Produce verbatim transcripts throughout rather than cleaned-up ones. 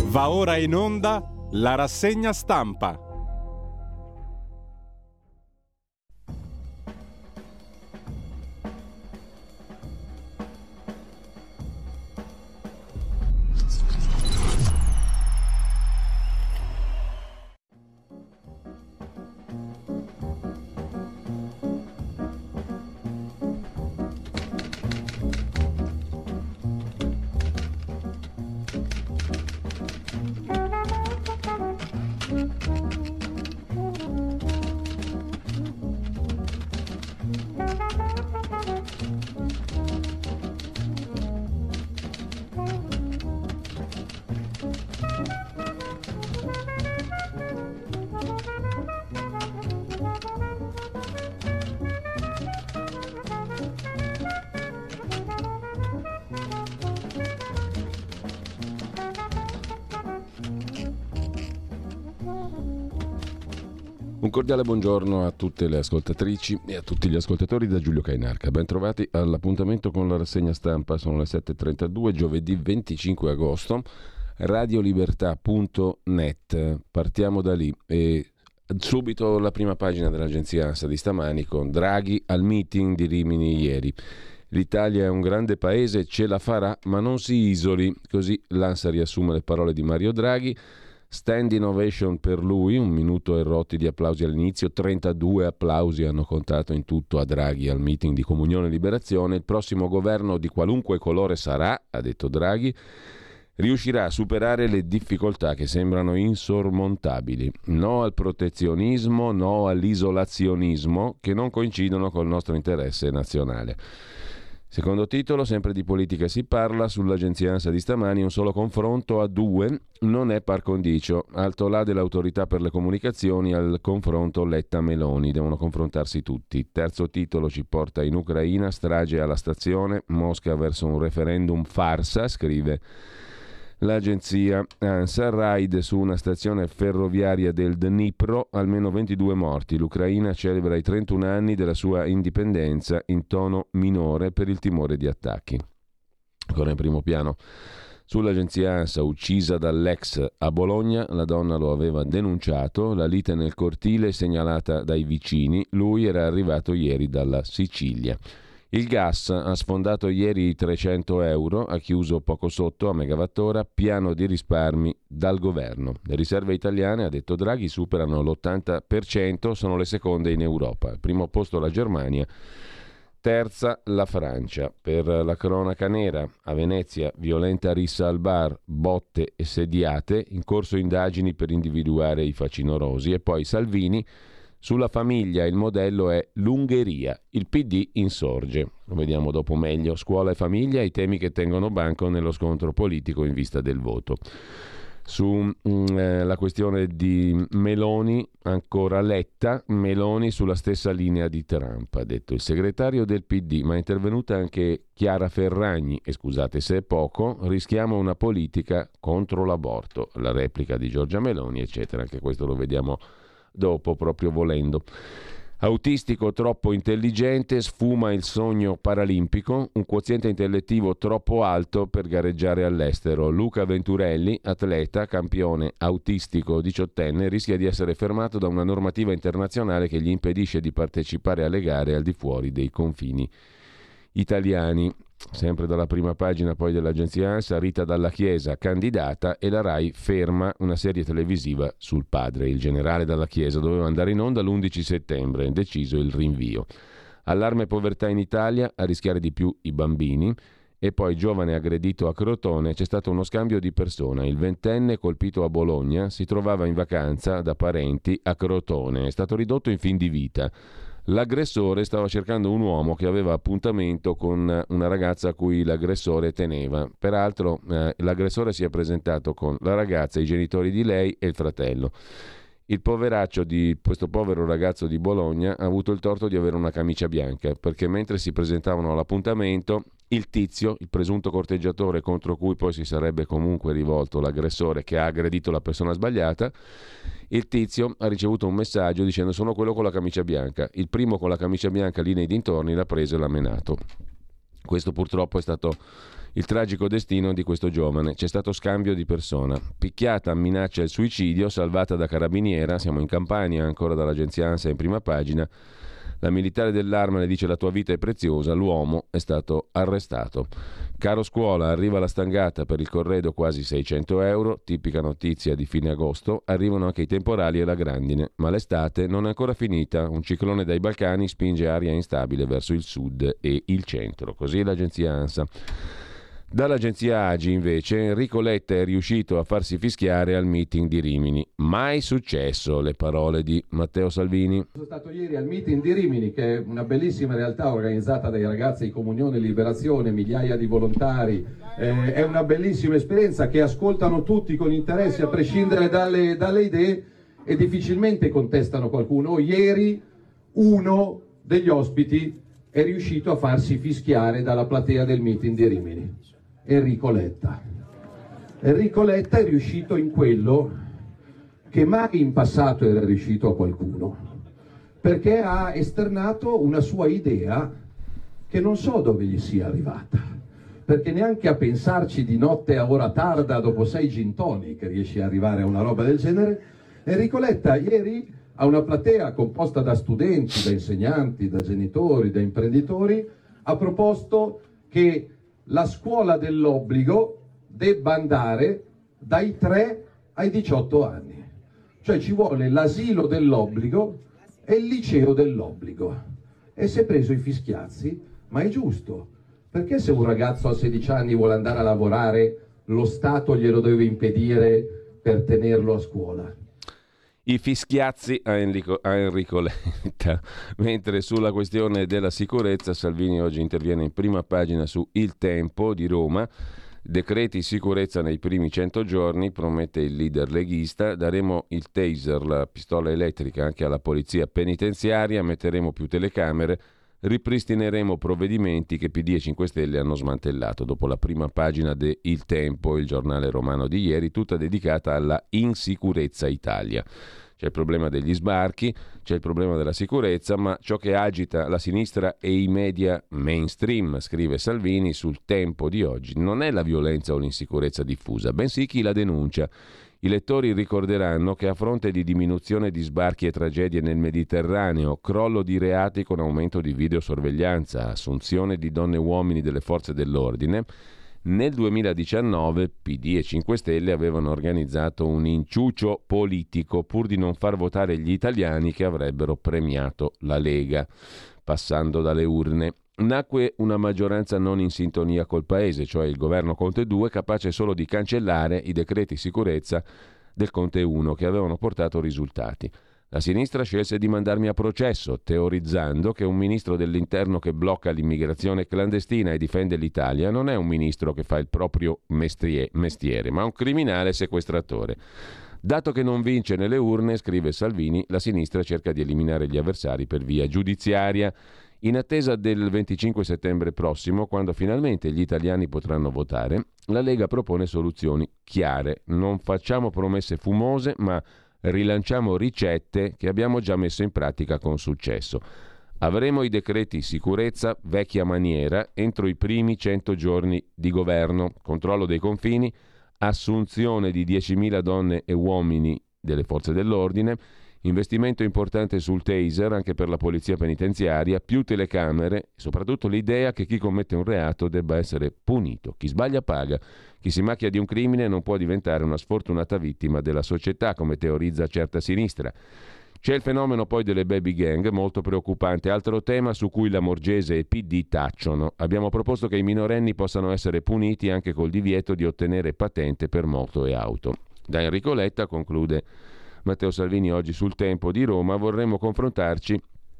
Va ora in onda la rassegna stampa. Un cordiale buongiorno a tutte le ascoltatrici e a tutti gli ascoltatori da Giulio Cainarca. Ben trovati all'appuntamento con la rassegna stampa. Sono le sette e trentadue, giovedì venticinque agosto, radiolibertà punto net. Partiamo da lì e subito la prima pagina dell'agenzia ANSA di stamani con Draghi al meeting di Rimini ieri. L'Italia è un grande paese, ce la farà, ma non si isoli. Così l'ANSA riassume le parole di Mario Draghi. Standing ovation per lui, un minuto e rotti di applausi all'inizio, trentadue applausi hanno contato in tutto a Draghi al meeting di Comunione e Liberazione. Il prossimo governo di qualunque colore sarà, ha detto Draghi, riuscirà a superare le difficoltà che sembrano insormontabili. No al protezionismo, no all'isolazionismo che non coincidono col nostro interesse nazionale. Secondo titolo, sempre di politica si parla, sull'agenzia ANSA di stamani, un solo confronto a due non è par condicio. Alto là dell'autorità per le comunicazioni al confronto Letta-Meloni, devono confrontarsi tutti. Terzo titolo ci porta in Ucraina, strage alla stazione, Mosca verso un referendum farsa, scrive l'agenzia ANSA. Raid su una stazione ferroviaria del Dnipro, almeno ventidue morti. L'Ucraina celebra i trentuno anni della sua indipendenza in tono minore per il timore di attacchi. Ancora in primo piano sull'agenzia ANSA, uccisa dall'ex a Bologna, la donna lo aveva denunciato, la lite nel cortile segnalata dai vicini, lui era arrivato ieri dalla Sicilia. Il gas ha sfondato ieri i trecento euro, ha chiuso poco sotto a megawattora, piano di risparmi dal governo. Le riserve italiane, ha detto Draghi, superano l'ottanta per cento, sono le seconde in Europa. Al primo posto la Germania, terza la Francia. Per la cronaca nera, a Venezia, violenta rissa al bar, botte e sediate, in corso indagini per individuare i facinorosi. E poi Salvini. Sulla famiglia il modello è l'Ungheria, il P D insorge. Lo vediamo dopo meglio. Scuola e famiglia, i temi che tengono banco nello scontro politico in vista del voto. Su mh, eh, la questione di Meloni, ancora Letta, Meloni sulla stessa linea di Trump, ha detto il segretario del P D, ma è intervenuta anche Chiara Ferragni, e scusate se è poco, rischiamo una politica contro l'aborto, la replica di Giorgia Meloni, eccetera. Anche questo lo vediamo dopo, proprio volendo. Autistico troppo intelligente, sfuma il sogno paralimpico, un quoziente intellettivo troppo alto per gareggiare all'estero. Luca Venturelli, atleta, campione autistico diciottenne, rischia di essere fermato da una normativa internazionale che gli impedisce di partecipare alle gare al di fuori dei confini italiani. Sempre dalla prima pagina poi dell'agenzia ANSA, Rita Dalla Chiesa candidata e la RAI ferma una serie televisiva sul padre. Il generale Dalla Chiesa doveva andare in onda l'undici settembre, deciso il rinvio. Allarme povertà in Italia, a rischiare di più i bambini. E poi giovane aggredito a Crotone, c'è stato uno scambio di persona. Il ventenne colpito a Bologna si trovava in vacanza da parenti a Crotone, è stato ridotto in fin di vita. L'aggressore stava cercando un uomo che aveva appuntamento con una ragazza a cui l'aggressore teneva. Peraltro eh, l'aggressore si è presentato con la ragazza, i genitori di lei e il fratello. Il poveraccio di questo povero ragazzo di Bologna ha avuto il torto di avere una camicia bianca, perché mentre si presentavano all'appuntamento, il tizio, il presunto corteggiatore contro cui poi si sarebbe comunque rivolto l'aggressore che ha aggredito la persona sbagliata, il tizio ha ricevuto un messaggio dicendo: sono quello con la camicia bianca. Il primo con la camicia bianca lì nei dintorni l'ha preso e l'ha menato. Questo purtroppo è stato il tragico destino di questo giovane. C'è stato scambio di persona. Picchiata, minaccia il suicidio, salvata da carabiniera, siamo in Campania, ancora dall'agenzia ANSA in prima pagina. La militare dell'Arma le dice: la tua vita è preziosa, l'uomo è stato arrestato. Caro scuola, arriva la stangata per il corredo, quasi seicento euro, tipica notizia di fine agosto. Arrivano anche i temporali e la grandine, ma l'estate non è ancora finita. Un ciclone dai Balcani spinge aria instabile verso il sud e il centro. Così l'agenzia ANSA. Dall'agenzia AGI invece Enrico Letta è riuscito a farsi fischiare al meeting di Rimini. Mai successo, le parole di Matteo Salvini. Sono stato ieri al meeting di Rimini, che è una bellissima realtà organizzata dai ragazzi di Comunione e Liberazione, migliaia di volontari. Eh, è una bellissima esperienza che ascoltano tutti con interesse a prescindere dalle, dalle idee e difficilmente contestano qualcuno. Ieri uno degli ospiti è riuscito a farsi fischiare dalla platea del meeting di Rimini. Enrico Letta. Enrico Letta è riuscito in quello che mai in passato era riuscito a qualcuno, perché ha esternato una sua idea che non so dove gli sia arrivata, perché neanche a pensarci di notte a ora tarda dopo sei gin tonic riesci a arrivare a una roba del genere. Enrico Letta ieri a una platea composta da studenti, da insegnanti, da genitori, da imprenditori, ha proposto che la scuola dell'obbligo debba andare dai tre ai diciotto anni. Cioè ci vuole l'asilo dell'obbligo e il liceo dell'obbligo. E si è preso i fischiazzi, ma è giusto. Perché se un ragazzo a sedici anni vuole andare a lavorare, lo Stato glielo deve impedire per tenerlo a scuola? I fischiazzi a Enrico, a Enrico Letta. Mentre sulla questione della sicurezza Salvini oggi interviene in prima pagina su Il Tempo di Roma. Decreti sicurezza nei primi cento giorni, promette il leader leghista. Daremo il taser, la pistola elettrica, anche alla polizia penitenziaria, metteremo più telecamere, ripristineremo provvedimenti che P D e cinque Stelle hanno smantellato. Dopo la prima pagina de Il Tempo, il giornale romano di ieri, tutta dedicata alla insicurezza Italia. C'è il problema degli sbarchi, c'è il problema della sicurezza, ma ciò che agita la sinistra e i media mainstream, scrive Salvini sul Tempo di oggi, non è la violenza o l'insicurezza diffusa, bensì chi la denuncia. I lettori ricorderanno che a fronte di diminuzione di sbarchi e tragedie nel Mediterraneo, crollo di reati con aumento di videosorveglianza, assunzione di donne e uomini delle forze dell'ordine, nel duemiladiciannove P D e cinque Stelle avevano organizzato un inciucio politico pur di non far votare gli italiani che avrebbero premiato la Lega. Passando dalle urne, nacque una maggioranza non in sintonia col paese, cioè il governo Conte due, capace solo di cancellare i decreti sicurezza del Conte uno che avevano portato risultati. La sinistra scelse di mandarmi a processo, teorizzando che un ministro dell'interno che blocca l'immigrazione clandestina e difende l'Italia non è un ministro che fa il proprio mestrie- mestiere, ma un criminale sequestratore. Dato che non vince nelle urne, scrive Salvini, la sinistra cerca di eliminare gli avversari per via giudiziaria. In attesa del venticinque settembre prossimo, quando finalmente gli italiani potranno votare, la Lega propone soluzioni chiare. Non facciamo promesse fumose, ma rilanciamo ricette che abbiamo già messo in pratica con successo. Avremo i decreti sicurezza vecchia maniera entro i primi cento giorni di governo, controllo dei confini, assunzione di diecimila donne e uomini delle forze dell'ordine, investimento importante sul taser anche per la polizia penitenziaria, più telecamere e soprattutto l'idea che chi commette un reato debba essere punito. Chi sbaglia paga. Chi si macchia di un crimine non può diventare una sfortunata vittima della società, come teorizza certa sinistra. C'è il fenomeno poi delle baby gang, molto preoccupante, altro tema su cui la Morgese e P D tacciono. Abbiamo proposto che i minorenni possano essere puniti anche col divieto di ottenere patente per moto e auto. Da Enrico Letta, conclude Matteo Salvini oggi sul Tempo di Roma, vorremmo confrontarci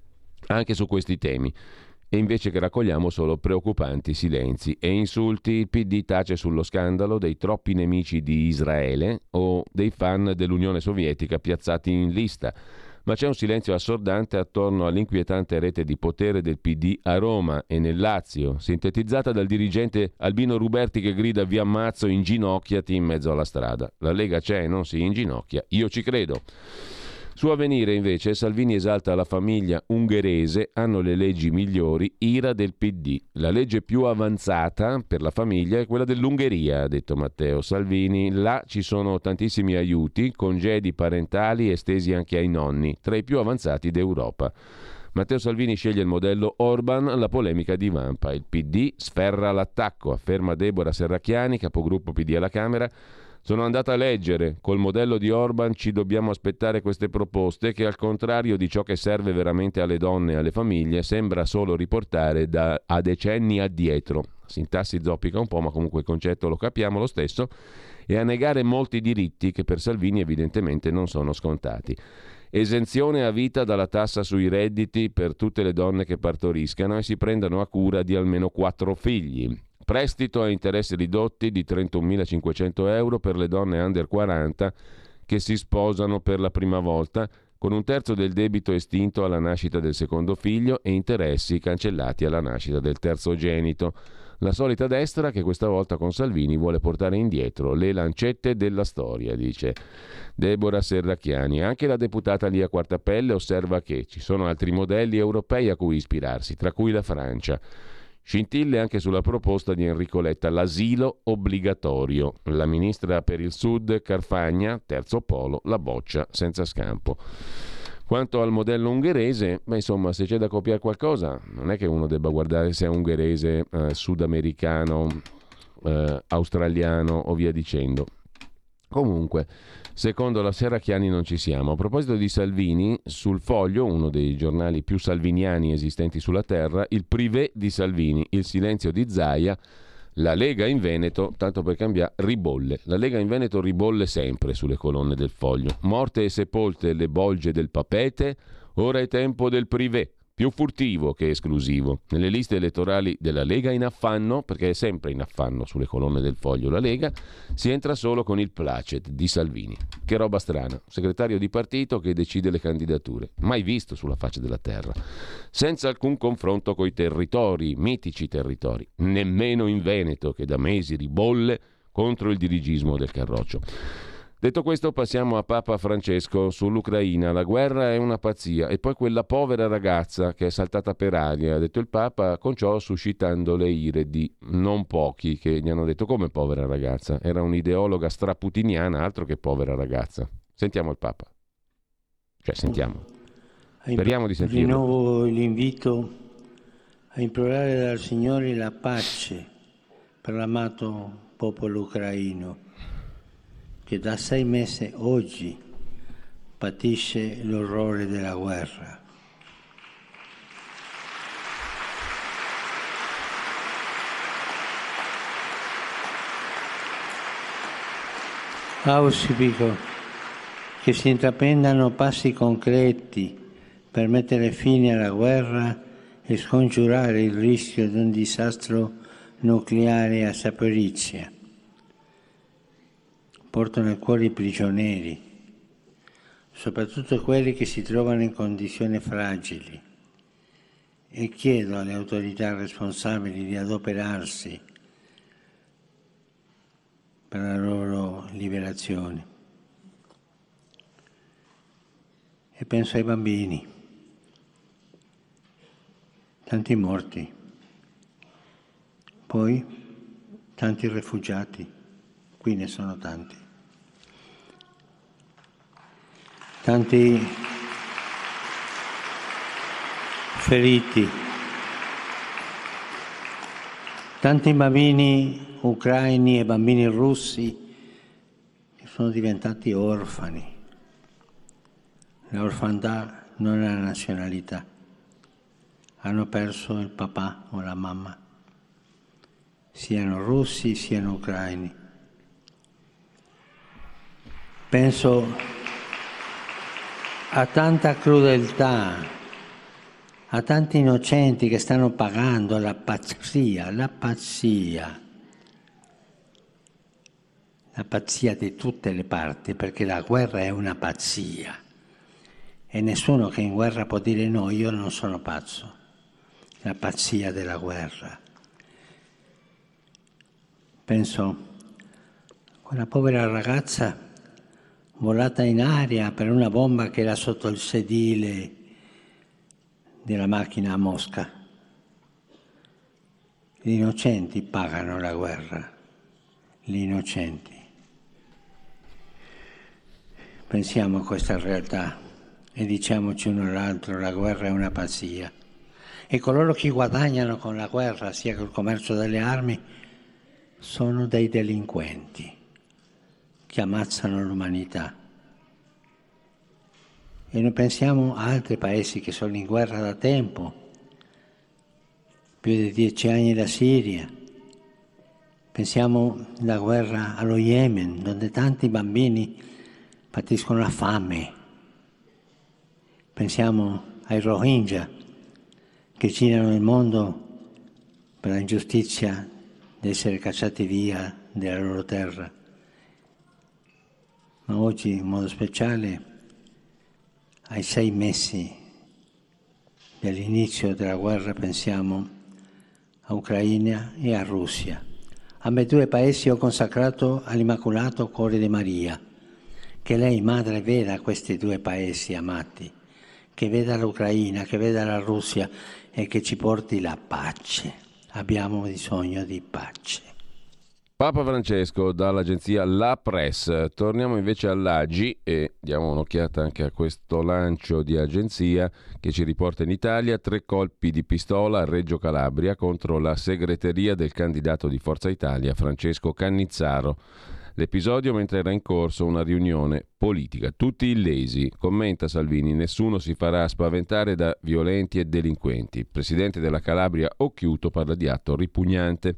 anche su questi temi. E invece che raccogliamo solo preoccupanti silenzi e insulti, il P D tace sullo scandalo dei troppi nemici di Israele o dei fan dell'Unione Sovietica piazzati in lista. Ma c'è un silenzio assordante attorno all'inquietante rete di potere del P D a Roma e nel Lazio, sintetizzata dal dirigente Albino Ruberti che grida "vi ammazzo, inginocchiati" in mezzo alla strada. La Lega c'è, non si inginocchia. Io ci credo. Su Avvenire invece Salvini esalta la famiglia ungherese, hanno le leggi migliori, ira del P D. La legge più avanzata per la famiglia è quella dell'Ungheria, ha detto Matteo Salvini. Là ci sono tantissimi aiuti, congedi parentali estesi anche ai nonni, tra i più avanzati d'Europa. Matteo Salvini sceglie il modello Orban, la polemica divampa. Il P D sferra l'attacco, afferma Deborah Serracchiani, capogruppo P D alla Camera. Sono andata a leggere, col modello di Orban ci dobbiamo aspettare queste proposte che al contrario di ciò che serve veramente alle donne e alle famiglie sembra solo riportare da, a decenni addietro. Sintassi zoppica un po', ma comunque il concetto lo capiamo lo stesso, e a negare molti diritti che per Salvini evidentemente non sono scontati. Esenzione a vita dalla tassa sui redditi per tutte le donne che partoriscano e si prendano a cura di almeno quattro figli. Prestito a interessi ridotti di trentunomilacinquecento euro per le donne under quaranta che si sposano per la prima volta, con un terzo del debito estinto alla nascita del secondo figlio e interessi cancellati alla nascita del terzogenito. La solita destra che questa volta con Salvini vuole portare indietro le lancette della storia, dice Deborah Serracchiani. Anche la deputata Lia Quartapelle osserva che ci sono altri modelli europei a cui ispirarsi, tra cui la Francia. Scintille anche sulla proposta di Enrico Letta, l'asilo obbligatorio. La ministra per il Sud Carfagna, terzo polo, la boccia senza scampo. Quanto al modello ungherese, beh, insomma, se c'è da copiare qualcosa, non è che uno debba guardare se è ungherese, eh, sudamericano, eh, australiano o via dicendo. Comunque, secondo la Serracchiani non ci siamo. A proposito di Salvini, sul Foglio, uno dei giornali più salviniani esistenti sulla terra, il privé di Salvini, il silenzio di Zaia, la Lega in Veneto, tanto per cambiare, ribolle. La Lega in Veneto ribolle sempre sulle colonne del Foglio. Morte e sepolte le bolge del Papete, ora è tempo del privé. Più furtivo che esclusivo. Nelle liste elettorali della Lega in affanno, perché è sempre in affanno sulle colonne del Foglio la Lega, si entra solo con il placet di Salvini. Che roba strana, segretario di partito che decide le candidature, mai visto sulla faccia della terra, senza alcun confronto coi territori, mitici territori, nemmeno in Veneto che da mesi ribolle contro il dirigismo del Carroccio. Detto questo passiamo a Papa Francesco sull'Ucraina. La guerra è una pazzia e poi quella povera ragazza che è saltata per aria, ha detto il Papa, con ciò suscitando le ire di non pochi che gli hanno detto come povera ragazza, era un'ideologa straputiniana, altro che povera ragazza. Sentiamo il Papa, cioè sentiamo, speriamo di sentirlo. Rinnovo l'invito a implorare dal Signore la pace per l'amato popolo ucraino che da sei mesi oggi patisce l'orrore della guerra. Auspico che si intraprendano passi concreti per mettere fine alla guerra e scongiurare il rischio di un disastro nucleare a Zaporizhzhia. Porto nel cuore i prigionieri, soprattutto quelli che si trovano in condizioni fragili, e chiedo alle autorità responsabili di adoperarsi per la loro liberazione. E penso ai bambini, tanti morti, poi tanti rifugiati. Qui ne sono tanti. Tanti feriti. Tanti bambini ucraini e bambini russi che sono diventati orfani. L'orfandà non è la nazionalità. Hanno perso il papà o la mamma, siano russi siano ucraini. Penso a tanta crudeltà, a tanti innocenti che stanno pagando la pazzia, la pazzia, la pazzia di tutte le parti, perché la guerra è una pazzia e nessuno che in guerra può dire no, io non sono pazzo, la pazzia della guerra. Penso a quella povera ragazza volata in aria per una bomba che era sotto il sedile della macchina a Mosca. Gli innocenti pagano la guerra, gli innocenti. Pensiamo a questa realtà e diciamoci uno all'altro: la guerra è una pazzia. E coloro che guadagnano con la guerra, sia col commercio delle armi, sono dei delinquenti che ammazzano l'umanità. E noi pensiamo a altri paesi che sono in guerra da tempo, più di dieci anni la Siria. Pensiamo alla guerra allo Yemen, dove tanti bambini patiscono la fame. Pensiamo ai Rohingya che girano il mondo per l'ingiustizia di essere cacciati via dalla loro terra. Ma oggi, in modo speciale, ai sei mesi dall'inizio della guerra, pensiamo a Ucraina e a Russia. Ambedue paesi ho consacrato all'Immacolato Cuore di Maria. Che lei, Madre, veda questi due paesi amati, che veda l'Ucraina, che veda la Russia e che ci porti la pace. Abbiamo bisogno di pace. Papa Francesco dall'agenzia La Press. Torniamo invece all'A G I e diamo un'occhiata anche a questo lancio di agenzia che ci riporta in Italia: tre colpi di pistola a Reggio Calabria contro la segreteria del candidato di Forza Italia Francesco Cannizzaro. L'episodio mentre era in corso una riunione politica. Tutti illesi, commenta Salvini, nessuno si farà spaventare da violenti e delinquenti. Il presidente della Calabria Occhiuto parla di atto ripugnante.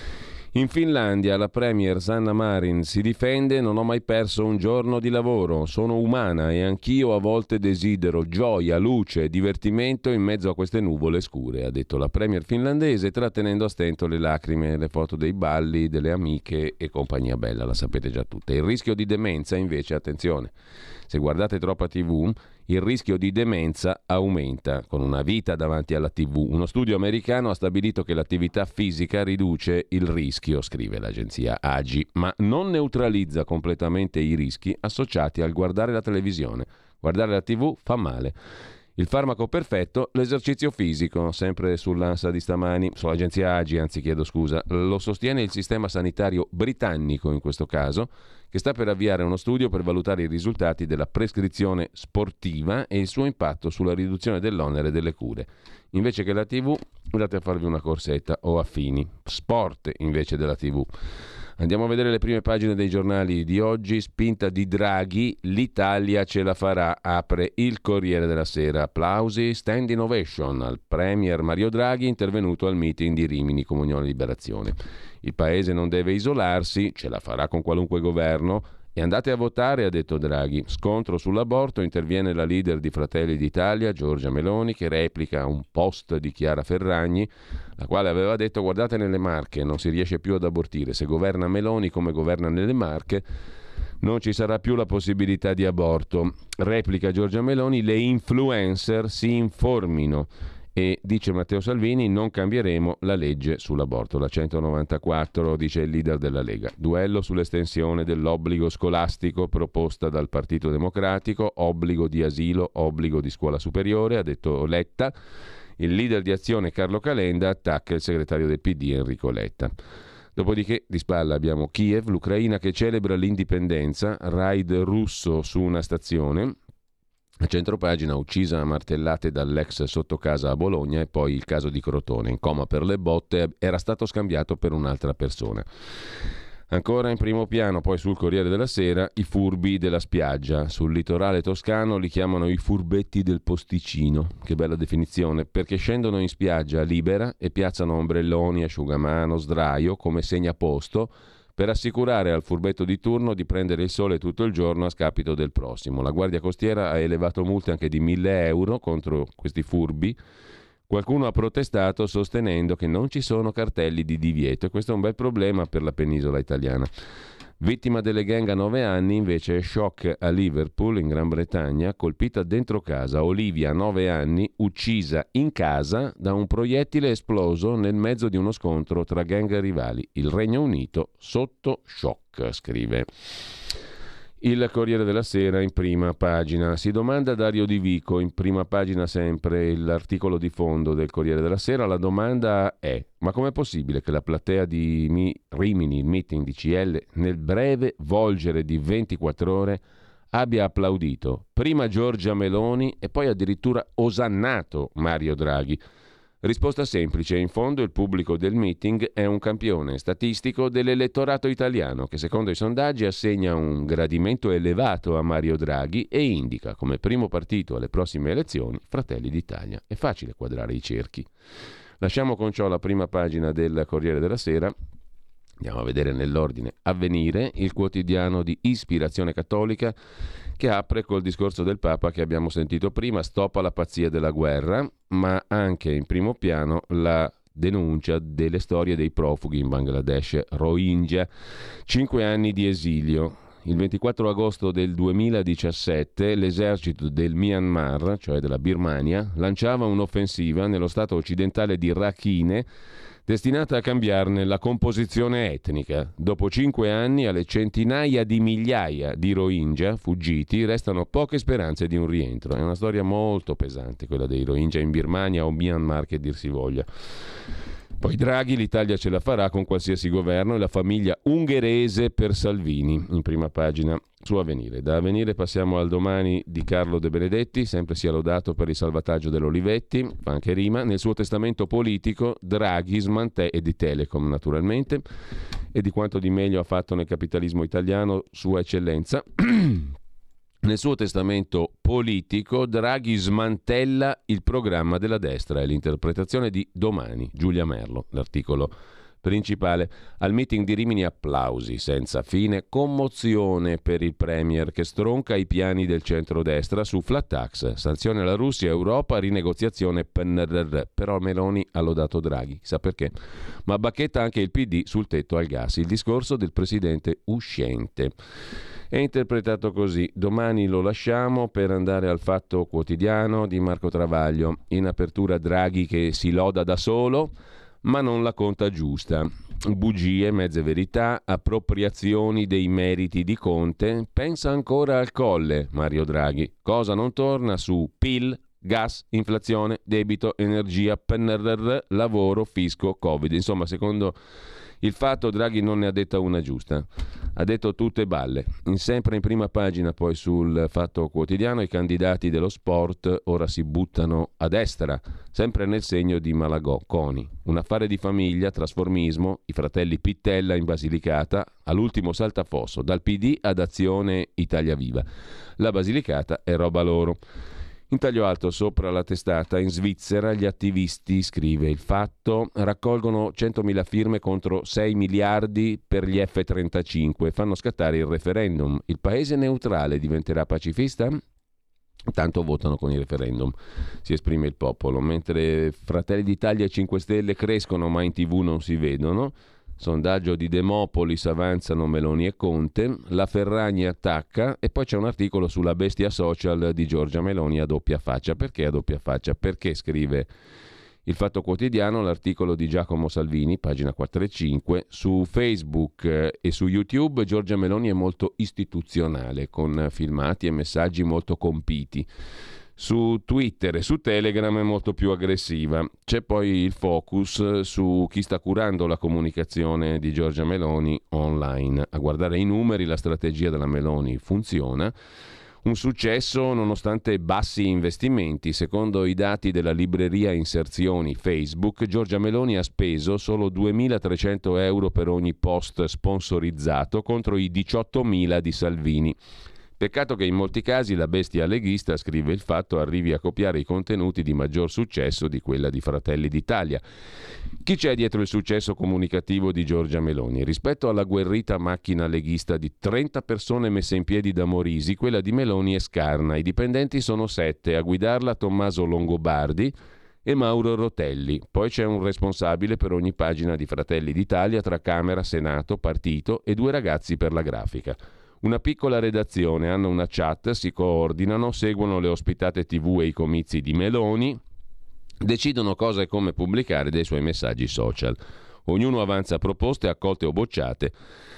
In Finlandia la premier Sanna Marin si difende: non ho mai perso un giorno di lavoro, sono umana e anch'io a volte desidero gioia, luce e divertimento in mezzo a queste nuvole scure, ha detto la premier finlandese, trattenendo a stento le lacrime, le foto dei balli, delle amiche e compagnia bella, la sapete già tutte. Il rischio di demenza invece, attenzione, se guardate troppa tivù, il rischio di demenza aumenta con una vita davanti alla tivù. Uno studio americano ha stabilito che l'attività fisica riduce il rischio, scrive l'agenzia A G I, ma non neutralizza completamente i rischi associati al guardare la televisione. Guardare la tivù fa male. Il farmaco perfetto, l'esercizio fisico, sempre sull'Ansa di stamani, sull'agenzia A G I, anzi chiedo scusa, lo sostiene il sistema sanitario britannico in questo caso, che sta per avviare uno studio per valutare i risultati della prescrizione sportiva e il suo impatto sulla riduzione dell'onere delle cure. Invece che la tivù, andate a farvi una corsetta o affini. Sport invece della tivù. Andiamo a vedere le prime pagine dei giornali di oggi. Spinta di Draghi, l'Italia ce la farà, apre il Corriere della Sera. Applausi, stand ovation al premier Mario Draghi intervenuto al meeting di Rimini Comunione Liberazione. Il paese non deve isolarsi, ce la farà con qualunque governo. E andate a votare, ha detto Draghi. Scontro sull'aborto, interviene la leader di Fratelli d'Italia, Giorgia Meloni, che replica un post di Chiara Ferragni, la quale aveva detto: guardate nelle Marche, non si riesce più ad abortire. Se governa Meloni come governa nelle Marche, non ci sarà più la possibilità di aborto. Replica Giorgia Meloni: le influencer si informino. E dice Matteo Salvini: non cambieremo la legge sull'aborto, la centonovantaquattro, dice il leader della Lega. Duello sull'estensione dell'obbligo scolastico proposta dal Partito Democratico, obbligo di asilo, obbligo di scuola superiore, ha detto Letta. Il leader di Azione Carlo Calenda attacca il segretario del P D Enrico Letta. Dopodiché di spalla abbiamo Kiev, l'Ucraina che celebra l'indipendenza, raid russo su una stazione. A centropagina, uccisa a martellate dall'ex sotto casa a Bologna, e poi il caso di Crotone, in coma per le botte, era stato scambiato per un'altra persona. Ancora in primo piano, poi sul Corriere della Sera, i furbi della spiaggia. Sul litorale toscano li chiamano i furbetti del posticino. Che bella definizione, perché scendono in spiaggia libera e piazzano ombrelloni, asciugamano, sdraio come segnaposto, per assicurare al furbetto di turno di prendere il sole tutto il giorno a scapito del prossimo. La Guardia Costiera ha elevato multe anche di mille euro contro questi furbi. Qualcuno ha protestato sostenendo che non ci sono cartelli di divieto, e questo è un bel problema per la penisola italiana. Vittima delle gang a nove anni invece è shock a Liverpool, in Gran Bretagna, colpita dentro casa. Olivia, nove anni, uccisa in casa da un proiettile esploso nel mezzo di uno scontro tra gang rivali. Il Regno Unito sotto shock, scrive Il Corriere della Sera in prima pagina. Si domanda Dario Di Vico, in prima pagina sempre l'articolo di fondo del Corriere della Sera. La domanda è: ma com'è possibile che la platea di Mi- Rimini, il meeting di C L, nel breve volgere di ventiquattro ore abbia applaudito prima Giorgia Meloni e poi addirittura osannato Mario Draghi? Risposta semplice: in fondo il pubblico del meeting è un campione statistico dell'elettorato italiano che secondo i sondaggi assegna un gradimento elevato a Mario Draghi e indica come primo partito alle prossime elezioni Fratelli d'Italia. È facile quadrare i cerchi. Lasciamo con ciò la prima pagina del Corriere della Sera. Andiamo a vedere nell'ordine Avvenire, il quotidiano di ispirazione cattolica, che apre col discorso del Papa che abbiamo sentito prima: stop alla pazzia della guerra, ma anche in primo piano la denuncia delle storie dei profughi in Bangladesh, Rohingya, cinque anni di esilio. Il ventiquattro agosto del duemiladiciassette l'esercito del Myanmar, cioè della Birmania, lanciava un'offensiva nello stato occidentale di Rakhine destinata a cambiarne la composizione etnica. Dopo cinque anni, alle centinaia di migliaia di Rohingya fuggiti restano poche speranze di un rientro. È una storia molto pesante quella dei Rohingya in Birmania o Myanmar, che dir si voglia. Poi Draghi, l'Italia ce la farà con qualsiasi governo, e la famiglia ungherese per Salvini, in prima pagina su Avvenire. Da Avvenire passiamo al Domani di Carlo De Benedetti, sempre sia lodato per il salvataggio dell'Olivetti, fa anche rima. Nel suo testamento politico Draghi smantella, e di Telecom naturalmente, e di quanto di meglio ha fatto nel capitalismo italiano Sua Eccellenza. Nel suo testamento politico Draghi smantella il programma della destra, e l'interpretazione di Domani, Giulia Merlo, l'articolo principale. Al meeting di Rimini applausi senza fine, commozione per il premier che stronca i piani del centrodestra su flat tax, sanzione alla Russia, Europa, rinegoziazione P N R R. Però Meloni ha lodato Draghi, chissà perché, ma bacchetta anche il P D sul tetto al gas, il discorso del presidente uscente. È interpretato così. Domani lo lasciamo per andare al Fatto Quotidiano di Marco Travaglio. In apertura Draghi che si loda da solo, ma non la conta giusta. Bugie, mezze verità, appropriazioni dei meriti di Conte. Pensa ancora al Colle, Mario Draghi. Cosa non torna su P I L, gas, inflazione, debito, energia, P N R R, lavoro, fisco, Covid. Insomma, secondo il Fatto, Draghi non ne ha detta una giusta, ha detto tutte balle. In sempre in prima pagina poi sul Fatto Quotidiano i candidati dello sport ora si buttano a destra, sempre nel segno di Malagò, Coni. Un affare di famiglia, trasformismo, i fratelli Pittella in Basilicata, all'ultimo saltafosso, dal P D ad Azione Italia Viva. La Basilicata è roba loro. In taglio alto sopra la testata, in Svizzera gli attivisti, scrive il Fatto, raccolgono centomila firme contro sei miliardi per gli F trentacinque, fanno scattare il referendum. Il paese neutrale diventerà pacifista? Tanto votano con il referendum, si esprime il popolo, mentre Fratelli d'Italia e cinque Stelle crescono ma in tv non si vedono. Sondaggio di Demopolis, avanzano Meloni e Conte, la Ferragni attacca, e poi c'è un articolo sulla bestia social di Giorgia Meloni a doppia faccia. Perché a doppia faccia? Perché, scrive il Fatto Quotidiano, l'articolo di Giacomo Salvini, pagina quattro e cinque, su Facebook e su YouTube Giorgia Meloni è molto istituzionale, con filmati e messaggi molto compiti. Su Twitter e su Telegram è molto più aggressiva. C'è poi il focus su chi sta curando la comunicazione di Giorgia Meloni online. A guardare i numeri, la strategia della Meloni funziona. Un successo nonostante bassi investimenti. Secondo i dati della libreria inserzioni Facebook, Giorgia Meloni ha speso solo duemilatrecento euro per ogni post sponsorizzato contro i diciottomila di Salvini. Peccato che in molti casi la bestia leghista, scrive il Fatto, arrivi a copiare i contenuti di maggior successo di quella di Fratelli d'Italia. Chi c'è dietro il successo comunicativo di Giorgia Meloni? Rispetto alla agguerrita macchina leghista di trenta persone messe in piedi da Morisi, quella di Meloni è scarna. I dipendenti sono sette, a guidarla Tommaso Longobardi e Mauro Rotelli. Poi c'è un responsabile per ogni pagina di Fratelli d'Italia tra Camera, Senato, partito e due ragazzi per la grafica. Una piccola redazione, hanno una chat, si coordinano, seguono le ospitate tivù e i comizi di Meloni, decidono cosa e come pubblicare dei suoi messaggi social. Ognuno avanza proposte accolte o bocciate.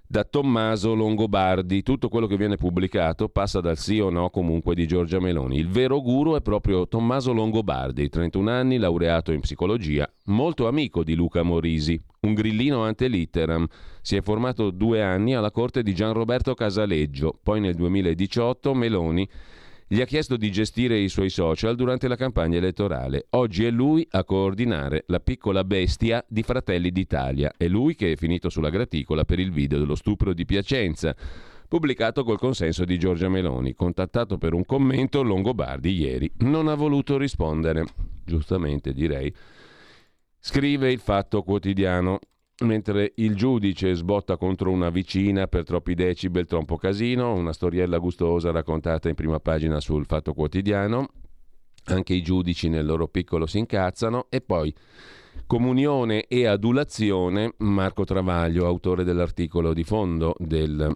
da Tommaso Longobardi. Tutto quello che viene pubblicato passa dal sì o no comunque di Giorgia Meloni. Il vero guru è proprio Tommaso Longobardi, trentuno anni, laureato in psicologia, molto amico di Luca Morisi, un grillino ante litteram. Si è formato due anni alla corte di Gianroberto Casaleggio, poi nel duemiladiciotto Meloni gli ha chiesto di gestire i suoi social durante la campagna elettorale. Oggi è lui a coordinare la piccola bestia di Fratelli d'Italia. È lui che è finito sulla graticola per il video dello stupro di Piacenza, pubblicato col consenso di Giorgia Meloni. Contattato per un commento, Longobardi ieri non ha voluto rispondere. Giustamente, direi. Scrive il Fatto Quotidiano. Mentre il giudice sbotta contro una vicina per troppi decibel, troppo casino, una storiella gustosa raccontata in prima pagina sul Fatto Quotidiano. Anche i giudici nel loro piccolo si incazzano. E poi comunione e adulazione, Marco Travaglio, autore dell'articolo di fondo del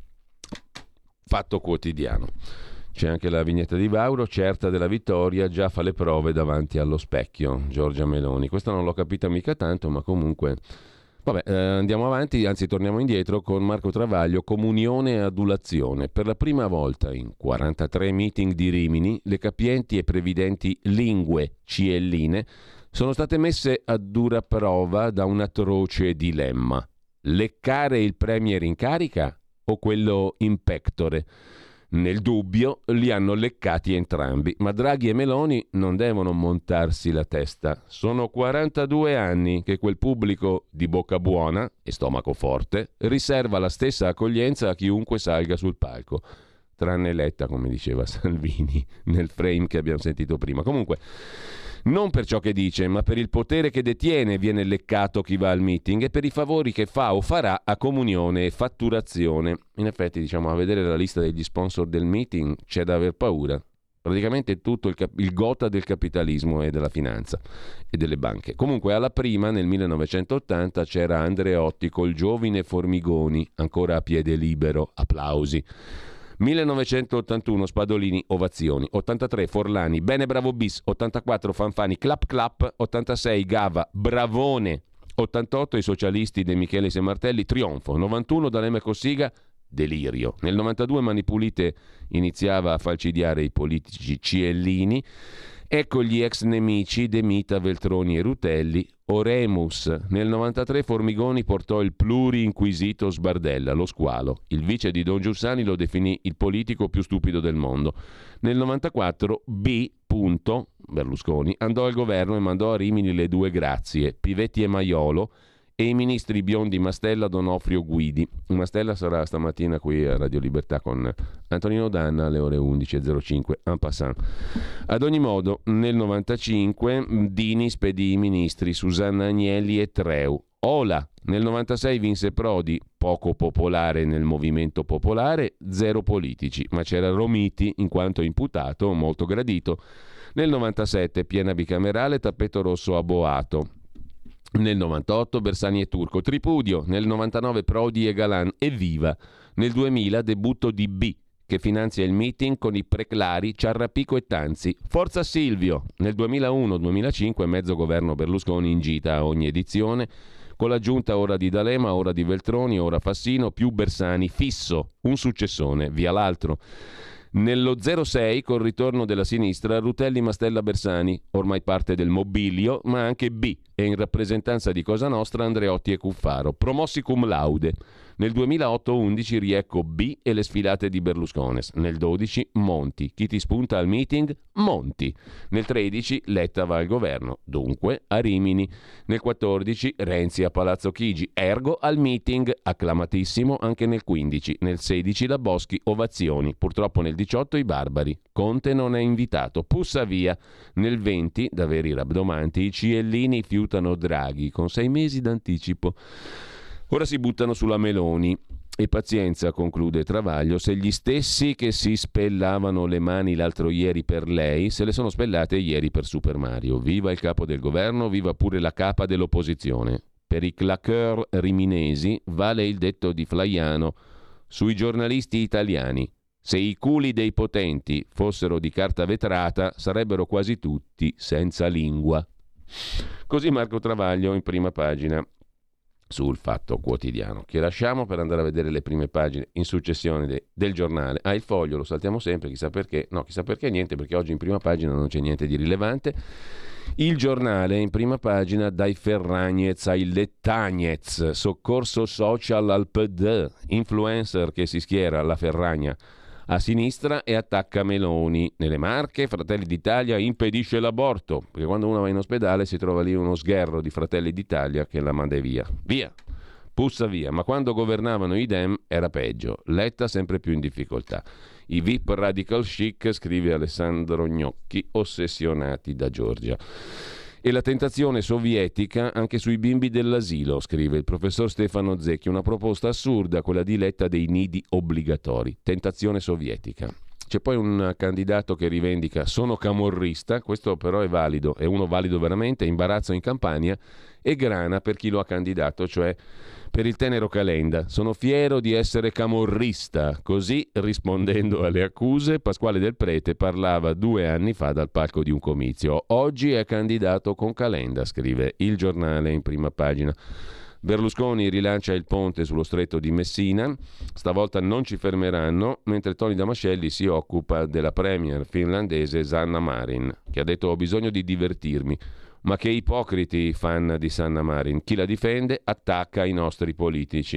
Fatto Quotidiano. C'è anche la vignetta di Vauro, certa della vittoria, già fa le prove davanti allo specchio, Giorgia Meloni. Questa non l'ho capita mica tanto, ma comunque... Vabbè, eh, andiamo avanti, anzi torniamo indietro con Marco Travaglio, comunione e adulazione. Per la prima volta in quarantatré meeting di Rimini, le capienti e previdenti lingue cielline sono state messe a dura prova da un atroce dilemma. Leccare il premier in carica o quello in pectore? Nel dubbio li hanno leccati entrambi, ma Draghi e Meloni non devono montarsi la testa. Sono quarantadue anni che quel pubblico di bocca buona e stomaco forte riserva la stessa accoglienza a chiunque salga sul palco, tranne Letta, come diceva Salvini nel frame che abbiamo sentito prima. Comunque, non per ciò che dice, ma per il potere che detiene viene leccato chi va al meeting e per i favori che fa o farà a comunione e fatturazione. In effetti, diciamo, a vedere la lista degli sponsor del meeting c'è da aver paura. Praticamente tutto il, cap- il gotha del capitalismo e della finanza e delle banche. Comunque alla prima, nel millenovecentottanta, c'era Andreotti col giovine Formigoni, ancora a piede libero, applausi. millenovecentottantuno Spadolini, ovazioni. ottantatré Forlani, bene bravo bis. ottantaquattro Fanfani, clap clap. ottantasei Gava, bravone. ottantotto i socialisti De Michelis e Martelli, trionfo. novantuno D'Alema e Cossiga, delirio. Nel novantadue Mani Pulite iniziava a falcidiare i politici ciellini. Ecco gli ex nemici De Mita, Veltroni e Rutelli. Oremus. Nel novantatré Formigoni portò il pluri-inquisito Sbardella, lo squalo. Il vice di Don Giussani lo definì il politico più stupido del mondo. Nel novantaquattro B. Berlusconi andò al governo e mandò a Rimini le due grazie, Pivetti e Maiolo, e i ministri biondi Mastella, Donofrio, Guidi. Mastella sarà stamattina qui a Radio Libertà con Antonino Danna alle ore undici e zero cinque, en passant. Ad ogni modo, nel novantacinque Dini spedì i ministri Susanna Agnelli e Treu. Ola. Nel novantasei vinse Prodi, poco popolare nel movimento popolare, zero politici, ma c'era Romiti in quanto imputato, molto gradito. Nel novantasette piena bicamerale, tappeto rosso a Boato. Nel novantotto Bersani e Turco, tripudio. Nel novantanove Prodi e Galan, evviva. Nel duemila debutto di B, che finanzia il meeting con i preclari Ciarrapico e Tanzi. Forza Silvio. Nel duemilauno duemilacinque mezzo governo Berlusconi in gita a ogni edizione, con l'aggiunta ora di D'Alema, ora di Veltroni, ora Fassino, più Bersani, fisso, un successone, via l'altro. Nello zero sei, col ritorno della sinistra, Rutelli, Mastella, Bersani, ormai parte del mobilio, ma anche B, e in rappresentanza di Cosa Nostra Andreotti e Cuffaro, promossi cum laude. Nel duemilaotto undici riecco B e le sfilate di Berluscones. Nel dodici Monti. Chi ti spunta al meeting? Monti. Nel tredici Letta va al governo, dunque a Rimini. Nel quattordici Renzi a Palazzo Chigi, ergo al meeting, acclamatissimo anche nel quindici. Nel sedici la Boschi, ovazioni. Purtroppo nel diciotto i barbari. Conte non è invitato, pussa via. Nel venti, da veri rabdomanti, i ciellini fiutano Draghi con sei mesi d'anticipo. Ora si buttano sulla Meloni e pazienza, conclude Travaglio, se gli stessi che si spellavano le mani l'altro ieri per lei se le sono spellate ieri per Super Mario. Viva il capo del governo, viva pure la capa dell'opposizione. Per i claqueur riminesi vale il detto di Flaiano sui giornalisti italiani. Se i culi dei potenti fossero di carta vetrata sarebbero quasi tutti senza lingua. Così Marco Travaglio in prima pagina sul Fatto Quotidiano, che lasciamo per andare a vedere le prime pagine in successione de- del giornale. Ah, il Foglio lo saltiamo sempre, chissà perché. No, chissà perché niente, perché oggi in prima pagina non c'è niente di rilevante. Il Giornale in prima pagina: dai Ferragnez ai Lettagnez, soccorso social al P D, influencer che si schiera alla Ferragna a sinistra e attacca Meloni. Nelle Marche Fratelli d'Italia impedisce l'aborto, perché quando uno va in ospedale si trova lì uno sgherro di Fratelli d'Italia che la manda via, via, puzza via. Ma quando governavano i Dem era peggio, Letta sempre più in difficoltà. I V I P radical chic, scrive Alessandro Gnocchi, ossessionati da Giorgia. E la tentazione sovietica anche sui bimbi dell'asilo, scrive il professor Stefano Zecchi, una proposta assurda, quella di Letta dei nidi obbligatori. Tentazione sovietica. C'è poi un candidato che rivendica sono camorrista, questo però è valido, è uno valido veramente, imbarazzo in Campania, e grana per chi lo ha candidato, cioè per il tenero Calenda. Sono fiero di essere camorrista. Così, rispondendo alle accuse, Pasquale Del Prete parlava due anni fa dal palco di un comizio. Oggi è candidato con Calenda, scrive il Giornale in prima pagina. Berlusconi rilancia il ponte sullo stretto di Messina, stavolta non ci fermeranno, mentre Tony Damascelli si occupa della premier finlandese Sanna Marin, che ha detto ho bisogno di divertirmi. Ma che ipocriti i fan di Sanna Marin. Chi la difende attacca i nostri politici.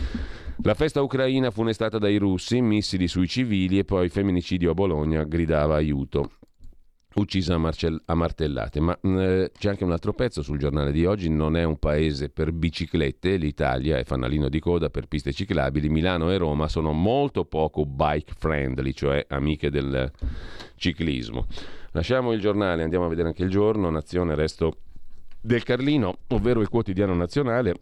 La festa ucraina funestata dai russi, missili sui civili e poi femminicidio a Bologna, gridava aiuto. Uccisa a, marcell- a martellate. Ma eh, c'è anche un altro pezzo sul Giornale di oggi: non è un paese per biciclette, l'Italia è fanalino di coda per piste ciclabili, Milano e Roma sono molto poco bike friendly, cioè amiche del ciclismo. Lasciamo il Giornale, andiamo a vedere anche il Giorno, Nazione, Resto del Carlino, ovvero il quotidiano nazionale.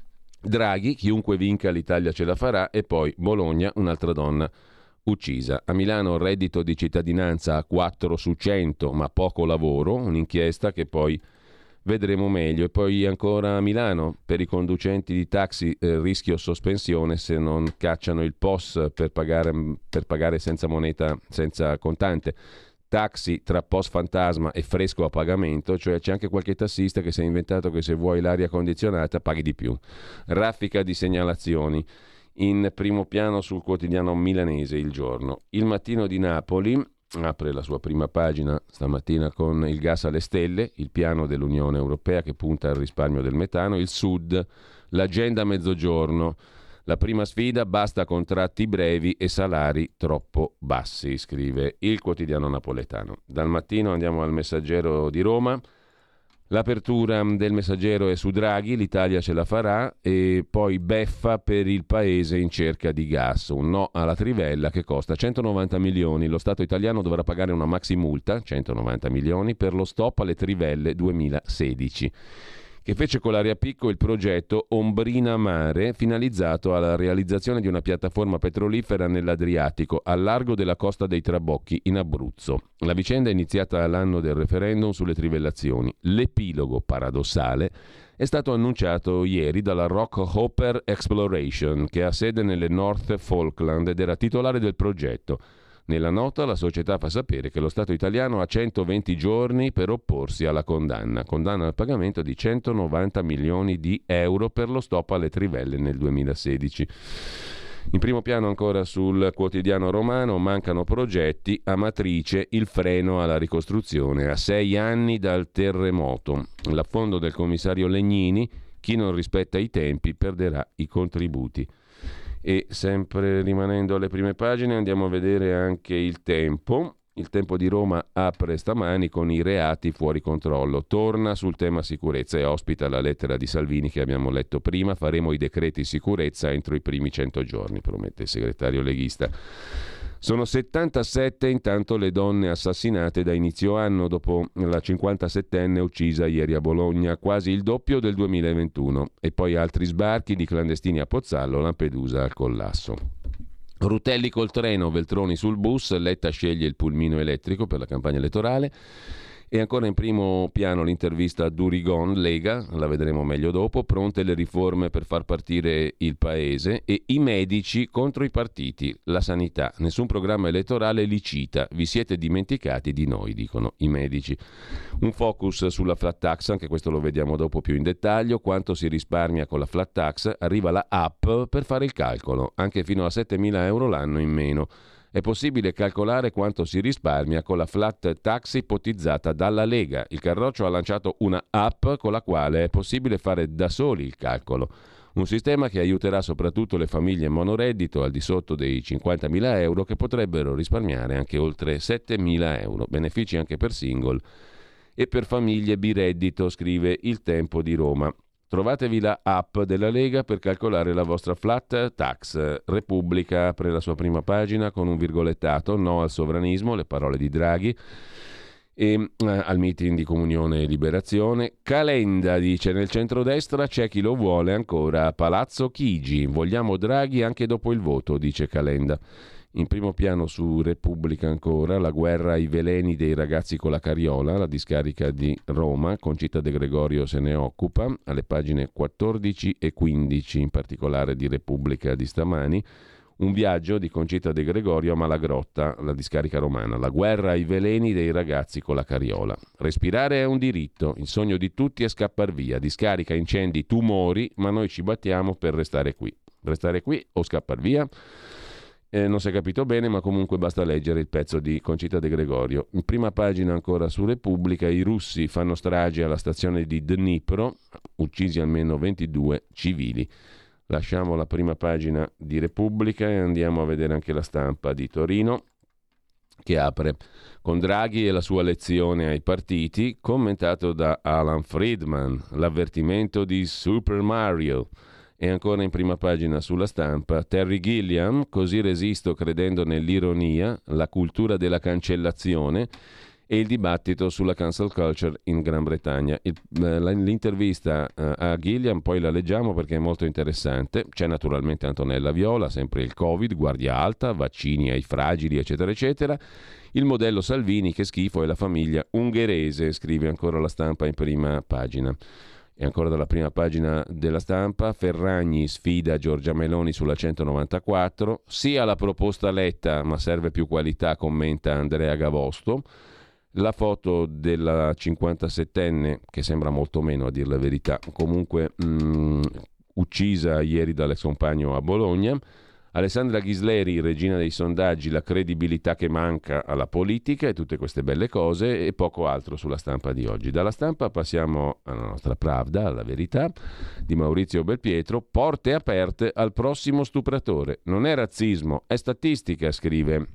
Draghi, chiunque vinca l'Italia ce la farà, e poi Bologna, un'altra donna uccisa. A Milano reddito di cittadinanza a quattro su cento, ma poco lavoro, un'inchiesta che poi vedremo meglio. E poi ancora a Milano, per i conducenti di taxi eh, rischio sospensione se non cacciano il P O S per pagare, per pagare senza moneta, senza contante. Taxi tra P O S fantasma e fresco a pagamento, cioè c'è anche qualche tassista che si è inventato che se vuoi l'aria condizionata paghi di più. Raffica di segnalazioni. In primo piano sul quotidiano milanese Il Giorno. Il Mattino di Napoli apre la sua prima pagina stamattina con il gas alle stelle, il piano dell'Unione Europea che punta al risparmio del metano, il Sud, l'agenda mezzogiorno. La prima sfida, basta contratti brevi e salari troppo bassi, scrive il quotidiano napoletano. Dal Mattino andiamo al Messaggero di Roma. L'apertura del Messaggero è su Draghi, l'Italia ce la farà, e poi beffa per il paese in cerca di gas, un no alla trivella che costa centonovanta milioni, lo Stato italiano dovrà pagare una maxi multa, centonovanta milioni, per lo stop alle trivelle duemilasedici, che fece colare a picco il progetto Ombrina Mare, finalizzato alla realizzazione di una piattaforma petrolifera nell'Adriatico, al largo della Costa dei Trabocchi, in Abruzzo. La vicenda è iniziata all'anno del referendum sulle trivellazioni. L'epilogo paradossale è stato annunciato ieri dalla Rock Hopper Exploration, che ha sede nelle North Falkland ed era titolare del progetto. Nella nota la società fa sapere che lo Stato italiano ha centoventi giorni per opporsi alla condanna, condanna al pagamento di centonovanta milioni di euro per lo stop alle trivelle nel duemilasedici. In primo piano ancora sul quotidiano romano, mancano progetti, Amatrice il freno alla ricostruzione, a sei anni dal terremoto. L'affondo del commissario Legnini, chi non rispetta i tempi perderà i contributi. E sempre rimanendo alle prime pagine andiamo a vedere anche il Tempo. Il Tempo di Roma apre stamani con i reati fuori controllo. Torna sul tema sicurezza e ospita la lettera di Salvini che abbiamo letto prima. Faremo i decreti sicurezza entro i primi cento giorni, promette il segretario leghista. Sono settantasette intanto le donne assassinate da inizio anno dopo la cinquantasettenne uccisa ieri a Bologna, quasi il doppio del duemilaventuno. E poi altri sbarchi di clandestini a Pozzallo, Lampedusa al collasso. Rutelli col treno, Veltroni sul bus, Letta sceglie il pulmino elettrico per la campagna elettorale. E ancora in primo piano l'intervista a Durigon, Lega, la vedremo meglio dopo, pronte le riforme per far partire il paese, e i medici contro i partiti, la sanità, nessun programma elettorale li cita, vi siete dimenticati di noi, dicono i medici. Un focus sulla flat tax, anche questo lo vediamo dopo più in dettaglio, quanto si risparmia con la flat tax, arriva la app per fare il calcolo, anche fino a settemila euro l'anno in meno. È possibile calcolare quanto si risparmia con la flat tax ipotizzata dalla Lega. Il Carroccio ha lanciato una app con la quale è possibile fare da soli il calcolo. Un sistema che aiuterà soprattutto le famiglie monoreddito al di sotto dei cinquantamila euro, che potrebbero risparmiare anche oltre settemila euro. Benefici anche per single e per famiglie bireddito, scrive Il Tempo di Roma. Trovatevi la app della Lega per calcolare la vostra flat tax. Repubblica apre la sua prima pagina con un virgolettato: no al sovranismo, le parole di Draghi, e eh, al meeting di Comunione e Liberazione. Calenda dice: nel centrodestra c'è chi lo vuole ancora a Palazzo Chigi, vogliamo Draghi anche dopo il voto, dice Calenda. In primo piano su Repubblica ancora la guerra ai veleni dei ragazzi con la carriola, la discarica di Roma, Concita De Gregorio se ne occupa, alle pagine quattordici e quindici in particolare di Repubblica di stamani. Un viaggio di Concita De Gregorio a Malagrotta, la discarica romana, la guerra ai veleni dei ragazzi con la carriola. Respirare è un diritto, il sogno di tutti è scappar via, discarica, incendi, tumori, ma noi ci battiamo per restare qui. Restare qui o scappar via? Eh, non si è capito bene, ma comunque basta leggere il pezzo di Concita De Gregorio. In prima pagina ancora su Repubblica, i russi fanno strage alla stazione di Dnipro, uccisi almeno ventidue civili. Lasciamo la prima pagina di Repubblica e andiamo a vedere anche La Stampa di Torino, che apre con Draghi e la sua lezione ai partiti, commentato da Alan Friedman, l'avvertimento di Super Mario. E ancora in prima pagina sulla Stampa, Terry Gilliam, così resisto credendo nell'ironia, la cultura della cancellazione e il dibattito sulla cancel culture in Gran Bretagna. Il, l'intervista a Gilliam poi la leggiamo perché è molto interessante. C'è naturalmente Antonella Viola, sempre il Covid, guardia alta, vaccini ai fragili, eccetera, eccetera. Il modello Salvini, che schifo, è la famiglia ungherese, scrive ancora La Stampa in prima pagina. E ancora dalla prima pagina della Stampa, Ferragni sfida Giorgia Meloni sulla centonovantaquattro, sì alla proposta Letta ma serve più qualità, commenta Andrea Gavosto. La foto della cinquantasettenne, che sembra molto meno a dir la verità, comunque mh, uccisa ieri dall'ex compagno a Bologna. Alessandra Ghisleri, regina dei sondaggi, la credibilità che manca alla politica, e tutte queste belle cose e poco altro sulla Stampa di oggi. Dalla Stampa passiamo alla nostra Pravda, alla Verità, di Maurizio Belpietro. Porte aperte al prossimo stupratore. Non è razzismo, è statistica, scrive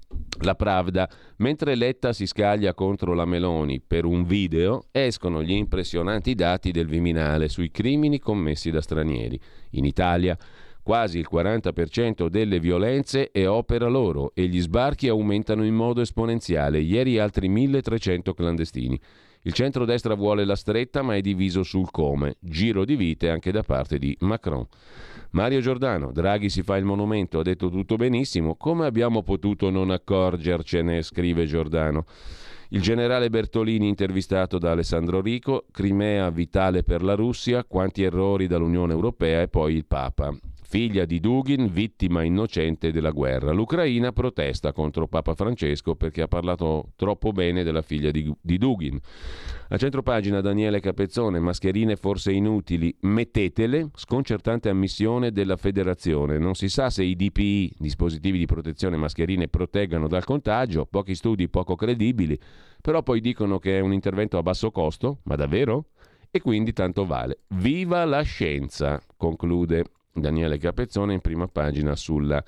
la Pravda. Mentre Letta si scaglia contro la Meloni per un video, escono gli impressionanti dati del Viminale sui crimini commessi da stranieri. In Italia quasi il quaranta per cento delle violenze è opera loro e gli sbarchi aumentano in modo esponenziale. Ieri altri milletrecento clandestini. Il centrodestra vuole la stretta ma è diviso sul come. Giro di vite anche da parte di Macron. Mario Giordano, Draghi si fa il monumento, ha detto tutto benissimo. Come abbiamo potuto non accorgercene, scrive Giordano. Il generale Bertolini intervistato da Alessandro Rico, Crimea vitale per la Russia, quanti errori dall'Unione Europea, e poi il Papa. Figlia di Dugin, vittima innocente della guerra. L'Ucraina protesta contro Papa Francesco perché ha parlato troppo bene della figlia di, di Dugin. A centropagina Daniele Capezzone, mascherine forse inutili, mettetele, sconcertante ammissione della federazione. Non si sa se i D P I, dispositivi di protezione mascherine, proteggano dal contagio, pochi studi poco credibili, però poi dicono che è un intervento a basso costo, ma davvero? E quindi tanto vale. Viva la scienza, conclude Daniele Capezzone in prima pagina sulla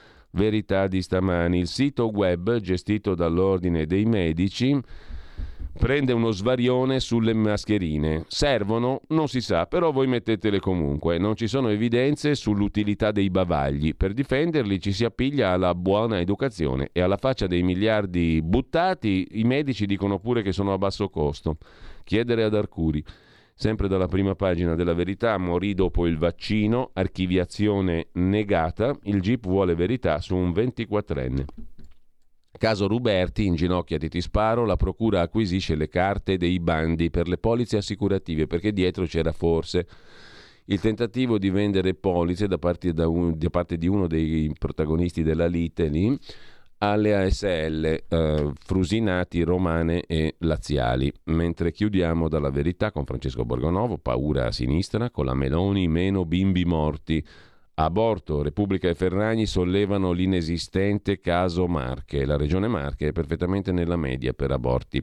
Verità di stamani. Il sito web gestito dall'Ordine dei Medici prende uno svarione sulle mascherine. Servono? Non si sa, però voi mettetele comunque. Non ci sono evidenze sull'utilità dei bavagli. Per difenderli ci si appiglia alla buona educazione e alla faccia dei miliardi buttati i medici dicono pure che sono a basso costo. Chiedere ad Arcuri. Sempre dalla prima pagina della Verità, morì dopo il vaccino, archiviazione negata, il G I P vuole verità su un ventiquattrenne. Caso Ruberti, inginocchiati ti sparo, la procura acquisisce le carte dei bandi per le polizze assicurative perché dietro c'era forse il tentativo di vendere polizze da parte, da un, da parte di uno dei protagonisti della lite lì alle A S L, eh, Frusinati, Romane e Laziali. Mentre chiudiamo dalla Verità con Francesco Borgonovo, paura a sinistra, con la Meloni meno bimbi morti. Aborto, Repubblica e Ferragni sollevano l'inesistente caso Marche. La regione Marche è perfettamente nella media per aborti.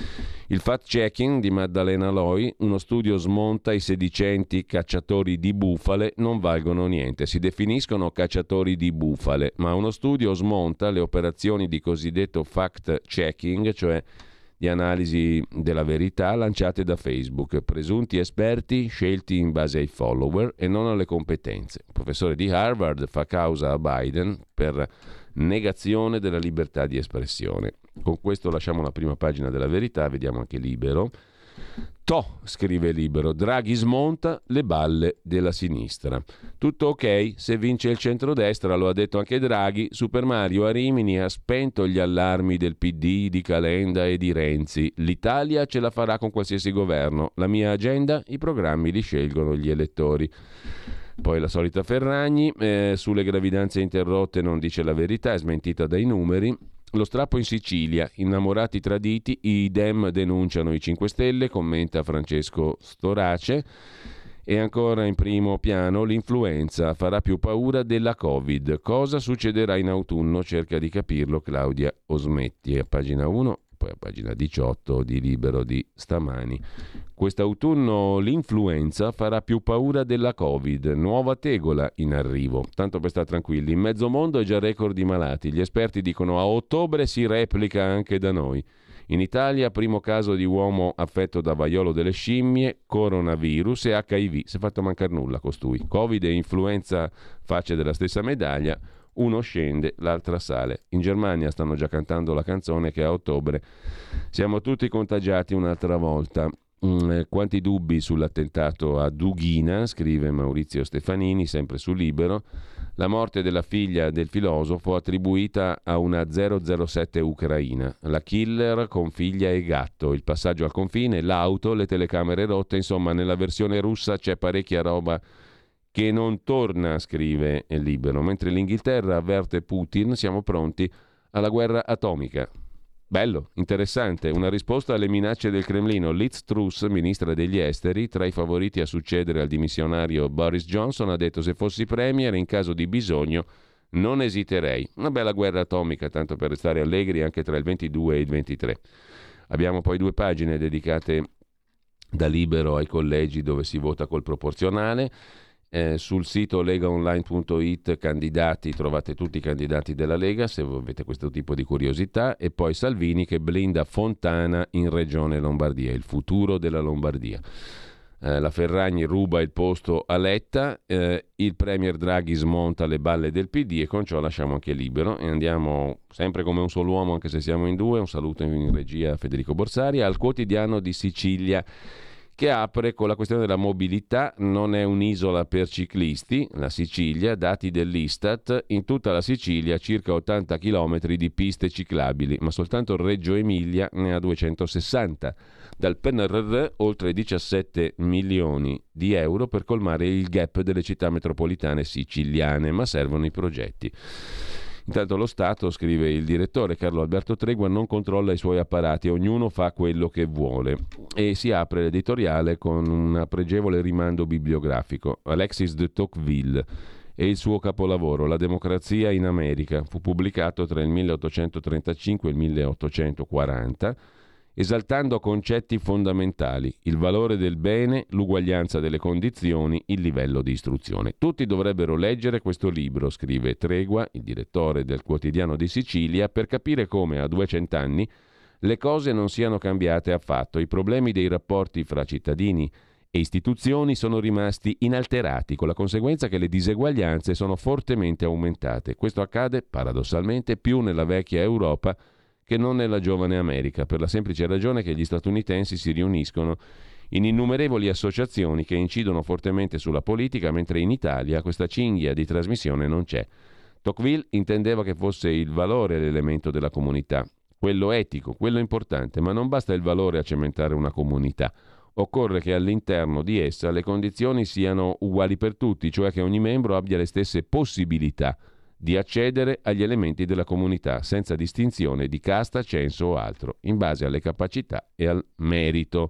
Il fact-checking di Maddalena Loi, uno studio smonta i sedicenti cacciatori di bufale, non valgono niente, si definiscono cacciatori di bufale, ma uno studio smonta le operazioni di cosiddetto fact-checking, cioè di analisi della verità lanciate da Facebook, presunti esperti scelti in base ai follower e non alle competenze. Il professore di Harvard fa causa a Biden per negazione della libertà di espressione. Con questo lasciamo la prima pagina della Verità, vediamo anche Libero. Toh, scrive Libero, Draghi smonta le balle della sinistra. Tutto ok se vince il centrodestra, lo ha detto anche Draghi. Super Mario a Rimini ha spento gli allarmi del P D, di Calenda e di Renzi. L'Italia ce la farà con qualsiasi governo. La mia agenda, i programmi li scelgono gli elettori. Poi la solita Ferragni, eh, sulle gravidanze interrotte non dice la verità, è smentita dai numeri. Lo strappo in Sicilia, innamorati traditi, i Dem denunciano i cinque Stelle, commenta Francesco Storace. E ancora in primo piano l'influenza farà più paura della Covid. Cosa succederà in autunno? Cerca di capirlo Claudia Osmetti, a pagina uno, poi a pagina diciotto di Libero di stamani. Quest'autunno l'influenza farà più paura della Covid, nuova tegola in arrivo. Tanto per stare tranquilli, in mezzo mondo è già record di malati. Gli esperti dicono a ottobre si replica anche da noi. In Italia primo caso di uomo affetto da vaiolo delle scimmie, coronavirus e acca i vu. Si è fatto mancare nulla costui. Covid e influenza facce della stessa medaglia. Uno scende, l'altra sale. In Germania stanno già cantando la canzone che a ottobre siamo tutti contagiati un'altra volta. Mm, quanti dubbi sull'attentato a Dughina, scrive Maurizio Stefanini, sempre su Libero. La morte della figlia del filosofo attribuita a una zero zero sette ucraina. La killer con figlia e gatto. Il passaggio al confine, l'auto, le telecamere rotte. Insomma, nella versione russa c'è parecchia roba che non torna, scrive Libero. Mentre l'Inghilterra avverte Putin, siamo pronti alla guerra atomica. Bello, interessante, una risposta alle minacce del Cremlino. Liz Truss, ministra degli esteri, tra i favoriti a succedere al dimissionario Boris Johnson, ha detto: se fossi premier in caso di bisogno non esiterei. Una bella guerra atomica, tanto per restare allegri anche tra il ventidue e il ventitré. Abbiamo poi due pagine dedicate da Libero ai collegi dove si vota col proporzionale. Eh, sul sito legaonline punto it candidati, trovate tutti i candidati della Lega se avete questo tipo di curiosità. E poi Salvini che blinda Fontana in regione Lombardia, il futuro della Lombardia. Eh, la Ferragni ruba il posto a Letta, eh, il premier Draghi smonta le balle del P D e con ciò lasciamo anche Libero e andiamo sempre come un solo uomo, anche se siamo in due. Un saluto in regia a Federico Borsari, al Quotidiano di Sicilia, che apre con la questione della mobilità. Non è un'isola per ciclisti, la Sicilia, dati dell'Istat, in tutta la Sicilia circa ottanta chilometri di piste ciclabili, ma soltanto Reggio Emilia ne ha duecentosessanta. Dal P N R R oltre diciassette milioni di euro per colmare il gap delle città metropolitane siciliane, ma servono i progetti. Intanto lo Stato, scrive il direttore Carlo Alberto Tregua, non controlla i suoi apparati, ognuno fa quello che vuole. E si apre l'editoriale con un pregevole rimando bibliografico. Alexis de Tocqueville e il suo capolavoro La democrazia in America fu pubblicato tra il milleottocentotrentacinque e il milleottocentoquaranta, esaltando concetti fondamentali: il valore del bene, l'uguaglianza delle condizioni, il livello di istruzione. Tutti dovrebbero leggere questo libro, scrive Tregua, il direttore del Quotidiano di Sicilia, per capire come a duecent'anni le cose non siano cambiate affatto. I problemi dei rapporti fra cittadini e istituzioni sono rimasti inalterati, con la conseguenza che le diseguaglianze sono fortemente aumentate. Questo accade, paradossalmente, più nella vecchia Europa che non nella giovane America, per la semplice ragione che gli statunitensi si riuniscono in innumerevoli associazioni che incidono fortemente sulla politica, mentre in Italia questa cinghia di trasmissione non c'è. Tocqueville intendeva che fosse il valore l'elemento della comunità, quello etico, quello importante, ma non basta il valore a cementare una comunità. Occorre che all'interno di essa le condizioni siano uguali per tutti, cioè che ogni membro abbia le stesse possibilità di accedere agli elementi della comunità, senza distinzione di casta, censo o altro, in base alle capacità e al merito.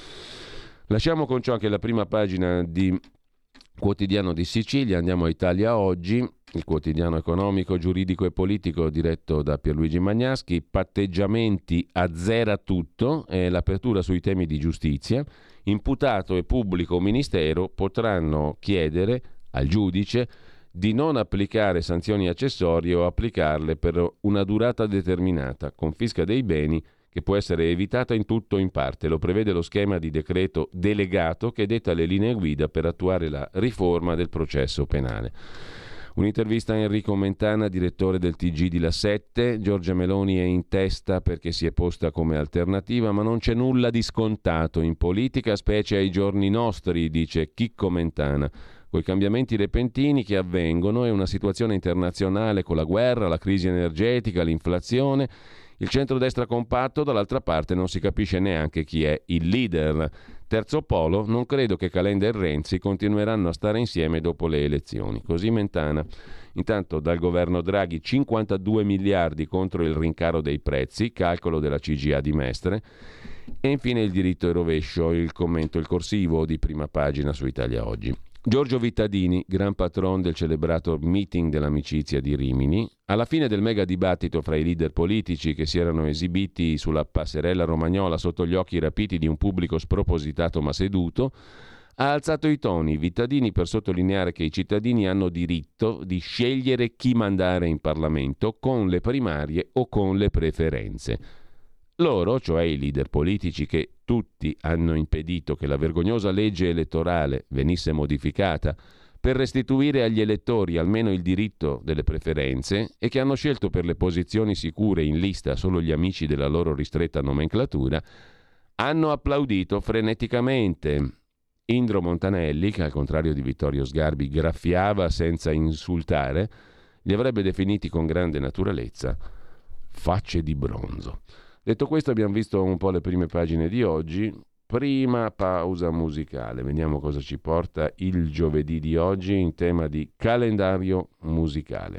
Lasciamo con ciò anche la prima pagina di Quotidiano di Sicilia, andiamo a Italia Oggi, il quotidiano economico, giuridico e politico diretto da Pierluigi Magnaschi. Patteggiamenti azzera tutto, è l'apertura sui temi di giustizia. Imputato e pubblico ministero potranno chiedere al giudice di non applicare sanzioni accessorie o applicarle per una durata determinata, confisca dei beni che può essere evitata in tutto o in parte. Lo prevede lo schema di decreto delegato che detta le linee guida per attuare la riforma del processo penale. Un'intervista a Enrico Mentana, direttore del T G di La sette. Giorgia Meloni è in testa perché si è posta come alternativa, ma non c'è nulla di scontato in politica, specie ai giorni nostri, dice Chicco Mentana. Coi cambiamenti repentini che avvengono e una situazione internazionale con la guerra, la crisi energetica, l'inflazione, il centrodestra compatto, dall'altra parte non si capisce neanche chi è il leader. Terzo polo, non credo che Calenda e Renzi continueranno a stare insieme dopo le elezioni. Così Mentana. Intanto dal governo Draghi cinquantadue miliardi contro il rincaro dei prezzi, calcolo della C G I A di Mestre. E infine il diritto e rovescio, il commento, il corsivo di prima pagina su Italia Oggi. Giorgio Vittadini, gran patron del celebrato meeting dell'amicizia di Rimini, alla fine del mega dibattito fra i leader politici che si erano esibiti sulla passerella romagnola sotto gli occhi rapiti di un pubblico spropositato ma seduto, ha alzato i toni Vittadini per sottolineare che i cittadini hanno diritto di scegliere chi mandare in Parlamento con le primarie o con le preferenze. Loro, cioè i leader politici che tutti hanno impedito che la vergognosa legge elettorale venisse modificata per restituire agli elettori almeno il diritto delle preferenze e che hanno scelto per le posizioni sicure in lista solo gli amici della loro ristretta nomenclatura, hanno applaudito freneticamente. Indro Montanelli, che al contrario di Vittorio Sgarbi graffiava senza insultare, li avrebbe definiti con grande naturalezza facce di bronzo. Detto questo, abbiamo visto un po' le prime pagine di oggi. Prima pausa musicale. Vediamo cosa ci porta il giovedì di oggi in tema di calendario musicale.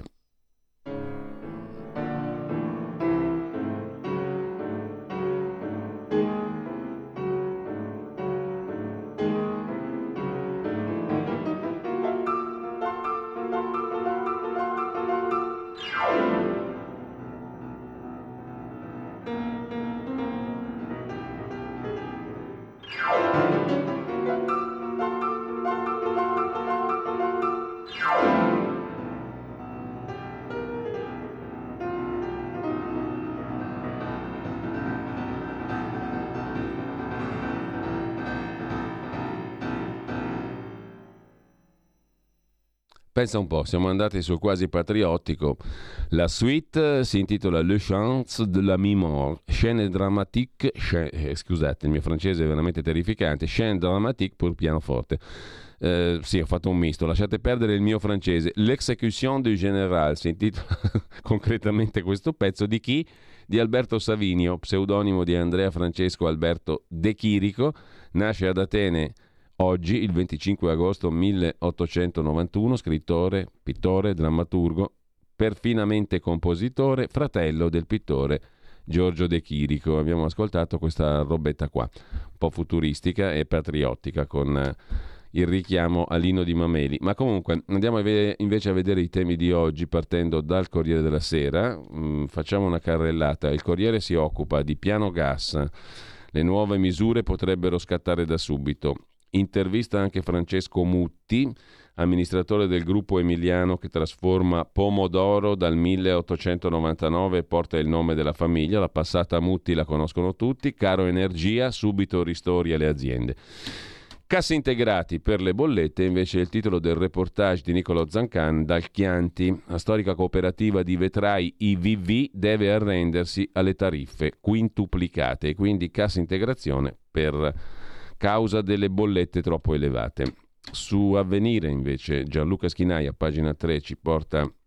Pensa un po', siamo andati sul quasi patriottico. La suite si intitola Le Chants de la Mi-Mort, scène dramatique, scène, eh, scusate il mio francese è veramente terrificante, scène dramatique pour pianoforte. Eh, sì, ho fatto un misto, lasciate perdere il mio francese. L'exécution du général si intitola concretamente questo pezzo di chi? Di Alberto Savinio, pseudonimo di Andrea Francesco Alberto De Chirico, nasce ad Atene oggi, il venticinque agosto milleottocentonovantuno, scrittore, pittore, drammaturgo, perfinamente compositore, fratello del pittore Giorgio De Chirico. Abbiamo ascoltato questa robetta qua, un po' futuristica e patriottica, con il richiamo a Lino di Mameli. Ma comunque andiamo invece a vedere i temi di oggi partendo dal Corriere della Sera. Mm, facciamo una carrellata. Il Corriere si occupa di piano gas. Le nuove misure potrebbero scattare da subito. Intervista anche Francesco Mutti, amministratore del gruppo emiliano che trasforma pomodoro dal milleottocentonovantanove e porta il nome della famiglia. La passata Mutti la conoscono tutti. Caro energia, subito ristori alle aziende. Cassi integrati per le bollette, invece il titolo del reportage di Niccolò Zancan dal Chianti. La storica cooperativa di vetrai I V V deve arrendersi alle tariffe quintuplicate e quindi cassa integrazione per causa delle bollette troppo elevate. Su Avvenire invece Gianluca Schinaia, pagina tre, ci porta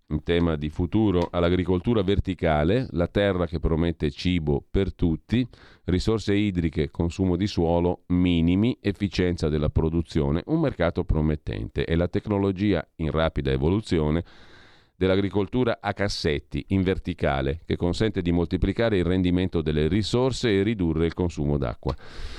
in tema di futuro all'agricoltura verticale, la terra che promette cibo per tutti, risorse idriche, consumo di suolo minimi, efficienza della produzione, un mercato promettente e la tecnologia in rapida evoluzione dell'agricoltura a cassetti in verticale che consente di moltiplicare il rendimento delle risorse e ridurre il consumo d'acqua.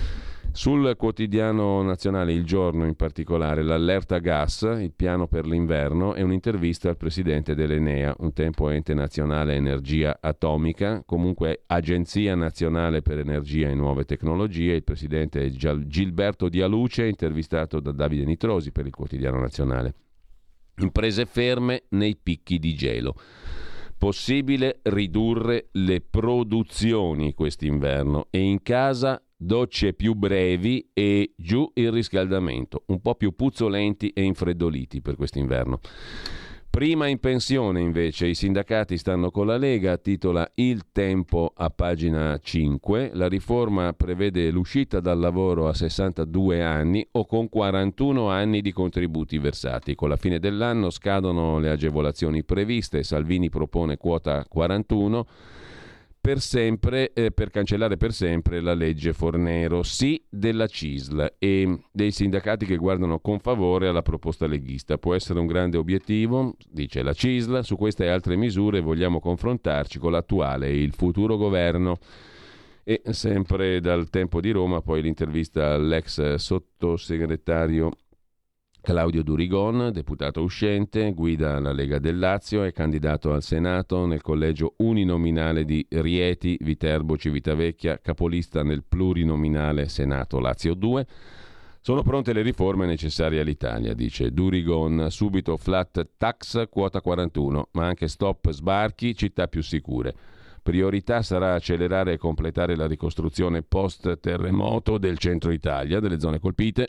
Sul quotidiano nazionale Il Giorno in particolare, l'allerta gas, il piano per l'inverno e un'intervista al presidente dell'Enea, un tempo ente nazionale energia atomica, comunque Agenzia Nazionale per Energia e Nuove Tecnologie. Il presidente è Gilberto Dialuce, intervistato da Davide Nitrosi per il quotidiano nazionale. Imprese ferme nei picchi di gelo. Possibile ridurre le produzioni quest'inverno e in casa docce più brevi e giù il riscaldamento, un po' più puzzolenti e infreddoliti per quest'inverno. Prima in pensione invece, i sindacati stanno con la Lega, titola Il Tempo a pagina cinque. La riforma prevede l'uscita dal lavoro a sessantadue anni o con quarantuno anni di contributi versati. Con la fine dell'anno scadono le agevolazioni previste. Salvini propone quota quarantuno per sempre, eh, per cancellare per sempre la legge Fornero. Sì della C I S L e dei sindacati che guardano con favore alla proposta leghista. Può essere un grande obiettivo, dice la C I S L. Su queste e altre misure vogliamo confrontarci con l'attuale e il futuro governo. E sempre dal Tempo di Roma poi l'intervista all'ex sottosegretario Claudio Durigon, deputato uscente, guida la Lega del Lazio, è candidato al Senato nel collegio uninominale di Rieti, Viterbo, Civitavecchia, capolista nel plurinominale Senato Lazio due. Sono pronte le riforme necessarie all'Italia, dice Durigon, subito flat tax, quota quarantuno, ma anche stop sbarchi, città più sicure. Priorità sarà accelerare e completare la ricostruzione post-terremoto del centro Italia, delle zone colpite.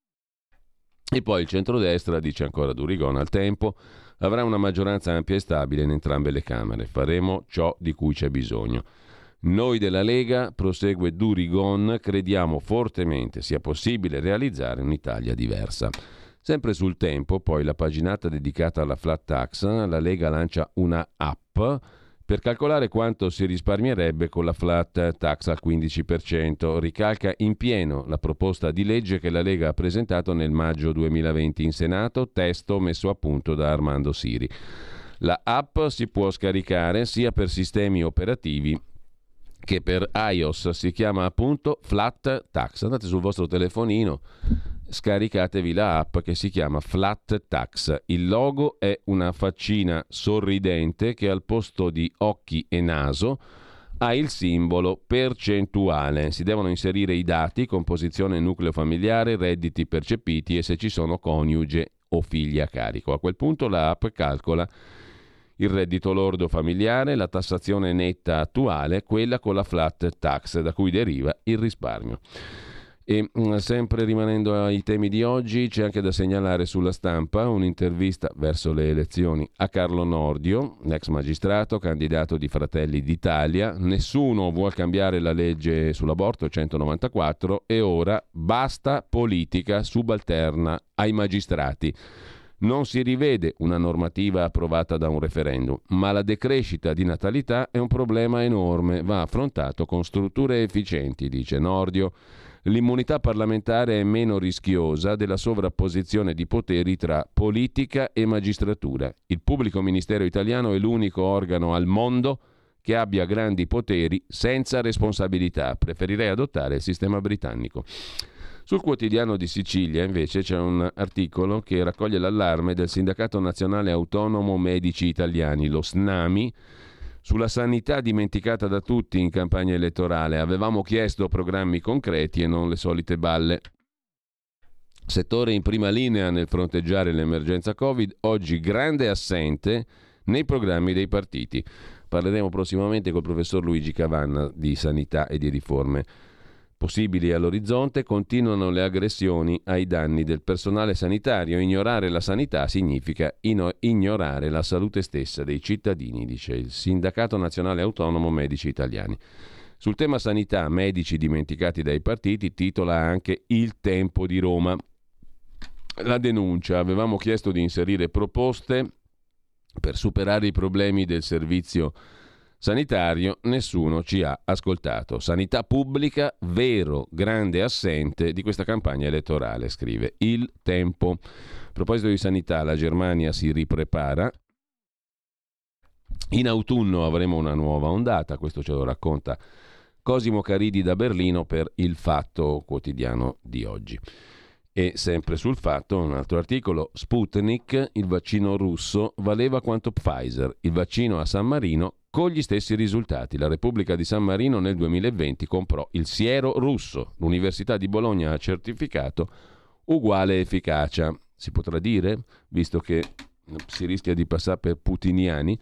E poi il centrodestra, dice ancora Durigon, al Tempo, avrà una maggioranza ampia e stabile in entrambe le Camere. Faremo ciò di cui c'è bisogno. Noi della Lega, prosegue Durigon, crediamo fortemente sia possibile realizzare un'Italia diversa. Sempre sul Tempo, poi la paginata dedicata alla flat tax, la Lega lancia una app per calcolare quanto si risparmierebbe con la flat tax al quindici per cento. Ricalca in pieno la proposta di legge che la Lega ha presentato nel maggio duemilaventi in Senato, testo messo a punto da Armando Siri. La app si può scaricare sia per sistemi operativi che per iOS, si chiama appunto Flat Tax. Andate sul vostro telefonino, scaricatevi la app che si chiama Flat Tax. Il logo è una faccina sorridente che al posto di occhi e naso ha il simbolo percentuale. Si devono inserire i dati, composizione nucleo familiare, redditi percepiti e se ci sono coniuge o figli a carico. A quel punto la app calcola il reddito lordo familiare, la tassazione netta attuale, quella con la flat tax da cui deriva il risparmio. E sempre rimanendo ai temi di oggi, c'è anche da segnalare sulla Stampa un'intervista verso le elezioni a Carlo Nordio, l'ex magistrato, candidato di Fratelli d'Italia. Nessuno vuol cambiare la legge sull'aborto centonovantaquattro e ora basta politica subalterna ai magistrati. Non si rivede una normativa approvata da un referendum, ma la decrescita di natalità è un problema enorme, va affrontato con strutture efficienti, dice Nordio. L'immunità parlamentare è meno rischiosa della sovrapposizione di poteri tra politica e magistratura. Il pubblico ministero italiano è l'unico organo al mondo che abbia grandi poteri senza responsabilità. Preferirei adottare il sistema britannico. Sul quotidiano di Sicilia invece c'è un articolo che raccoglie l'allarme del Sindacato Nazionale Autonomo Medici Italiani, lo SNAMI, sulla sanità dimenticata da tutti in campagna elettorale. Avevamo chiesto programmi concreti e non le solite balle. Settore in prima linea nel fronteggiare l'emergenza Covid, oggi grande assente nei programmi dei partiti. Parleremo prossimamente col professor Luigi Cavanna di sanità e di riforme possibili all'orizzonte. Continuano le aggressioni ai danni del personale sanitario. Ignorare la sanità significa ino- ignorare la salute stessa dei cittadini, dice il Sindacato Nazionale Autonomo Medici Italiani. Sul tema sanità, medici dimenticati dai partiti, titola anche Il Tempo di Roma. La denuncia: avevamo chiesto di inserire proposte Per superare i problemi del servizio sanitario nessuno ci ha ascoltato. Sanità pubblica, vero grande assente di questa campagna elettorale, scrive Il Tempo. A proposito di sanità, la Germania si riprepara. In autunno avremo una nuova ondata, questo ce lo racconta Cosimo Caridi da Berlino per Il Fatto Quotidiano di oggi. E sempre sul Fatto, un altro articolo, Sputnik, il vaccino russo, valeva quanto Pfizer, il vaccino a San Marino con gli stessi risultati. La Repubblica di San Marino nel duemilaventi comprò il siero russo, l'Università di Bologna ha certificato uguale efficacia. Si potrà dire, visto che si rischia di passare per putiniani,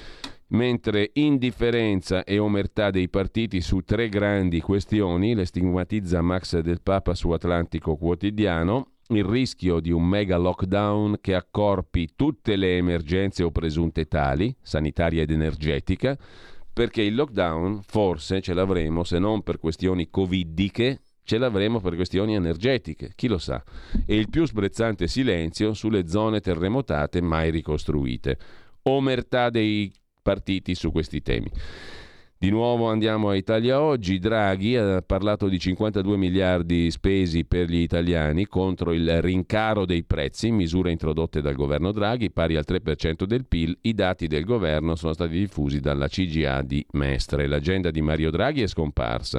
mentre indifferenza e omertà dei partiti su tre grandi questioni, le stigmatizza Max Del Papa su Atlantico Quotidiano, il rischio di un mega lockdown che accorpi tutte le emergenze o presunte tali, sanitaria ed energetica, perché il lockdown forse ce l'avremo se non per questioni covidiche, ce l'avremo per questioni energetiche, chi lo sa. E il più sprezzante silenzio sulle zone terremotate mai ricostruite. Omertà dei partiti su questi temi. Di nuovo andiamo a Italia Oggi. Draghi ha parlato di cinquantadue miliardi spesi per gli italiani contro il rincaro dei prezzi, misure introdotte dal governo Draghi, pari al tre per cento del P I L. I dati del governo sono stati diffusi dalla C G A di Mestre. L'agenda di Mario Draghi è scomparsa.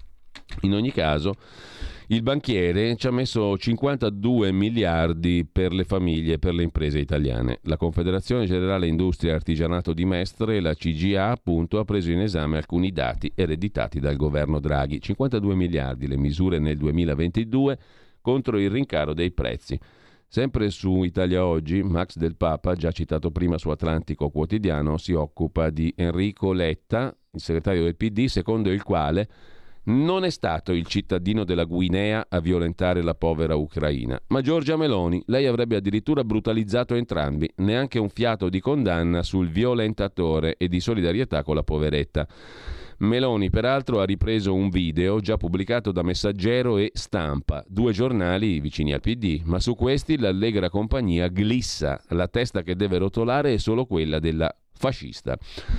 In ogni caso, il banchiere ci ha messo cinquantadue miliardi per le famiglie e per le imprese italiane. La Confederazione Generale Industria e Artigianato di Mestre, la C G A, appunto, ha preso in esame alcuni dati ereditati dal governo Draghi. cinquantadue miliardi le misure nel duemilaventidue contro il rincaro dei prezzi. Sempre su Italia Oggi, Max Del Papa, già citato prima su Atlantico Quotidiano, si occupa di Enrico Letta, il segretario del P D, secondo il quale non è stato il cittadino della Guinea a violentare la povera Ucraina, ma Giorgia Meloni. Lei avrebbe addirittura brutalizzato entrambi, neanche un fiato di condanna sul violentatore e di solidarietà con la poveretta. Meloni, peraltro, ha ripreso un video già pubblicato da Messaggero e Stampa, due giornali vicini al P D, ma su questi l'allegra compagnia glissa. La testa che deve rotolare è solo quella della fascista.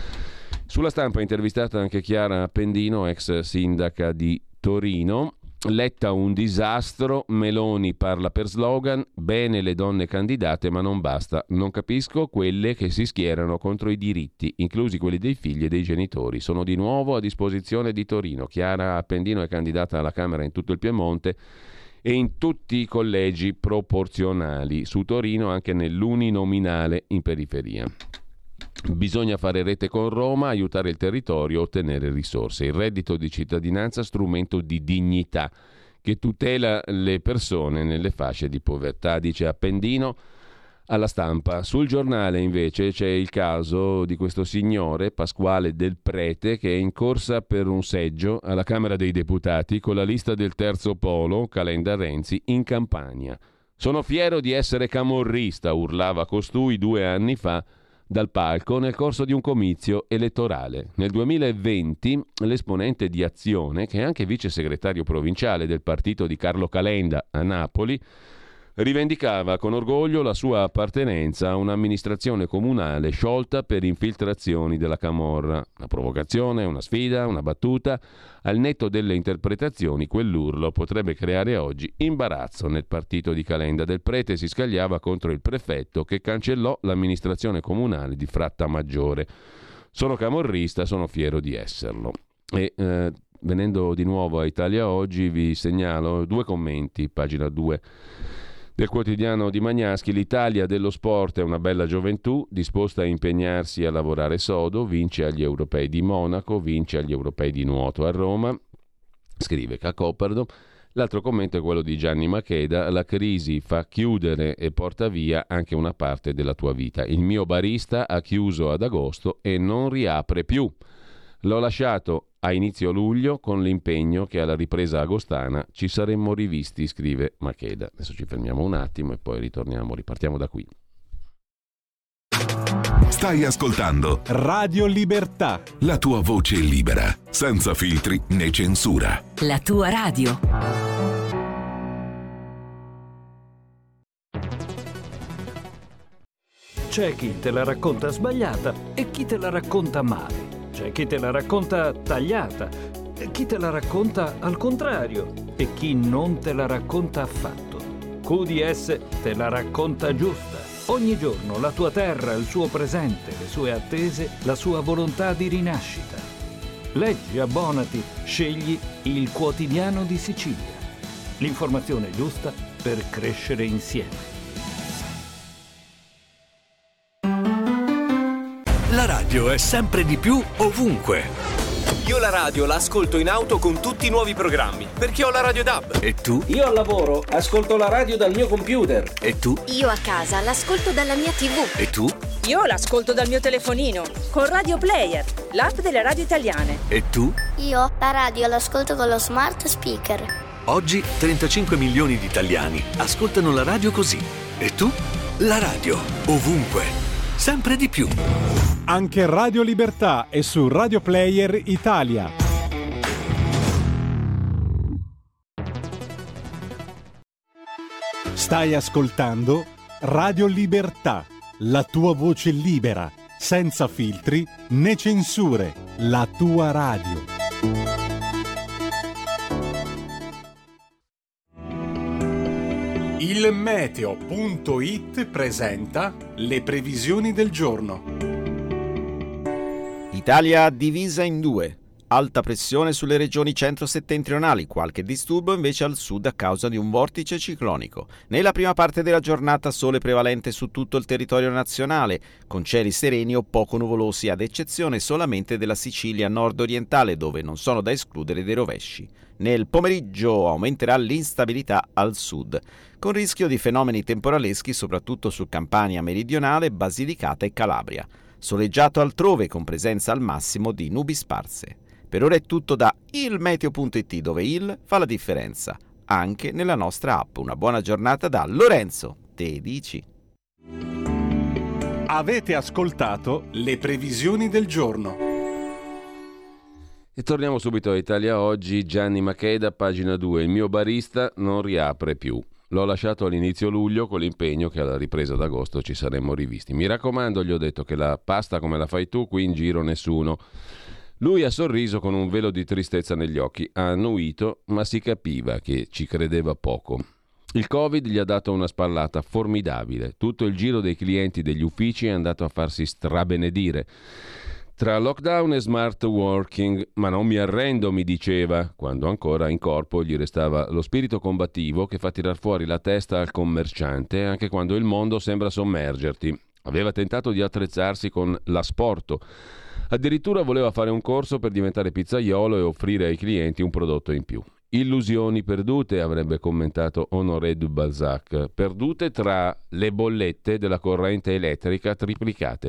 Sulla Stampa è intervistata anche Chiara Appendino, ex sindaca di Torino. Letta un disastro, Meloni parla per slogan, bene le donne candidate ma non basta, non capisco quelle che si schierano contro i diritti, inclusi quelli dei figli e dei genitori. Sono di nuovo a disposizione di Torino. Chiara Appendino è candidata alla Camera in tutto il Piemonte e in tutti i collegi proporzionali, su Torino anche nell'uninominale in periferia. Bisogna fare rete con Roma, aiutare il territorio, ottenere risorse. Il reddito di cittadinanza, strumento di dignità che tutela le persone nelle fasce di povertà, dice Appendino alla Stampa. Sul Giornale invece c'è il caso di questo signore, Pasquale Del Prete, che è in corsa per un seggio alla Camera dei Deputati con la lista del terzo polo, Calenda Renzi, in Campania. Sono fiero di essere camorrista, urlava costui due anni fa dal palco nel corso di un comizio elettorale. Nel duemilaventi l'esponente di Azione, che è anche vice segretario provinciale del partito di Carlo Calenda a Napoli, rivendicava con orgoglio la sua appartenenza a un'amministrazione comunale sciolta per infiltrazioni della camorra. Una provocazione, una sfida, una battuta. Al netto delle interpretazioni, quell'urlo potrebbe creare oggi imbarazzo nel partito di Calenda. Del Prete si scagliava contro il prefetto che cancellò l'amministrazione comunale di Frattamaggiore. Sono camorrista, sono fiero di esserlo. E eh, venendo di nuovo a Italia Oggi, vi segnalo due commenti, pagina due del quotidiano di Magnaschi. L'Italia dello sport è una bella gioventù, disposta a impegnarsi a lavorare sodo, vince agli europei di Monaco, vince agli europei di nuoto a Roma, scrive Cacopardo. L'altro commento è quello di Gianni Macheda: la crisi fa chiudere e porta via anche una parte della tua vita. Il mio barista ha chiuso ad agosto e non riapre più. L'ho lasciato a inizio luglio con l'impegno che alla ripresa agostana ci saremmo rivisti, scrive Macheda. Adesso ci fermiamo un attimo e poi ritorniamo, ripartiamo da qui. Stai ascoltando Radio Libertà, la tua voce libera, senza filtri né censura. La tua radio. C'è chi te la racconta sbagliata e chi te la racconta male. C'è chi te la racconta tagliata e chi te la racconta al contrario e chi non te la racconta affatto. Q D S te la racconta giusta. Ogni giorno la tua terra, il suo presente, le sue attese, la sua volontà di rinascita. Leggi, abbonati, scegli il Quotidiano di Sicilia. L'informazione giusta per crescere insieme. La radio è sempre di più ovunque. Io la radio la ascolto in auto con tutti i nuovi programmi, perché ho la Radio D A B. E tu? Io al lavoro ascolto la radio dal mio computer. E tu? Io a casa l'ascolto dalla mia tivù. E tu? Io l'ascolto dal mio telefonino, con Radio Player, l'app delle radio italiane. E tu? Io la radio l'ascolto con lo smart speaker. Oggi trentacinque milioni di italiani ascoltano la radio così. E tu? La radio, ovunque, sempre di più. Anche Radio Libertà è su Radio Player Italia. Stai ascoltando Radio Libertà, la tua voce libera, senza filtri né censure, la tua radio. Il meteo punto it presenta le previsioni del giorno. Italia divisa in due. Alta pressione sulle regioni centro-settentrionali, qualche disturbo invece al sud a causa di un vortice ciclonico. Nella prima parte della giornata sole prevalente su tutto il territorio nazionale, con cieli sereni o poco nuvolosi, ad eccezione solamente della Sicilia nord-orientale, dove non sono da escludere dei rovesci. Nel pomeriggio aumenterà l'instabilità al sud, con rischio di fenomeni temporaleschi soprattutto su Campania meridionale, Basilicata e Calabria. Soleggiato altrove con presenza al massimo di nubi sparse. Per ora è tutto da il meteo punto it, dove il fa la differenza, anche nella nostra app. Una buona giornata da Lorenzo, te dici. Avete ascoltato le previsioni del giorno. E torniamo subito a Italia Oggi. Gianni Macheda, pagina due. Il mio barista non riapre più. L'ho lasciato all'inizio luglio con l'impegno che alla ripresa d'agosto ci saremmo rivisti. Mi raccomando, gli ho detto, che la pasta come la fai tu, qui in giro nessuno. Lui ha sorriso con un velo di tristezza negli occhi, ha annuito, ma si capiva che ci credeva poco. Il Covid gli ha dato una spallata formidabile. Tutto il giro dei clienti degli uffici è andato a farsi strabenedire. Tra lockdown e smart working, ma non mi arrendo, mi diceva, quando ancora in corpo gli restava lo spirito combattivo che fa tirar fuori la testa al commerciante anche quando il mondo sembra sommergerti. Aveva tentato di attrezzarsi con l'asporto. Addirittura voleva fare un corso per diventare pizzaiolo e offrire ai clienti un prodotto in più. Illusioni perdute, avrebbe commentato Honoré de Balzac, perdute tra le bollette della corrente elettrica triplicate.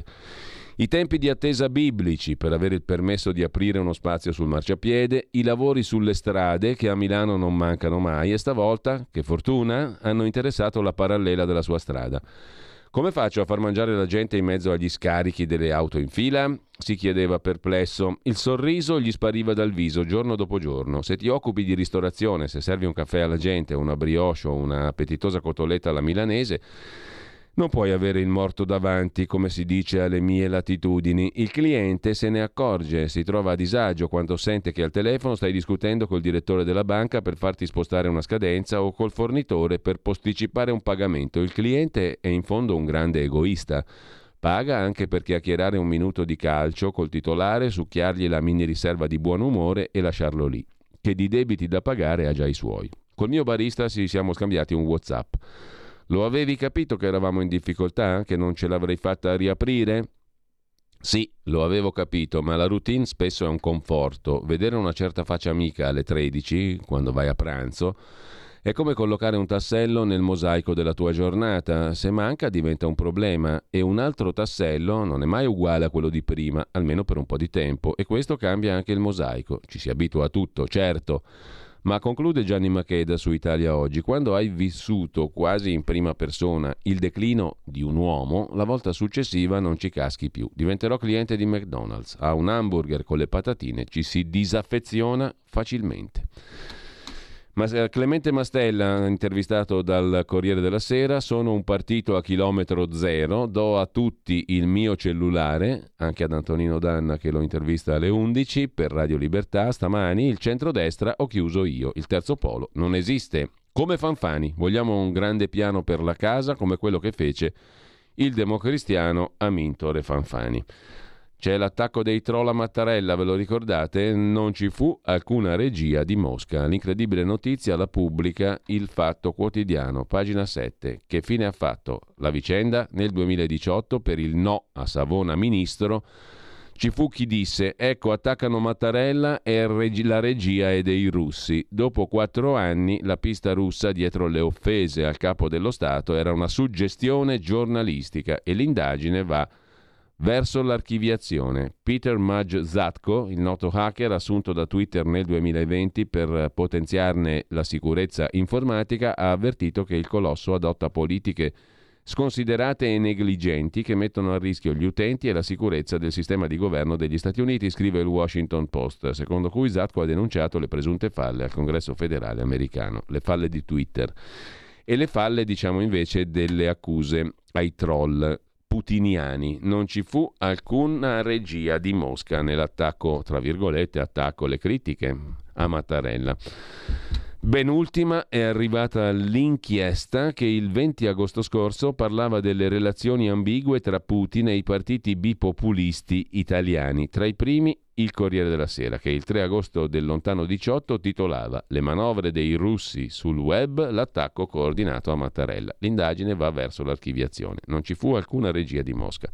I tempi di attesa biblici per avere il permesso di aprire uno spazio sul marciapiede, i lavori sulle strade che a Milano non mancano mai e stavolta, che fortuna, hanno interessato la parallela della sua strada. Come faccio a far mangiare la gente in mezzo agli scarichi delle auto in fila? Si chiedeva perplesso. Il sorriso gli spariva dal viso giorno dopo giorno. Se ti occupi di ristorazione, se servi un caffè alla gente, una brioche o una appetitosa cotoletta alla milanese, non puoi avere il morto davanti, come si dice alle mie latitudini. Il cliente se ne accorge, si trova a disagio quando sente che al telefono stai discutendo col direttore della banca per farti spostare una scadenza o col fornitore per posticipare un pagamento. Il cliente è in fondo un grande egoista. Paga anche per chiacchierare un minuto di calcio col titolare, succhiargli la mini riserva di buon umore e lasciarlo lì, che di debiti da pagare ha già i suoi. Col mio barista ci siamo scambiati un WhatsApp. Lo avevi capito che eravamo in difficoltà? Che non ce l'avrei fatta riaprire? Sì, lo avevo capito, ma la routine spesso è un conforto. Vedere una certa faccia amica alle tredici, quando vai a pranzo, è come collocare un tassello nel mosaico della tua giornata. Se manca diventa un problema e un altro tassello non è mai uguale a quello di prima, almeno per un po' di tempo, e questo cambia anche il mosaico. Ci si abitua a tutto, certo. Ma conclude Gianni Macheda su Italia Oggi, quando hai vissuto quasi in prima persona il declino di un uomo, la volta successiva non ci caschi più. Diventerò cliente di McDonald's. A un hamburger con le patatine ci si disaffeziona facilmente. Ma Clemente Mastella, intervistato dal Corriere della Sera: sono un partito a chilometro zero, do a tutti il mio cellulare, anche ad Antonino Danna che lo intervista alle undici per Radio Libertà stamani. Il centrodestra ho chiuso io, il terzo polo non esiste. Come Fanfani, vogliamo un grande piano per la casa come quello che fece il democristiano Amintore Fanfani. C'è l'attacco dei troll a Mattarella, ve lo ricordate? Non ci fu alcuna regia di Mosca. L'incredibile notizia la pubblica Il Fatto Quotidiano, pagina sette. Che fine ha fatto la vicenda? Nel duemiladiciotto, per il no a Savona ministro, ci fu chi disse: ecco, attaccano Mattarella e la regia è dei russi. Dopo quattro anni la pista russa dietro le offese al capo dello Stato era una suggestione giornalistica e l'indagine va verso l'archiviazione. Peter Mudge Zatko, il noto hacker assunto da Twitter nel duemilaventi per potenziarne la sicurezza informatica, ha avvertito che il colosso adotta politiche sconsiderate e negligenti che mettono a rischio gli utenti e la sicurezza del sistema di governo degli Stati Uniti, scrive il Washington Post, secondo cui Zatko ha denunciato le presunte falle al Congresso federale americano, le falle di Twitter e le falle, diciamo invece, delle accuse ai troll putiniani. Non ci fu alcuna regia di Mosca nell'attacco, tra virgolette, attacco, le critiche a Mattarella. Ben ultima è arrivata l'inchiesta che il venti agosto scorso parlava delle relazioni ambigue tra Putin e i partiti bipopulisti italiani. Tra i primi il Corriere della Sera, che il tre agosto del lontano diciotto titolava: le manovre dei russi sul web, l'attacco coordinato a Mattarella. L'indagine va verso l'archiviazione. Non ci fu alcuna regia di Mosca.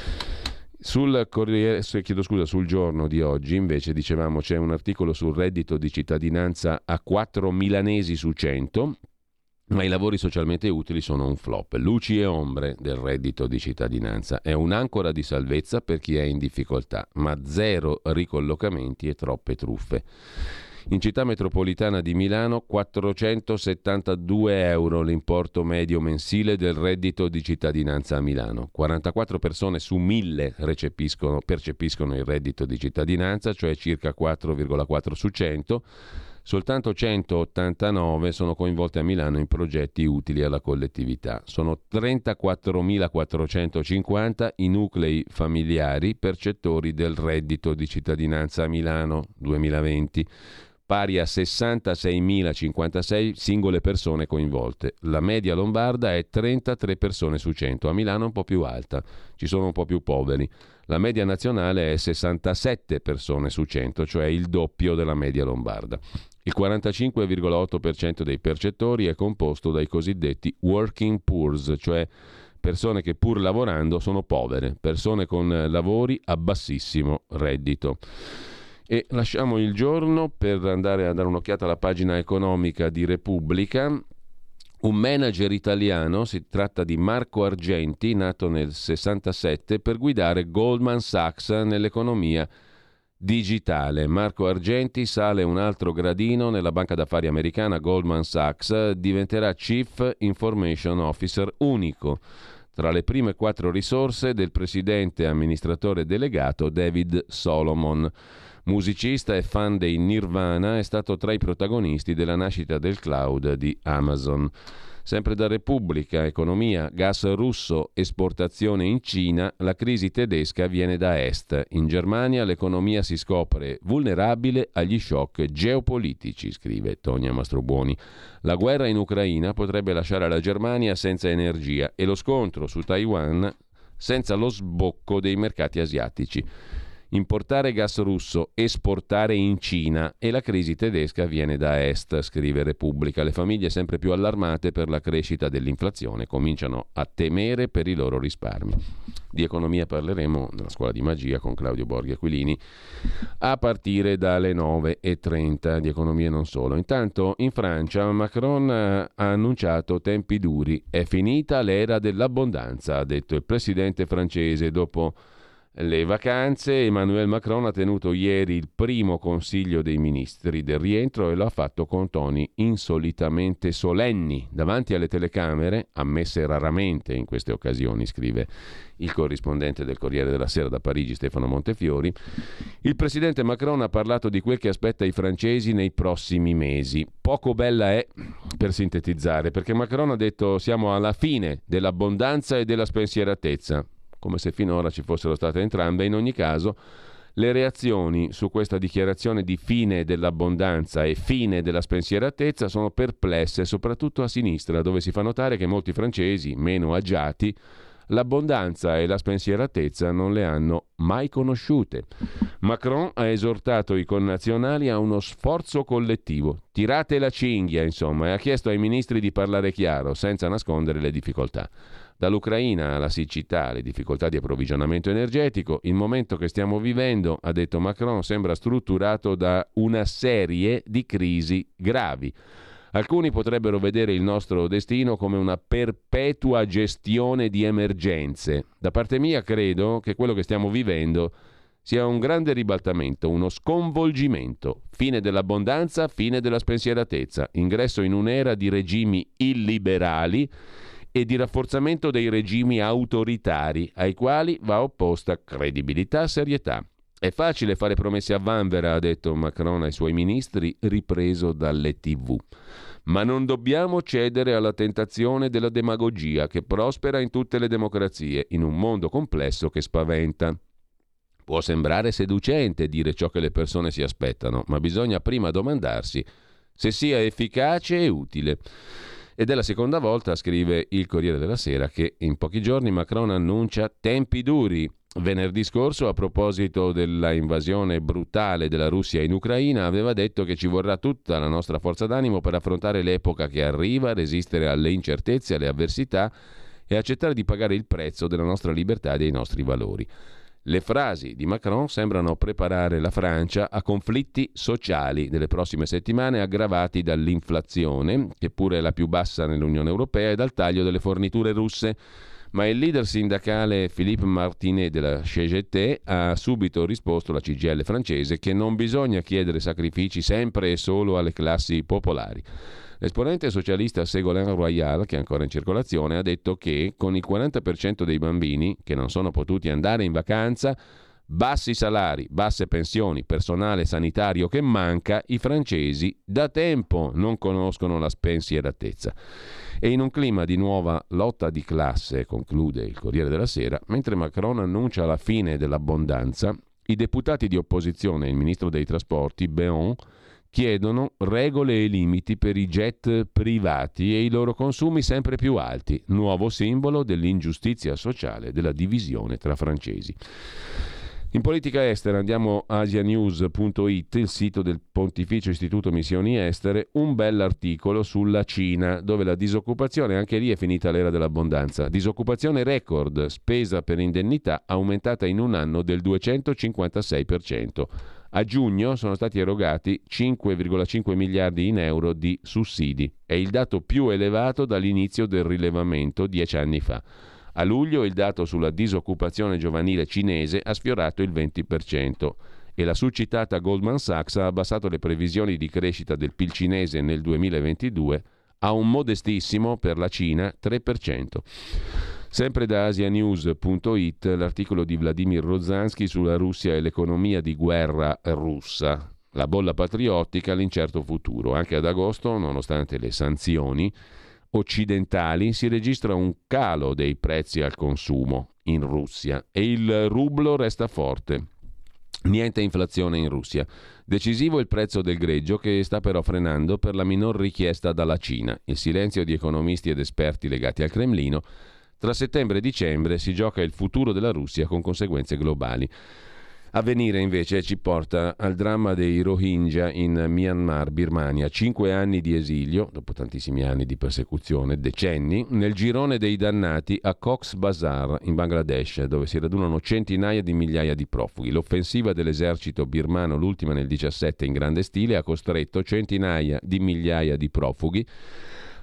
Sul Corriere, chiedo scusa, sul Giorno di oggi invece dicevamo c'è un articolo sul reddito di cittadinanza a quattro milanesi su cento, ma i lavori socialmente utili sono un flop. Luci e ombre del reddito di cittadinanza. È un'ancora di salvezza per chi è in difficoltà, ma zero ricollocamenti e troppe truffe. In città metropolitana di Milano quattrocentosettantadue euro l'importo medio mensile del reddito di cittadinanza a Milano. quarantaquattro persone su mille recepiscono, percepiscono il reddito di cittadinanza, cioè circa quattro virgola quattro su cento. Soltanto centottantanove sono coinvolte a Milano in progetti utili alla collettività. Sono trentaquattromilaquattrocentocinquanta i nuclei familiari percettori del reddito di cittadinanza a Milano duemilaventi, pari a sessantaseimilacinquantasei singole persone coinvolte. La media lombarda è trentatré persone su cento, a Milano è un po' più alta, ci sono un po' più poveri. La media nazionale è sessantasette persone su cento, cioè il doppio della media lombarda. Il quarantacinque virgola otto per cento dei percettori è composto dai cosiddetti working poors, cioè persone che pur lavorando sono povere, persone con lavori a bassissimo reddito. E lasciamo il Giorno per andare a dare un'occhiata alla pagina economica di Repubblica. Un manager italiano, si tratta di Marco Argenti, nato nel sessantasette, per guidare Goldman Sachs nell'economia digitale. Marco Argenti sale un altro gradino nella banca d'affari americana Goldman Sachs, diventerà Chief Information Officer unico tra le prime quattro risorse del presidente amministratore delegato David Solomon. Musicista e fan dei Nirvana, è stato tra i protagonisti della nascita del cloud di Amazon. Sempre da Repubblica, economia, gas russo, esportazione in Cina, la crisi tedesca viene da est. In Germania l'economia si scopre vulnerabile agli shock geopolitici, scrive Tonia Mastrobuoni. La guerra in Ucraina potrebbe lasciare la Germania senza energia e lo scontro su Taiwan senza lo sbocco dei mercati asiatici. Importare gas russo, esportare in Cina e la crisi tedesca viene da est, scrive Repubblica. Le famiglie sempre più allarmate per la crescita dell'inflazione cominciano a temere per i loro risparmi. Di economia parleremo nella scuola di magia con Claudio Borghi Aquilini a partire dalle nove e trenta, di economia e non solo. Intanto in Francia Macron ha annunciato tempi duri. È finita l'era dell'abbondanza, ha detto il presidente francese dopo le vacanze. Emmanuel Macron ha tenuto ieri il primo Consiglio dei Ministri del rientro e lo ha fatto con toni insolitamente solenni davanti alle telecamere, ammesse raramente in queste occasioni, scrive il corrispondente del Corriere della Sera da Parigi Stefano Montefiori. Il presidente Macron ha parlato di quel che aspetta i francesi nei prossimi mesi. Poco bella è, per sintetizzare, perché Macron ha detto siamo alla fine dell'abbondanza e della spensieratezza, come se finora ci fossero state entrambe. In ogni caso, le reazioni su questa dichiarazione di fine dell'abbondanza e fine della spensieratezza sono perplesse, soprattutto a sinistra, dove si fa notare che molti francesi meno agiati l'abbondanza e la spensieratezza non le hanno mai conosciute. Macron ha esortato i connazionali a uno sforzo collettivo. Tirate la cinghia, insomma, e ha chiesto ai ministri di parlare chiaro, senza nascondere le difficoltà. Dall'Ucraina alla siccità, alle difficoltà di approvvigionamento energetico, il momento che stiamo vivendo, ha detto Macron, sembra strutturato da una serie di crisi gravi. Alcuni potrebbero vedere il nostro destino come una perpetua gestione di emergenze. Da parte mia credo che quello che stiamo vivendo sia un grande ribaltamento, uno sconvolgimento. Fine dell'abbondanza, fine della spensieratezza, ingresso in un'era di regimi illiberali e di rafforzamento dei regimi autoritari, ai quali va opposta credibilità e serietà. È facile fare promesse a vanvera, ha detto Macron ai suoi ministri, ripreso dalle tivù. Ma non dobbiamo cedere alla tentazione della demagogia che prospera in tutte le democrazie, in un mondo complesso che spaventa. Può sembrare seducente dire ciò che le persone si aspettano, ma bisogna prima domandarsi se sia efficace e utile. Ed è la seconda volta, scrive il Corriere della Sera, che in pochi giorni Macron annuncia tempi duri. Venerdì scorso, a proposito della invasione brutale della Russia in Ucraina, aveva detto che ci vorrà tutta la nostra forza d'animo per affrontare l'epoca che arriva, resistere alle incertezze, alle avversità e accettare di pagare il prezzo della nostra libertà e dei nostri valori. Le frasi di Macron sembrano preparare la Francia a conflitti sociali delle prossime settimane, aggravati dall'inflazione, che pure è la più bassa nell'Unione Europea, e dal taglio delle forniture russe. Ma il leader sindacale Philippe Martinet della C G T ha subito risposto, la C G I L francese, che non bisogna chiedere sacrifici sempre e solo alle classi popolari. L'esponente socialista Ségolène Royal, che è ancora in circolazione, ha detto che con il quaranta per cento dei bambini che non sono potuti andare in vacanza, bassi salari, basse pensioni, personale sanitario che manca, i francesi da tempo non conoscono la spensieratezza. E in un clima di nuova lotta di classe, conclude il Corriere della Sera, mentre Macron annuncia la fine dell'abbondanza, i deputati di opposizione e il ministro dei trasporti, Béon, chiedono regole e limiti per i jet privati e i loro consumi sempre più alti, nuovo simbolo dell'ingiustizia sociale, della divisione tra francesi. In politica estera andiamo a asianews punto it, il sito del Pontificio Istituto Missioni Estere, un bell'articolo sulla Cina, dove la disoccupazione, anche lì è finita l'era dell'abbondanza. Disoccupazione record, spesa per indennità aumentata in un anno del duecentocinquantasei per cento. A giugno sono stati erogati cinque virgola cinque miliardi in euro di sussidi. È il dato più elevato dall'inizio del rilevamento dieci anni fa. A luglio il dato sulla disoccupazione giovanile cinese ha sfiorato il venti per cento e la succitata Goldman Sachs ha abbassato le previsioni di crescita del P I L cinese nel duemilaventidue a un modestissimo, per la Cina, tre per cento. Sempre da asianews punto it l'articolo di Vladimir Rozansky sulla Russia e l'economia di guerra russa. La bolla patriottica, l'incerto futuro. Anche ad agosto, nonostante le sanzioni occidentali, si registra un calo dei prezzi al consumo in Russia e il rublo resta forte. Niente inflazione in Russia. Decisivo il prezzo del greggio, che sta però frenando per la minor richiesta dalla Cina. Il silenzio di economisti ed esperti legati al Cremlino. Tra settembre e dicembre si gioca il futuro della Russia con conseguenze globali. Avvenire invece ci porta al dramma dei Rohingya in Myanmar, Birmania. Cinque anni di esilio, dopo tantissimi anni di persecuzione, decenni, nel girone dei dannati a Cox's Bazar in Bangladesh, dove si radunano centinaia di migliaia di profughi. L'offensiva dell'esercito birmano, l'ultima nel diciassette in grande stile, ha costretto centinaia di migliaia di profughi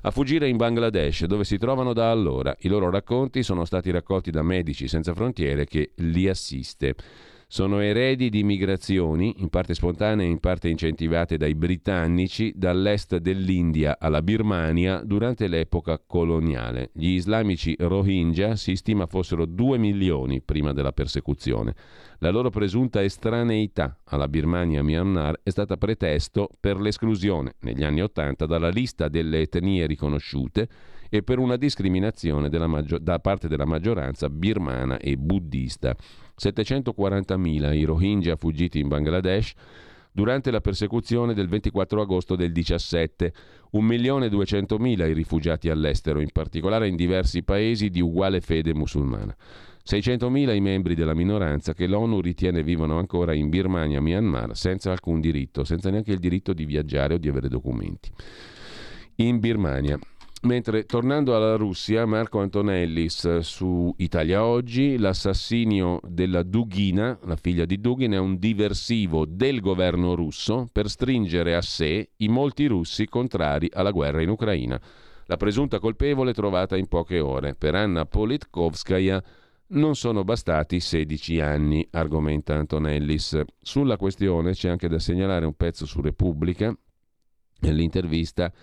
a fuggire in Bangladesh, dove si trovano da allora. I loro racconti sono stati raccolti da Medici Senza Frontiere, che li assiste. Sono eredi di migrazioni, in parte spontanee e in parte incentivate dai britannici, dall'est dell'India alla Birmania durante l'epoca coloniale. Gli islamici Rohingya si stima fossero due milioni prima della persecuzione. La loro presunta estraneità alla Birmania-Myanmar è stata pretesto per l'esclusione, negli anni Ottanta, dalla lista delle etnie riconosciute e per una discriminazione della maggio- da parte della maggioranza birmana e buddista. settecentoquarantamila i Rohingya fuggiti in Bangladesh durante la persecuzione del ventiquattro agosto del diciassette, un milione duecentomila i rifugiati all'estero, in particolare in diversi paesi di uguale fede musulmana. seicentomila i membri della minoranza che l'ONU ritiene vivono ancora in Birmania, Myanmar, senza alcun diritto, senza neanche il diritto di viaggiare o di avere documenti. In Birmania. Mentre, tornando alla Russia, Marco Antonellis su Italia Oggi, l'assassinio della Dugina, la figlia di Dugin, è un diversivo del governo russo per stringere a sé i molti russi contrari alla guerra in Ucraina. La presunta colpevole trovata in poche ore. Per Anna Politkovskaya non sono bastati sedici anni, argomenta Antonellis. Sulla questione c'è anche da segnalare un pezzo su Repubblica, nell'intervista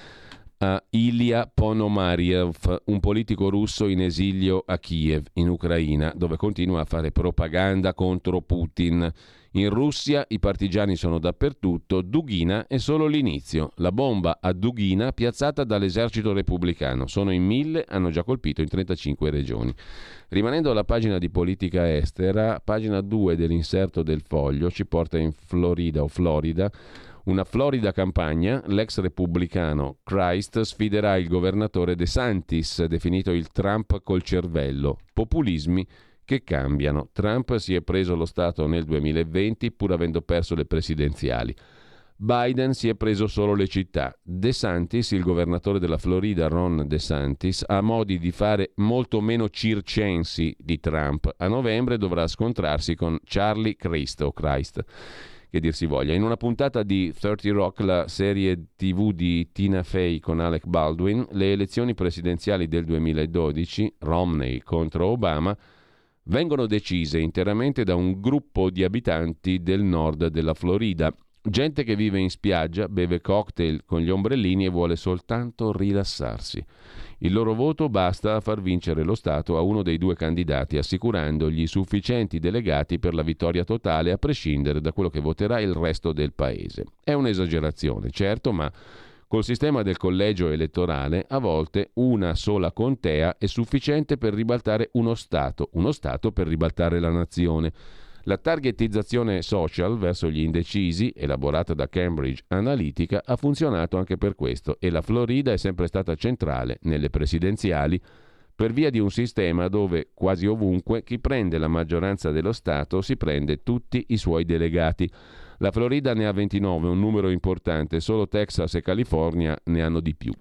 a Ilya Ponomarev, un politico russo in esilio a Kiev, in Ucraina, dove continua a fare propaganda contro Putin. In Russia i partigiani sono dappertutto, Dugina è solo l'inizio. La bomba a Dugina piazzata dall'esercito repubblicano. Sono in mille, hanno già colpito in trentacinque regioni. Rimanendo alla pagina di politica estera, pagina due dell'inserto del Foglio ci porta in Florida o Florida. Una florida campagna, l'ex repubblicano Christ sfiderà il governatore DeSantis, definito il Trump col cervello. Populismi che cambiano. Trump si è preso lo Stato nel duemilaventi pur avendo perso le presidenziali. Biden si è preso solo le città. DeSantis, il governatore della Florida Ron DeSantis, ha modi di fare molto meno circensi di Trump. A novembre dovrà scontrarsi con Charlie Crist o Christ, che dir si voglia. In una puntata di thirty Rock, la serie tivù di Tina Fey con Alec Baldwin, le elezioni presidenziali del duemiladodici, Romney contro Obama, vengono decise interamente da un gruppo di abitanti del nord della Florida. Gente che vive in spiaggia, beve cocktail con gli ombrellini e vuole soltanto rilassarsi. Il loro voto basta a far vincere lo Stato a uno dei due candidati, assicurandogli sufficienti delegati per la vittoria totale, a prescindere da quello che voterà il resto del paese. È un'esagerazione, certo, ma col sistema del collegio elettorale a volte una sola contea è sufficiente per ribaltare uno Stato, uno Stato per ribaltare la nazione. La targetizzazione social verso gli indecisi, elaborata da Cambridge Analytica, ha funzionato anche per questo e la Florida è sempre stata centrale nelle presidenziali per via di un sistema dove quasi ovunque chi prende la maggioranza dello Stato si prende tutti i suoi delegati. La Florida ne ha ventinove, un numero importante, solo Texas e California ne hanno di più.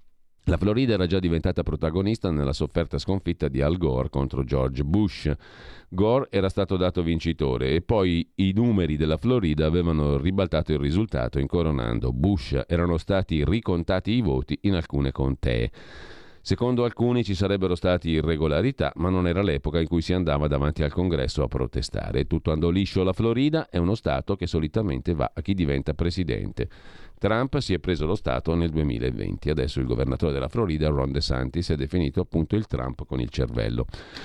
La Florida era già diventata protagonista nella sofferta sconfitta di Al Gore contro George Bush. Gore era stato dato vincitore e poi i numeri della Florida avevano ribaltato il risultato incoronando Bush. Erano stati ricontati i voti in alcune contee. Secondo alcuni ci sarebbero state irregolarità, ma non era l'epoca in cui si andava davanti al Congresso a protestare. Tutto andò liscio. La Florida è uno Stato che solitamente va a chi diventa presidente. Trump si è preso lo Stato nel duemilaventi. Adesso il governatore della Florida, Ron DeSantis, è definito appunto il Trump con il cervello.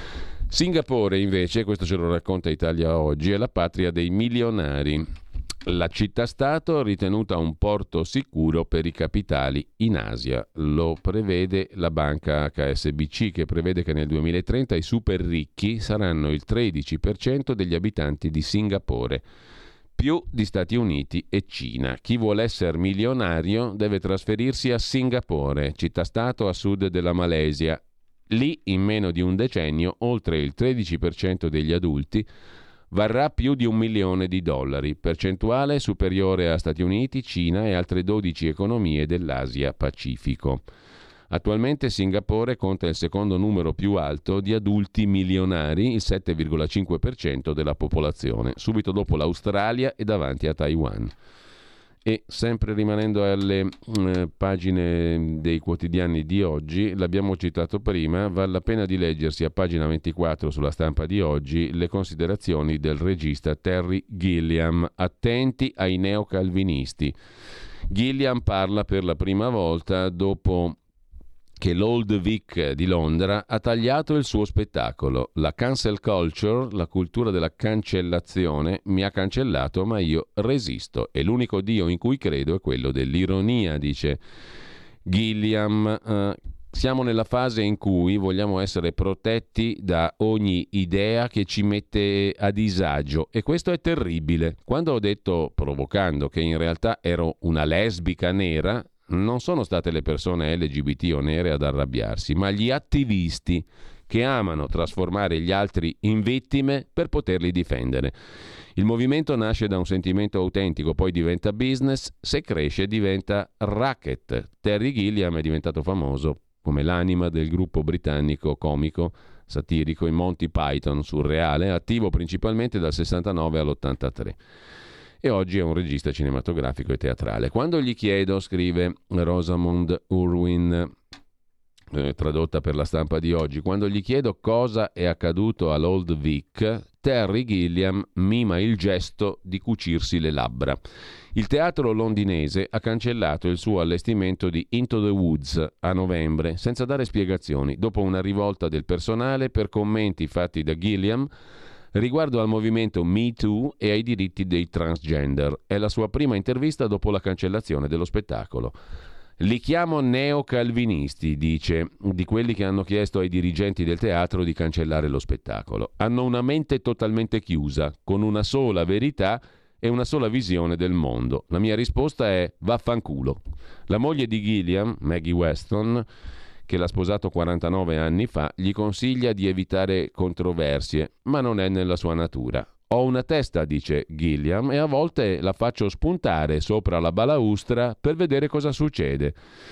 Singapore, invece, questo ce lo racconta Italia Oggi, è la patria dei milionari. La città-stato ritenuta un porto sicuro per i capitali in Asia. Lo prevede la banca H S B C, che prevede che nel duemilatrenta i super ricchi saranno il tredici per cento degli abitanti di Singapore, più di Stati Uniti e Cina. Chi vuole essere milionario deve trasferirsi a Singapore, città-stato a sud della Malesia. Lì, in meno di un decennio, oltre il tredici per cento degli adulti varrà più di un milione di dollari, percentuale superiore a Stati Uniti, Cina e altre dodici economie dell'Asia Pacifico. Attualmente Singapore conta il secondo numero più alto di adulti milionari, il sette virgola cinque per cento della popolazione, subito dopo l'Australia e davanti a Taiwan. E sempre rimanendo alle eh, pagine dei quotidiani di oggi, l'abbiamo citato prima, vale la pena di leggersi a pagina ventiquattro sulla Stampa di oggi le considerazioni del regista Terry Gilliam. Attenti ai neocalvinisti. Gilliam parla per la prima volta dopo che l'Old Vic di Londra ha tagliato il suo spettacolo. La cancel culture, la cultura della cancellazione, mi ha cancellato, ma io resisto. E l'unico Dio in cui credo è quello dell'ironia, dice Gilliam. Uh, siamo nella fase in cui vogliamo essere protetti da ogni idea che ci mette a disagio, e questo è terribile. Quando ho detto, provocando, che in realtà ero una lesbica nera, non sono state le persone L G B T o nere ad arrabbiarsi, ma gli attivisti che amano trasformare gli altri in vittime per poterli difendere. Il movimento nasce da un sentimento autentico, poi diventa business, se cresce diventa racket. Terry Gilliam è diventato famoso come l'anima del gruppo britannico comico satirico in Monty Python surreale, attivo principalmente dal sessantanove all'ottantatré. E oggi è un regista cinematografico e teatrale. Quando gli chiedo, scrive Rosamund Urwin, eh, tradotta per la Stampa di oggi, quando gli chiedo cosa è accaduto all'Old Vic, Terry Gilliam mima il gesto di cucirsi le labbra. Il teatro londinese ha cancellato il suo allestimento di Into the Woods a novembre, senza dare spiegazioni, dopo una rivolta del personale per commenti fatti da Gilliam riguardo al movimento Me Too e ai diritti dei transgender. È la sua prima intervista dopo la cancellazione dello spettacolo. Li chiamo neocalvinisti, dice, di quelli che hanno chiesto ai dirigenti del teatro di cancellare lo spettacolo. Hanno una mente totalmente chiusa, con una sola verità e una sola visione del mondo. La mia risposta è vaffanculo. La moglie di Gilliam, Maggie Weston, che l'ha sposato quarantanove anni fa, gli consiglia di evitare controversie, ma non è nella sua natura. Ho una testa, dice Gilliam, e a volte la faccio spuntare sopra la balaustra per vedere cosa succede.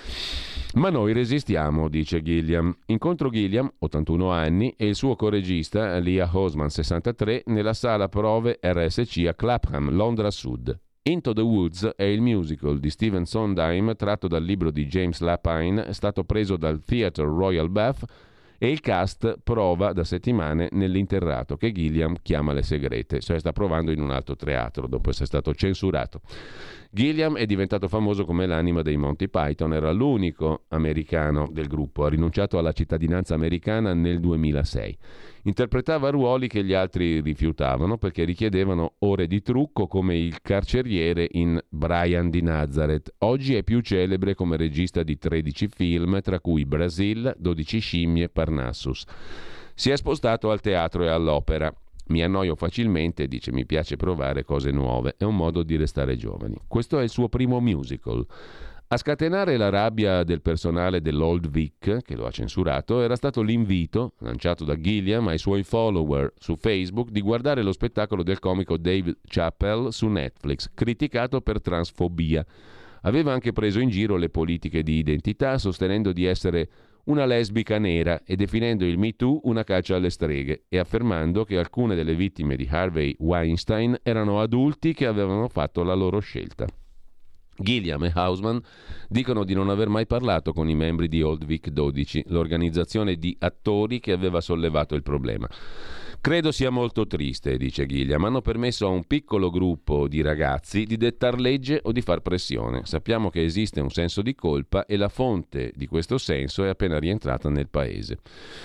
Ma noi resistiamo, dice Gilliam. Incontro Gilliam, ottantuno anni, e il suo coregista, Leah Hosman, sessantatré, nella sala prove R S C a Clapham, Londra Sud. Into the Woods è il musical di Stephen Sondheim tratto dal libro di James Lapine, è stato preso dal Theatre Royal Bath e il cast prova da settimane nell'interrato che Gilliam chiama Le Segrete, cioè sta provando in un altro teatro dopo essere stato censurato. Gilliam è diventato famoso come l'anima dei Monty Python, era l'unico americano del gruppo, ha rinunciato alla cittadinanza americana nel duemilasei. Interpretava ruoli che gli altri rifiutavano perché richiedevano ore di trucco, come il carceriere in Brian di Nazareth. Oggi è più celebre come regista di tredici film, tra cui Brasil, dodici scimmie, Parnassus. Si è spostato al teatro e all'opera. Mi annoio facilmente, dice, mi piace provare cose nuove, è un modo di restare giovani. Questo è il suo primo musical. A scatenare la rabbia del personale dell'Old Vic, che lo ha censurato, era stato l'invito, lanciato da Gilliam ai suoi follower su Facebook, di guardare lo spettacolo del comico Dave Chappelle su Netflix, criticato per transfobia. Aveva anche preso in giro le politiche di identità, sostenendo di essere una lesbica nera e definendo il Me Too una caccia alle streghe, e affermando che alcune delle vittime di Harvey Weinstein erano adulti che avevano fatto la loro scelta. Gilliam e Houseman dicono di non aver mai parlato con i membri di Old Vic dodici, l'organizzazione di attori che aveva sollevato il problema. Credo sia molto triste, dice Gilliam, hanno permesso a un piccolo gruppo di ragazzi di dettar legge o di far pressione. Sappiamo che esiste un senso di colpa e la fonte di questo senso è appena rientrata nel paese.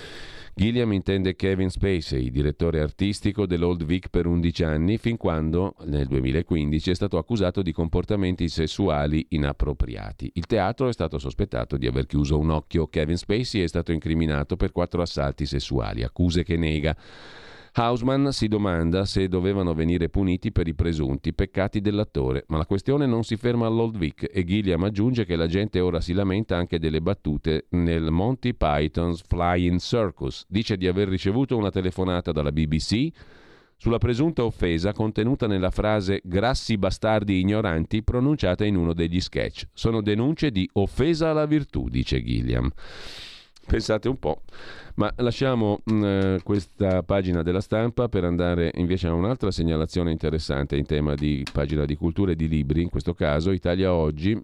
Gilliam intende Kevin Spacey, direttore artistico dell'Old Vic per undici anni, fin quando nel duemilaquindici è stato accusato di comportamenti sessuali inappropriati. Il teatro è stato sospettato di aver chiuso un occhio. Kevin Spacey è stato incriminato per quattro assalti sessuali, accuse che nega. Houseman si domanda se dovevano venire puniti per i presunti peccati dell'attore, ma la questione non si ferma all'Old Vic e Gilliam aggiunge che la gente ora si lamenta anche delle battute nel Monty Python's Flying Circus. Dice di aver ricevuto una telefonata dalla B B C sulla presunta offesa contenuta nella frase "grassi bastardi ignoranti" pronunciata in uno degli sketch. Sono denunce di offesa alla virtù, dice Gilliam. Pensate un po'. Ma lasciamo mh, questa pagina della Stampa per andare invece a un'altra segnalazione interessante in tema di pagina di cultura e di libri. In questo caso Italia Oggi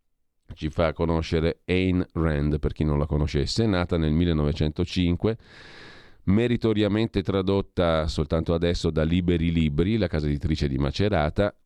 ci fa conoscere Ayn Rand, per chi non la conoscesse, nata nel millenovecentocinque, meritoriamente tradotta soltanto adesso da Liberi Libri, la casa editrice di Macerata,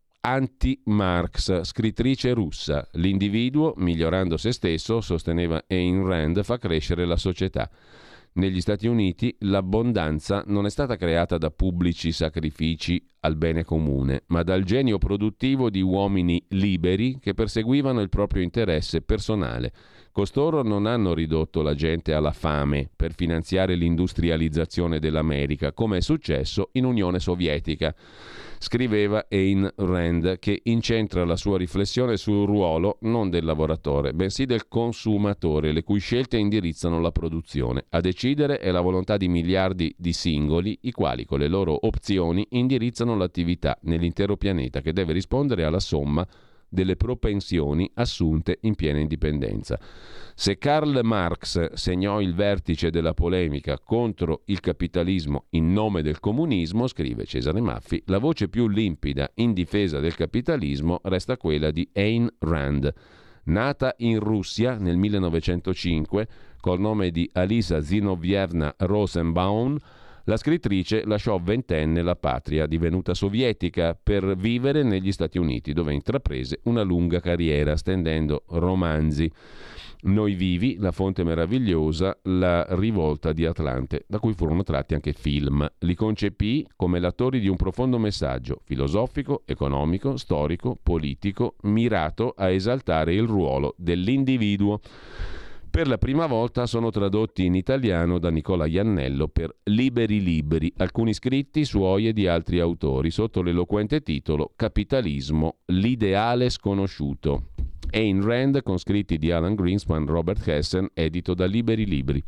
anti-Marx, scrittrice russa. L'individuo, migliorando se stesso, sosteneva Ayn Rand, fa crescere la società. Negli Stati Uniti l'abbondanza non è stata creata da pubblici sacrifici al bene comune, ma dal genio produttivo di uomini liberi che perseguivano il proprio interesse personale. Costoro non hanno ridotto la gente alla fame per finanziare l'industrializzazione dell'America, come è successo in Unione Sovietica. Scriveva Ayn Rand, che incentra la sua riflessione sul ruolo non del lavoratore, bensì del consumatore, le cui scelte indirizzano la produzione. A decidere è la volontà di miliardi di singoli, i quali con le loro opzioni indirizzano l'attività nell'intero pianeta, che deve rispondere alla somma delle propensioni assunte in piena indipendenza. Se Karl Marx segnò il vertice della polemica contro il capitalismo in nome del comunismo, scrive Cesare Maffi, la voce più limpida in difesa del capitalismo resta quella di Ayn Rand. Nata in Russia nel millenovecentocinque col nome di Alisa Zinovjevna Rosenbaum, la scrittrice lasciò ventenne la patria, divenuta sovietica, per vivere negli Stati Uniti, dove intraprese una lunga carriera, stendendo romanzi. Noi vivi, La fonte meravigliosa, La rivolta di Atlante, da cui furono tratti anche film. Li concepì come latori di un profondo messaggio filosofico, economico, storico, politico, mirato a esaltare il ruolo dell'individuo. Per la prima volta sono tradotti in italiano da Nicola Iannello per Liberi Libri, alcuni scritti suoi e di altri autori, sotto l'eloquente titolo Capitalismo, l'ideale sconosciuto. Ayn Rand, con scritti di Alan Greenspan, Robert Hessen, edito da Liberi Libri.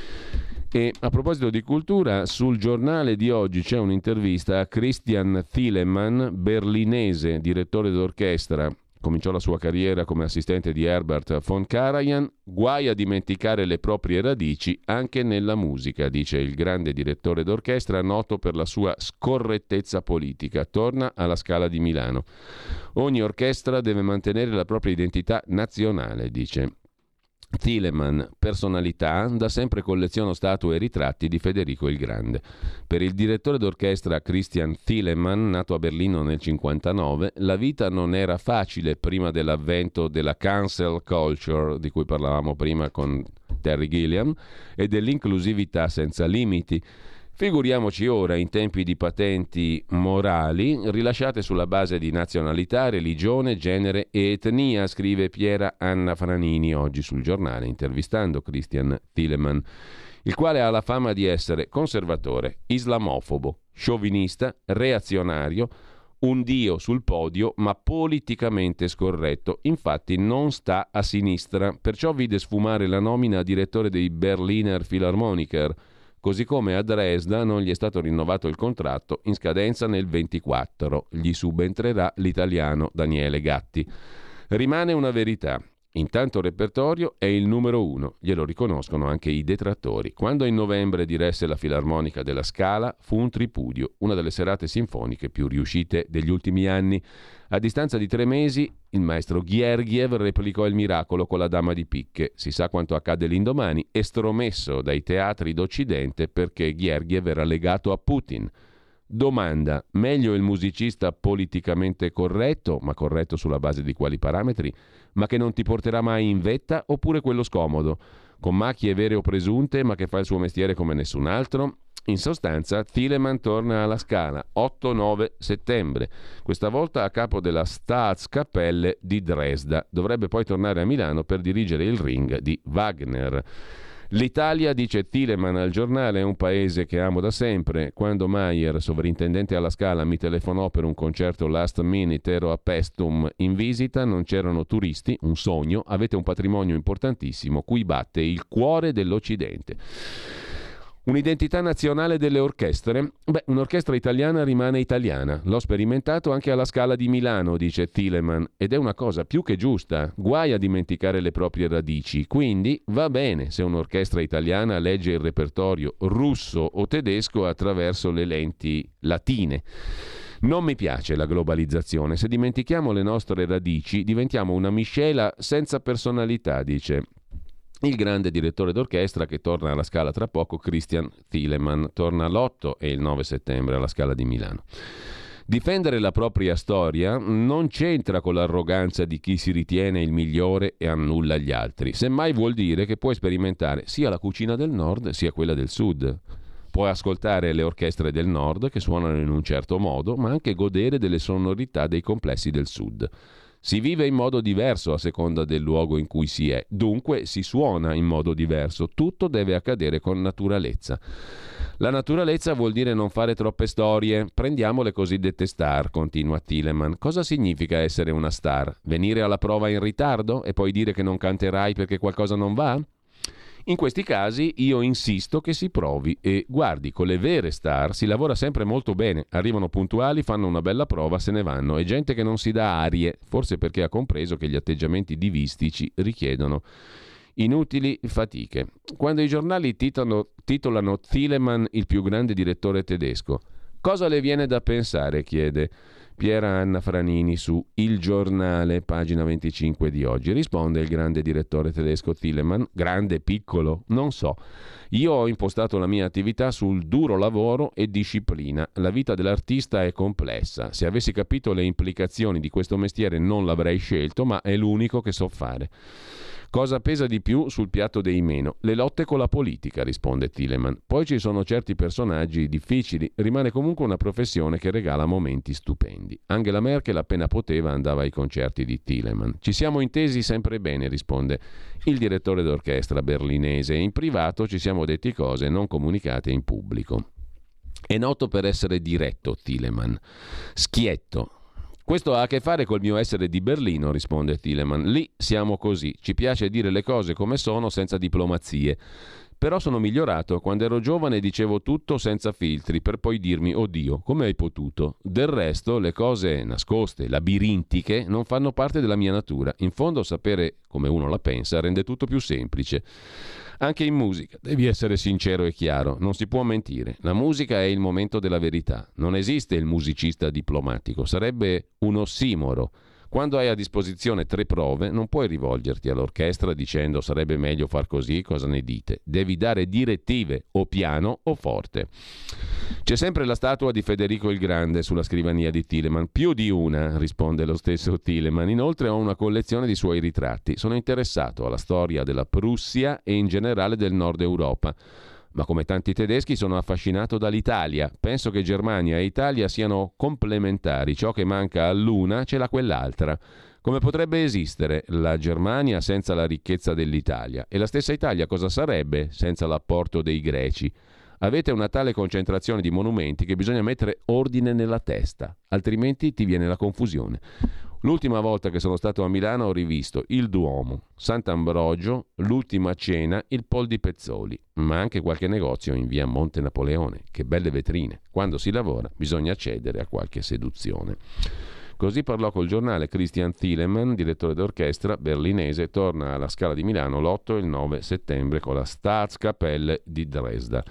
E a proposito di cultura, sul giornale di oggi c'è un'intervista a Christian Thielemann, berlinese, direttore d'orchestra. Cominciò la sua carriera come assistente di Herbert von Karajan. Guai a dimenticare le proprie radici anche nella musica, dice il grande direttore d'orchestra, noto per la sua scorrettezza politica. Torna alla Scala di Milano. Ogni orchestra deve mantenere la propria identità nazionale, dice Thielemann. Personalità, da sempre colleziono statue e ritratti di Federico il Grande. Per il direttore d'orchestra Christian Thielemann, nato a Berlino nel cinquantanove, la vita non era facile prima dell'avvento della cancel culture, di cui parlavamo prima con Terry Gilliam, e dell'inclusività senza limiti. Figuriamoci ora in tempi di patenti morali rilasciate sulla base di nazionalità, religione, genere e etnia, scrive Piera Anna Franini oggi sul giornale, intervistando Christian Thielemann, il quale ha la fama di essere conservatore, islamofobo, sciovinista, reazionario, un dio sul podio, ma politicamente scorretto. Infatti non sta a sinistra, perciò vide sfumare la nomina a direttore dei Berliner Philharmoniker, così come a Dresda non gli è stato rinnovato il contratto in scadenza nel ventiquattro. Gli subentrerà l'italiano Daniele Gatti. Rimane una verità. Intanto il repertorio è il numero uno, glielo riconoscono anche i detrattori. Quando in novembre diresse la Filarmonica della Scala fu un tripudio, una delle serate sinfoniche più riuscite degli ultimi anni. A distanza di tre mesi il maestro Ghergiev replicò il miracolo con la Dama di Picche. Si sa quanto accade l'indomani, estromesso dai teatri d'Occidente perché Ghergiev era legato a Putin. Domanda: meglio il musicista politicamente corretto, ma corretto sulla base di quali parametri, ma che non ti porterà mai in vetta, oppure quello scomodo, con macchie vere o presunte, ma che fa il suo mestiere come nessun altro? In sostanza, Thielemann torna alla Scala otto nove settembre, questa volta a capo della Staatskapelle di Dresda. Dovrebbe poi tornare a Milano per dirigere il Ring di Wagner. L'Italia, dice Thielemann al giornale, è un paese che amo da sempre. Quando Mayer, sovrintendente alla Scala, mi telefonò per un concerto last minute, ero a Pestum in visita, non c'erano turisti, un sogno, avete un patrimonio importantissimo cui batte il cuore dell'Occidente. Un'identità nazionale delle orchestre? Beh, un'orchestra italiana rimane italiana. L'ho sperimentato anche alla Scala di Milano, dice Thielemann, ed è una cosa più che giusta. Guai a dimenticare le proprie radici. Quindi va bene se un'orchestra italiana legge il repertorio russo o tedesco attraverso le lenti latine. Non mi piace la globalizzazione. Se dimentichiamo le nostre radici, diventiamo una miscela senza personalità, dice il grande direttore d'orchestra che torna alla Scala tra poco, Christian Thielemann. Torna l'otto e il nove settembre alla Scala di Milano. Difendere la propria storia non c'entra con l'arroganza di chi si ritiene il migliore e annulla gli altri. Semmai vuol dire che puoi sperimentare sia la cucina del nord sia quella del sud. Puoi ascoltare le orchestre del nord che suonano in un certo modo, ma anche godere delle sonorità dei complessi del sud. Si vive in modo diverso a seconda del luogo in cui si è, dunque si suona in modo diverso, tutto deve accadere con naturalezza. La naturalezza vuol dire non fare troppe storie. Prendiamo le cosiddette star, continua Thielemann. Cosa significa essere una star? Venire alla prova in ritardo e poi dire che non canterai perché qualcosa non va? In questi casi io insisto che si provi e guardi, con le vere star si lavora sempre molto bene, arrivano puntuali, fanno una bella prova, se ne vanno. È gente che non si dà arie, forse perché ha compreso che gli atteggiamenti divistici richiedono inutili fatiche. Quando i giornali titolano, titolano Thielemann il più grande direttore tedesco, cosa le viene da pensare, chiede Piera Anna Franini su Il Giornale, pagina venticinque di oggi. Risponde il grande direttore tedesco Thielemann: grande, piccolo, non so. Io ho impostato la mia attività sul duro lavoro e disciplina. La vita dell'artista è complessa. Se avessi capito le implicazioni di questo mestiere non l'avrei scelto, ma è l'unico che so fare. Cosa pesa di più sul piatto dei meno? Le lotte con la politica, risponde Thielemann. Poi ci sono certi personaggi difficili. Rimane comunque una professione che regala momenti stupendi. Angela Merkel, appena poteva, andava ai concerti di Thielemann. Ci siamo intesi sempre bene, risponde il direttore d'orchestra berlinese. In privato ci siamo detti cose non comunicate in pubblico. È noto per essere diretto Thielemann. Schietto. Questo ha a che fare col mio essere di Berlino, risponde Thielemann. Lì siamo così, ci piace dire le cose come sono senza diplomazie. Però sono migliorato. Quando ero giovane dicevo tutto senza filtri, per poi dirmi: oddio, come hai potuto? Del resto le cose nascoste, labirintiche, non fanno parte della mia natura. In fondo sapere come uno la pensa rende tutto più semplice. Anche in musica devi essere sincero e chiaro, non si può mentire. La musica è il momento della verità. Non esiste il musicista diplomatico, sarebbe un ossimoro. Quando hai a disposizione tre prove, non puoi rivolgerti all'orchestra dicendo sarebbe meglio far così, cosa ne dite? Devi dare direttive, o piano o forte. C'è sempre la statua di Federico il Grande sulla scrivania di Thielemann. Più di una, risponde lo stesso Thielemann. Inoltre ho una collezione di suoi ritratti. Sono interessato alla storia della Prussia e in generale del Nord Europa. Ma come tanti tedeschi sono affascinato dall'Italia. Penso che Germania e Italia siano complementari. Ciò che manca all'una ce l'ha quell'altra. Come potrebbe esistere la Germania senza la ricchezza dell'Italia? E la stessa Italia cosa sarebbe senza l'apporto dei greci? Avete una tale concentrazione di monumenti che bisogna mettere ordine nella testa, altrimenti ti viene la confusione. L'ultima volta che sono stato a Milano ho rivisto il Duomo, Sant'Ambrogio, l'Ultima Cena, il Pol di Pezzoli, ma anche qualche negozio in via Monte Napoleone. Che belle vetrine. Quando si lavora bisogna cedere a qualche seduzione. Così parlò col giornale Christian Thielemann, direttore d'orchestra berlinese. Torna alla Scala di Milano l'otto e il nove settembre con la Staatskapelle di Dresda.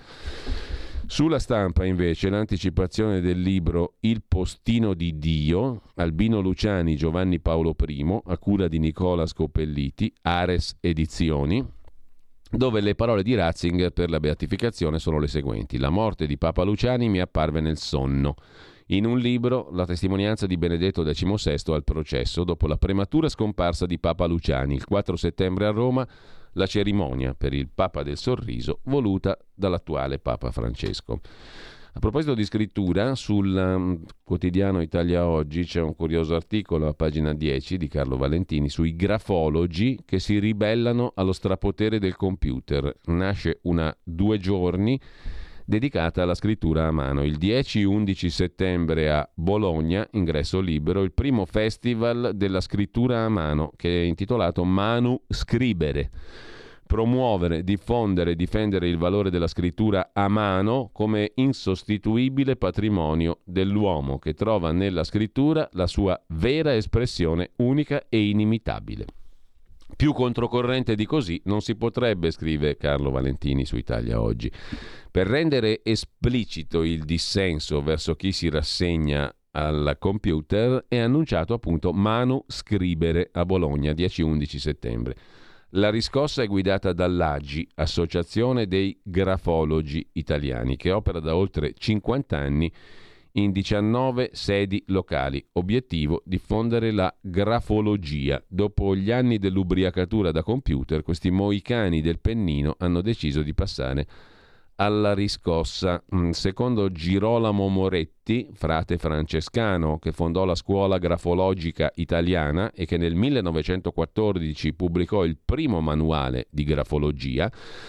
Sulla Stampa invece l'anticipazione del libro Il postino di Dio, Albino Luciani, Giovanni Paolo I, a cura di Nicola Scopelliti, Ares Edizioni, dove le parole di Ratzinger per la beatificazione sono le seguenti: la morte di Papa Luciani mi apparve nel sonno. In un libro la testimonianza di Benedetto diciannovesimo al processo dopo la prematura scomparsa di Papa Luciani, il quattro settembre a Roma, la cerimonia per il Papa del Sorriso voluta dall'attuale Papa Francesco. A proposito di scrittura, sul um, quotidiano Italia Oggi c'è un curioso articolo a pagina dieci di Carlo Valentini sui grafologi che si ribellano allo strapotere del computer. Nasce una due giorni dedicata alla scrittura a mano. Il dieci e undici settembre a Bologna, ingresso libero, il primo festival della scrittura a mano, che è intitolato Manu Scribere. promuovere, diffondere e difendere il valore della scrittura a mano come insostituibile patrimonio dell'uomo, che trova nella scrittura la sua vera espressione unica e inimitabile. Più controcorrente di così non si potrebbe, scrive Carlo Valentini su Italia Oggi. Per rendere esplicito il dissenso verso chi si rassegna al computer è annunciato appunto Manu Scribere a Bologna, dieci undici settembre. La riscossa è guidata dall'A G I, Associazione dei Grafologi Italiani, che opera da oltre cinquanta anni in diciannove sedi locali. Obiettivo: diffondere la grafologia. Dopo gli anni dell'ubriacatura da computer, questi moicani del pennino hanno deciso di passare alla riscossa. Secondo Girolamo Moretti, frate francescano che fondò la scuola grafologica italiana e che nel millenovecentoquattordici pubblicò il primo manuale di grafologia,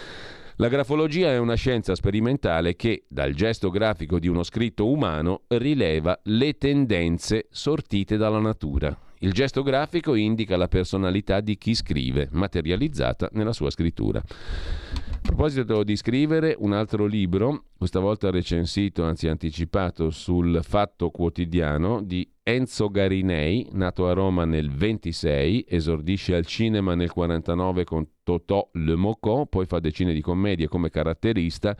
la grafologia è una scienza sperimentale che, dal gesto grafico di uno scritto umano, rileva le tendenze sortite dalla natura. Il gesto grafico indica la personalità di chi scrive, materializzata nella sua scrittura. A proposito di scrivere, un altro libro, questa volta recensito, anzi anticipato sul Fatto Quotidiano, di Enzo Garinei, nato a Roma nel ventisei, esordisce al cinema nel quarantanove con Totò Le Mocò, poi fa decine di commedie come caratterista,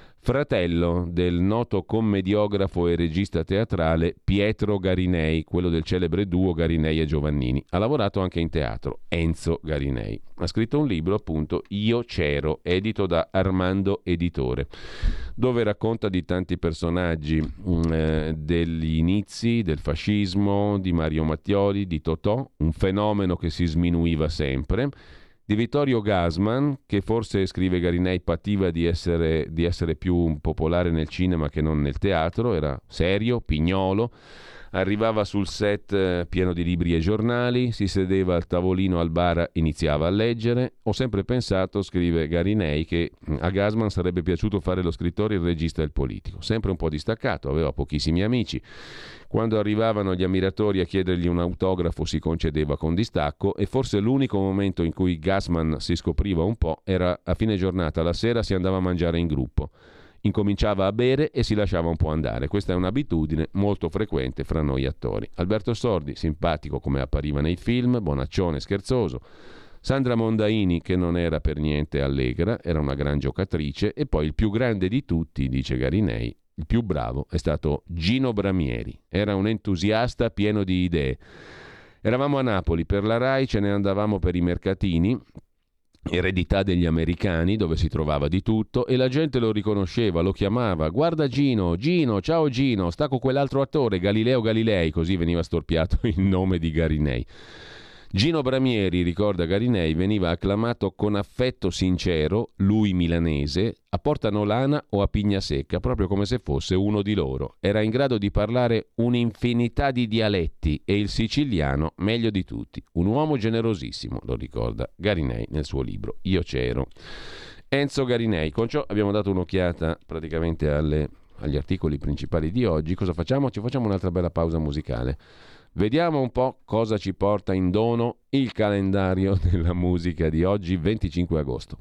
fratello del noto commediografo e regista teatrale Pietro Garinei, quello del celebre duo Garinei e Giovannini. Ha lavorato anche in teatro, Enzo Garinei. Ha scritto un libro, appunto, Io c'ero, edito da Armando Editore, dove racconta di tanti personaggi eh, degli inizi del fascismo, di Mario Mattioli, di Totò, un fenomeno che si sminuiva sempre, di Vittorio Gassman, che forse, scrive Garinei, pativa di essere, di essere più popolare nel cinema che non nel teatro, era serio, pignolo, arrivava sul set eh, pieno di libri e giornali, si sedeva al tavolino al bar, iniziava a leggere. Ho sempre pensato, scrive Garinei, che a Gassman sarebbe piaciuto fare lo scrittore, il regista e il politico. Sempre un po' distaccato, aveva pochissimi amici. Quando arrivavano gli ammiratori a chiedergli un autografo si concedeva con distacco, e forse l'unico momento in cui Gassman si scopriva un po' era a fine giornata, la sera si andava a mangiare in gruppo. Incominciava a bere e si lasciava un po' andare. Questa è un'abitudine molto frequente fra noi attori. Alberto Sordi, simpatico come appariva nei film, bonaccione, scherzoso. Sandra Mondaini, che non era per niente allegra, era una gran giocatrice. E poi il più grande di tutti, dice Garinei, il più bravo, è stato Gino Bramieri. Era un entusiasta pieno di idee. Eravamo a Napoli per la Rai, ce ne andavamo per i mercatini, eredità degli americani, dove si trovava di tutto, e la gente lo riconosceva, lo chiamava: guarda Gino, Gino, ciao Gino, sta con quell'altro attore, Galileo Galilei, così veniva storpiato il nome di Garinei. Gino Bramieri, ricorda Garinei, veniva acclamato con affetto sincero, lui milanese, a Porta Nolana o a Pignasecca, proprio come se fosse uno di loro. Era in grado di parlare un'infinità di dialetti e il siciliano meglio di tutti. Un uomo generosissimo, lo ricorda Garinei nel suo libro Io c'ero. Enzo Garinei. Con ciò abbiamo dato un'occhiata praticamente alle, agli articoli principali di oggi. Cosa facciamo? Ci facciamo un'altra bella pausa musicale. Vediamo un po' cosa ci porta in dono il calendario della musica di oggi, venticinque agosto.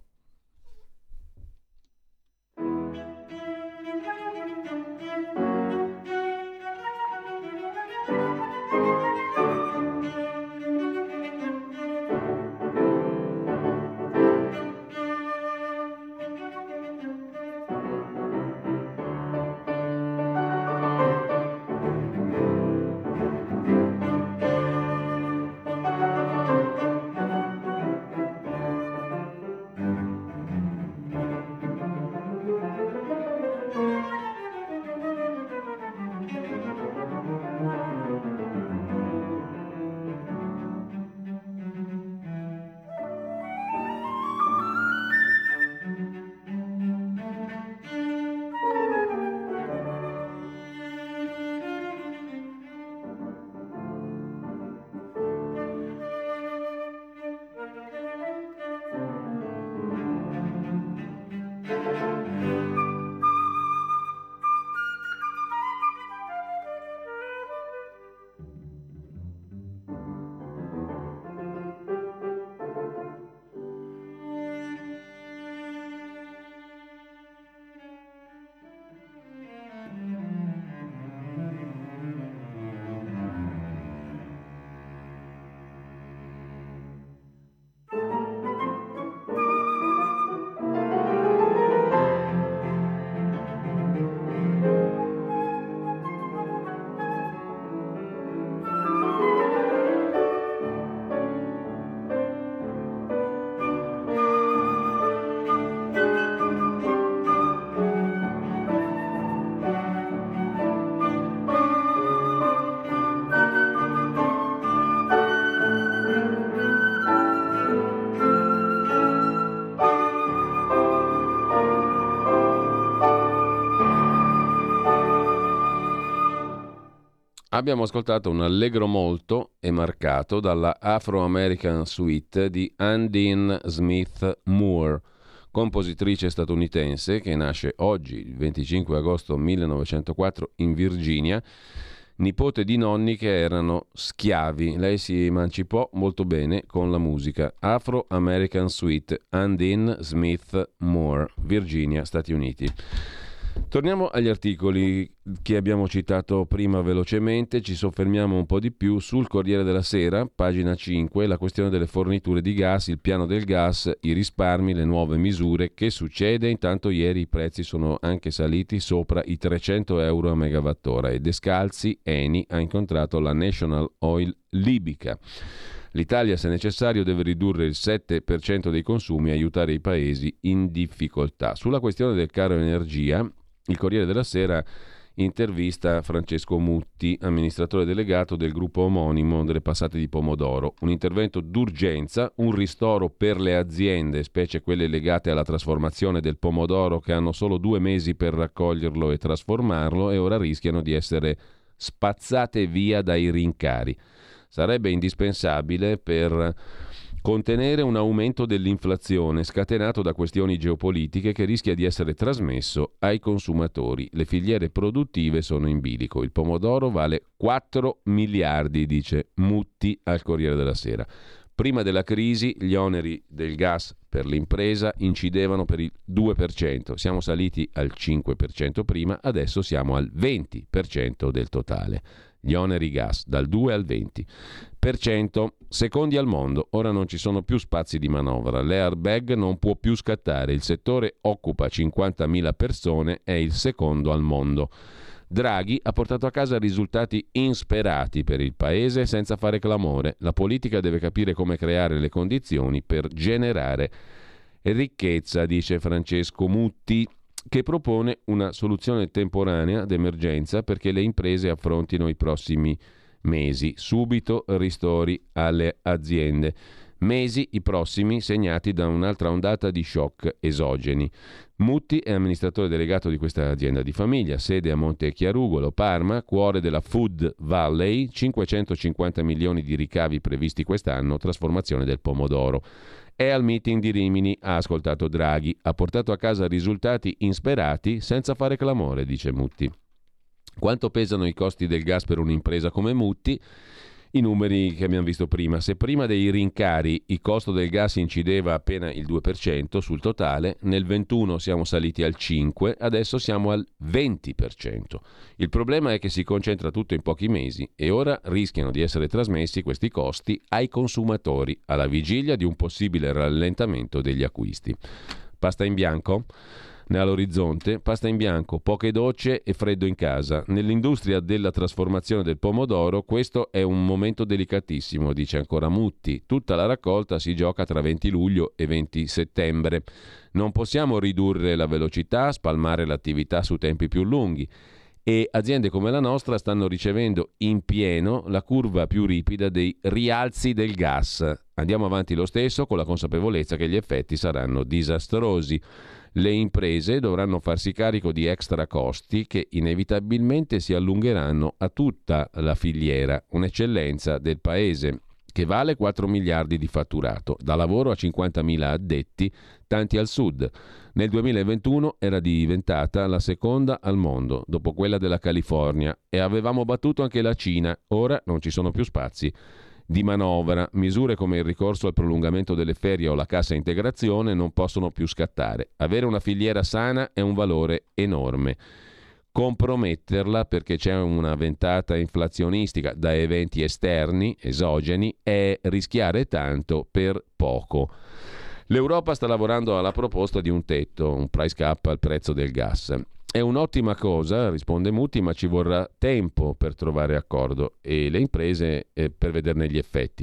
Abbiamo ascoltato un allegro molto e marcato dalla Afro-American Suite di Undine Smith Moore, compositrice statunitense che nasce oggi, il venticinque agosto millenovecentoquattro, in Virginia, nipote di nonni che erano schiavi. Lei si emancipò molto bene con la musica. Afro-American Suite, Undine Smith Moore, Virginia, Stati Uniti. Torniamo agli articoli che abbiamo citato prima velocemente, ci soffermiamo un po' di più sul Corriere della Sera, pagina cinque, la questione delle forniture di gas, il piano del gas, i risparmi, le nuove misure. Che succede? Intanto ieri i prezzi sono anche saliti sopra i trecento euro a megawattora e Descalzi, Eni, ha incontrato la National Oil libica. L'Italia, se necessario, deve ridurre il sette per cento dei consumi e aiutare i paesi in difficoltà. Sulla questione del caro energia, il Corriere della Sera intervista Francesco Mutti, amministratore delegato del gruppo omonimo delle passate di pomodoro. Un intervento d'urgenza, un ristoro per le aziende, specie quelle legate alla trasformazione del pomodoro, che hanno solo due mesi per raccoglierlo e trasformarlo e ora rischiano di essere spazzate via dai rincari. Sarebbe indispensabile per contenere un aumento dell'inflazione scatenato da questioni geopolitiche che rischia di essere trasmesso ai consumatori. Le filiere produttive sono in bilico. Il pomodoro vale quattro miliardi, dice Mutti al Corriere della Sera. Prima della crisi gli oneri del gas per l'impresa incidevano per il due per cento. Siamo saliti al cinque per cento prima, adesso siamo al venti per cento del totale. Gli oneri gas dal due al venti per cento, secondi al mondo. Ora non ci sono più spazi di manovra, l'airbag non può più scattare, il settore occupa cinquantamila persone, è il secondo al mondo. Draghi ha portato a casa risultati insperati per il paese senza fare clamore. La politica deve capire come creare le condizioni per generare ricchezza, dice Francesco Mutti, che propone una soluzione temporanea d'emergenza perché le imprese affrontino i prossimi mesi. Subito ristori alle aziende. Mesi i prossimi segnati da un'altra ondata di shock esogeni. Mutti è amministratore delegato di questa azienda di famiglia, sede a Montechiarugolo, Parma, cuore della Food Valley, cinquecentocinquanta milioni di ricavi previsti quest'anno, trasformazione del pomodoro. È al meeting di Rimini, ha ascoltato Draghi, ha portato a casa risultati insperati senza fare clamore, dice Mutti. Quanto pesano i costi del gas per un'impresa come Mutti? I numeri che abbiamo visto prima. Se prima dei rincari il costo del gas incideva appena il due per cento sul totale, nel ventuno siamo saliti al cinque per cento, adesso siamo al venti per cento. Il problema è che si concentra tutto in pochi mesi e ora rischiano di essere trasmessi questi costi ai consumatori alla vigilia di un possibile rallentamento degli acquisti. Pasta in bianco? All'orizzonte, pasta in bianco, poche docce e freddo in casa. Nell'industria della trasformazione del pomodoro questo è un momento delicatissimo, dice ancora Mutti. Tutta la raccolta si gioca tra venti luglio e venti settembre. Non possiamo ridurre la velocità, spalmare l'attività su tempi più lunghi. E aziende come la nostra stanno ricevendo in pieno la curva più ripida dei rialzi del gas. Andiamo avanti lo stesso con la consapevolezza che gli effetti saranno disastrosi. Le imprese dovranno farsi carico di extra costi che inevitabilmente si allungheranno a tutta la filiera, un'eccellenza del paese che vale quattro miliardi di fatturato, dà lavoro a cinquantamila addetti, tanti al sud. Nel duemilaventuno era diventata la seconda al mondo, dopo quella della California, e avevamo battuto anche la Cina. Ora non ci sono più spazi di manovra. Misure come il ricorso al prolungamento delle ferie o la cassa integrazione non possono più scattare. Avere una filiera sana è un valore enorme. Comprometterla perché c'è una ventata inflazionistica da eventi esterni, esogeni, è rischiare tanto per poco. L'Europa sta lavorando alla proposta di un tetto, un price cap al prezzo del gas. È un'ottima cosa, risponde Mutti, ma ci vorrà tempo per trovare accordo e le imprese eh, per vederne gli effetti.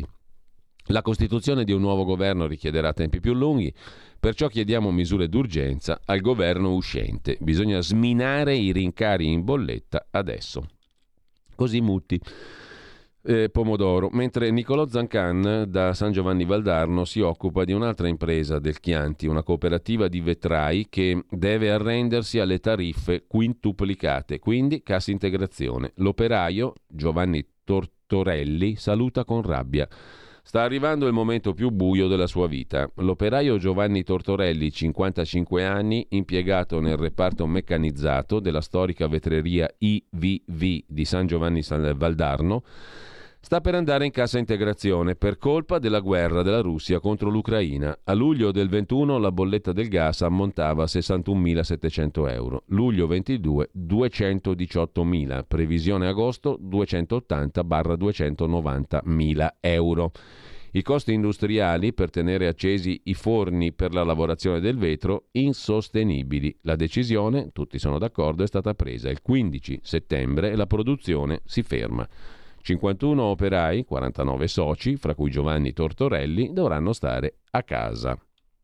La costituzione di un nuovo governo richiederà tempi più lunghi, perciò chiediamo misure d'urgenza al governo uscente. Bisogna sminare i rincari in bolletta adesso. Così Mutti. eh, pomodoro, mentre Niccolò Zancan da San Giovanni Valdarno si occupa di un'altra impresa del Chianti, una cooperativa di vetrai che deve arrendersi alle tariffe quintuplicate, quindi cassa integrazione. L'operaio Giovanni Tortorelli saluta con rabbia. Sta arrivando il momento più buio della sua vita. L'operaio Giovanni Tortorelli, cinquantacinque anni, impiegato nel reparto meccanizzato della storica vetreria I V V di San Giovanni Valdarno, sta per andare in cassa integrazione per colpa della guerra della Russia contro l'Ucraina. A luglio del ventuno la bolletta del gas ammontava a sessantunomilasettecento euro. Luglio ventidue duecentodiciottomila. Previsione agosto duecentottanta duecentonovantamila euro. I costi industriali per tenere accesi i forni per la lavorazione del vetro insostenibili. La decisione, tutti sono d'accordo, è stata presa il quindici settembre e la produzione si ferma. cinquantuno operai, quarantanove soci, fra cui Giovanni Tortorelli, dovranno stare a casa.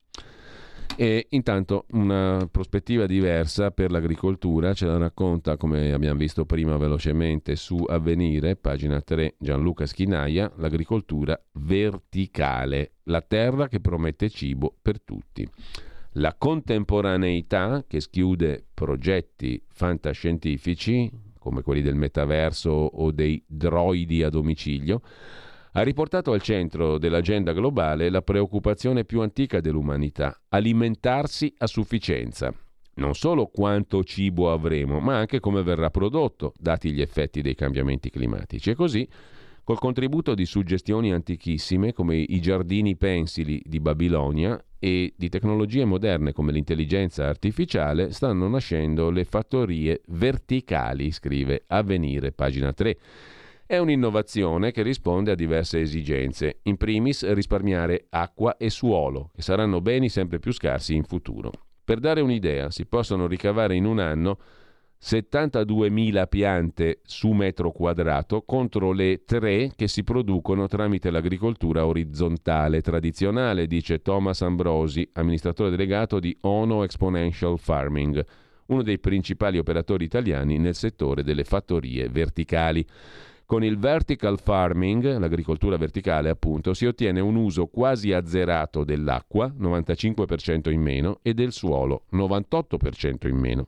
E intanto una prospettiva diversa per l'agricoltura ce la racconta, come abbiamo visto prima velocemente su Avvenire, pagina tre, Gianluca Schinaia, l'agricoltura verticale, la terra che promette cibo per tutti. La contemporaneità che schiude progetti fantascientifici come quelli del metaverso o dei droidi a domicilio, ha riportato al centro dell'agenda globale la preoccupazione più antica dell'umanità: alimentarsi a sufficienza. Non solo quanto cibo avremo, ma anche come verrà prodotto, dati gli effetti dei cambiamenti climatici. E così, col contributo di suggestioni antichissime come i giardini pensili di Babilonia e di tecnologie moderne come l'intelligenza artificiale, stanno nascendo le fattorie verticali, scrive Avvenire, pagina tre. È un'innovazione che risponde a diverse esigenze, in primis risparmiare acqua e suolo, che saranno beni sempre più scarsi in futuro. Per dare un'idea, si possono ricavare in un anno settantaduemila piante su metro quadrato contro le tre che si producono tramite l'agricoltura orizzontale tradizionale, dice Thomas Ambrosi, amministratore delegato di Ono Exponential Farming, uno dei principali operatori italiani nel settore delle fattorie verticali. Con il vertical farming, l'agricoltura verticale appunto, si ottiene un uso quasi azzerato dell'acqua, novantacinque per cento in meno, e del suolo, novantotto per cento in meno.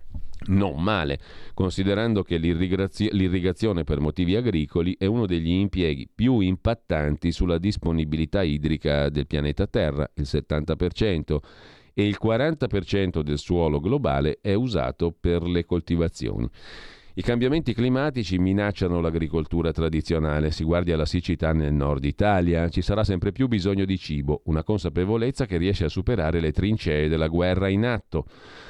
Non male, considerando che l'irrigazio- l'irrigazione per motivi agricoli è uno degli impieghi più impattanti sulla disponibilità idrica del pianeta Terra, il settanta per cento, e il quaranta per cento del suolo globale è usato per le coltivazioni. I cambiamenti climatici minacciano l'agricoltura tradizionale, si guardi alla siccità nel nord Italia, ci sarà sempre più bisogno di cibo, una consapevolezza che riesce a superare le trincee della guerra in atto,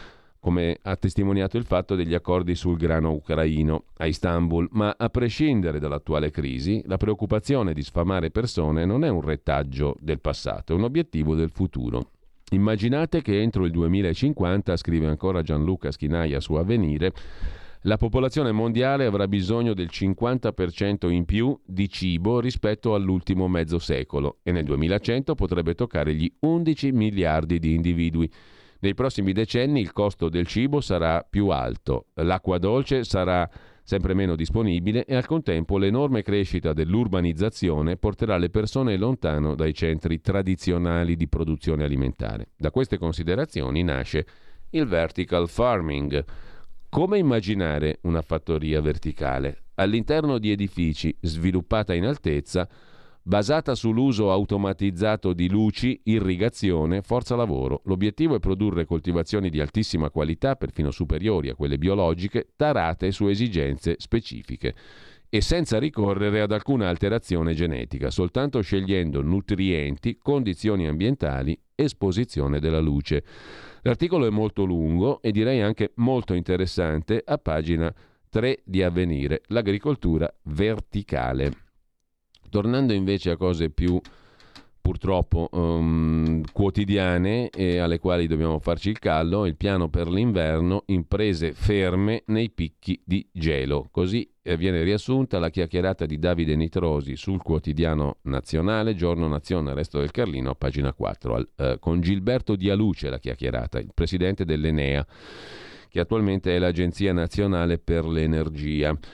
come ha testimoniato il fatto degli accordi sul grano ucraino a Istanbul. Ma a prescindere dall'attuale crisi, la preoccupazione di sfamare persone non è un retaggio del passato, è un obiettivo del futuro. Immaginate che entro il duemilacinquanta, scrive ancora Gianluca Schinaia su Avvenire, la popolazione mondiale avrà bisogno del cinquanta per cento in più di cibo rispetto all'ultimo mezzo secolo e nel duemilacento potrebbe toccare gli undici miliardi di individui. Nei prossimi decenni il costo del cibo sarà più alto, l'acqua dolce sarà sempre meno disponibile e al contempo l'enorme crescita dell'urbanizzazione porterà le persone lontano dai centri tradizionali di produzione alimentare. Da queste considerazioni nasce il vertical farming. Come immaginare una fattoria verticale? All'interno di edifici, sviluppata in altezza, basata sull'uso automatizzato di luci, irrigazione, forza lavoro. L'obiettivo è produrre coltivazioni di altissima qualità, perfino superiori a quelle biologiche, tarate su esigenze specifiche e senza ricorrere ad alcuna alterazione genetica, soltanto scegliendo nutrienti, condizioni ambientali, esposizione della luce. L'articolo è molto lungo e direi anche molto interessante, a pagina tre di Avvenire, l'agricoltura verticale. Tornando invece a cose più purtroppo um, quotidiane e alle quali dobbiamo farci il callo, il piano per l'inverno, imprese ferme nei picchi di gelo. Così viene riassunta la chiacchierata di Davide Nitrosi sul quotidiano nazionale, Giorno Nazione, Resto del Carlino, a pagina quattro, al, eh, con Gilberto Dialuce la chiacchierata, il presidente dell'Enea, che attualmente è l'Agenzia Nazionale per l'Energia.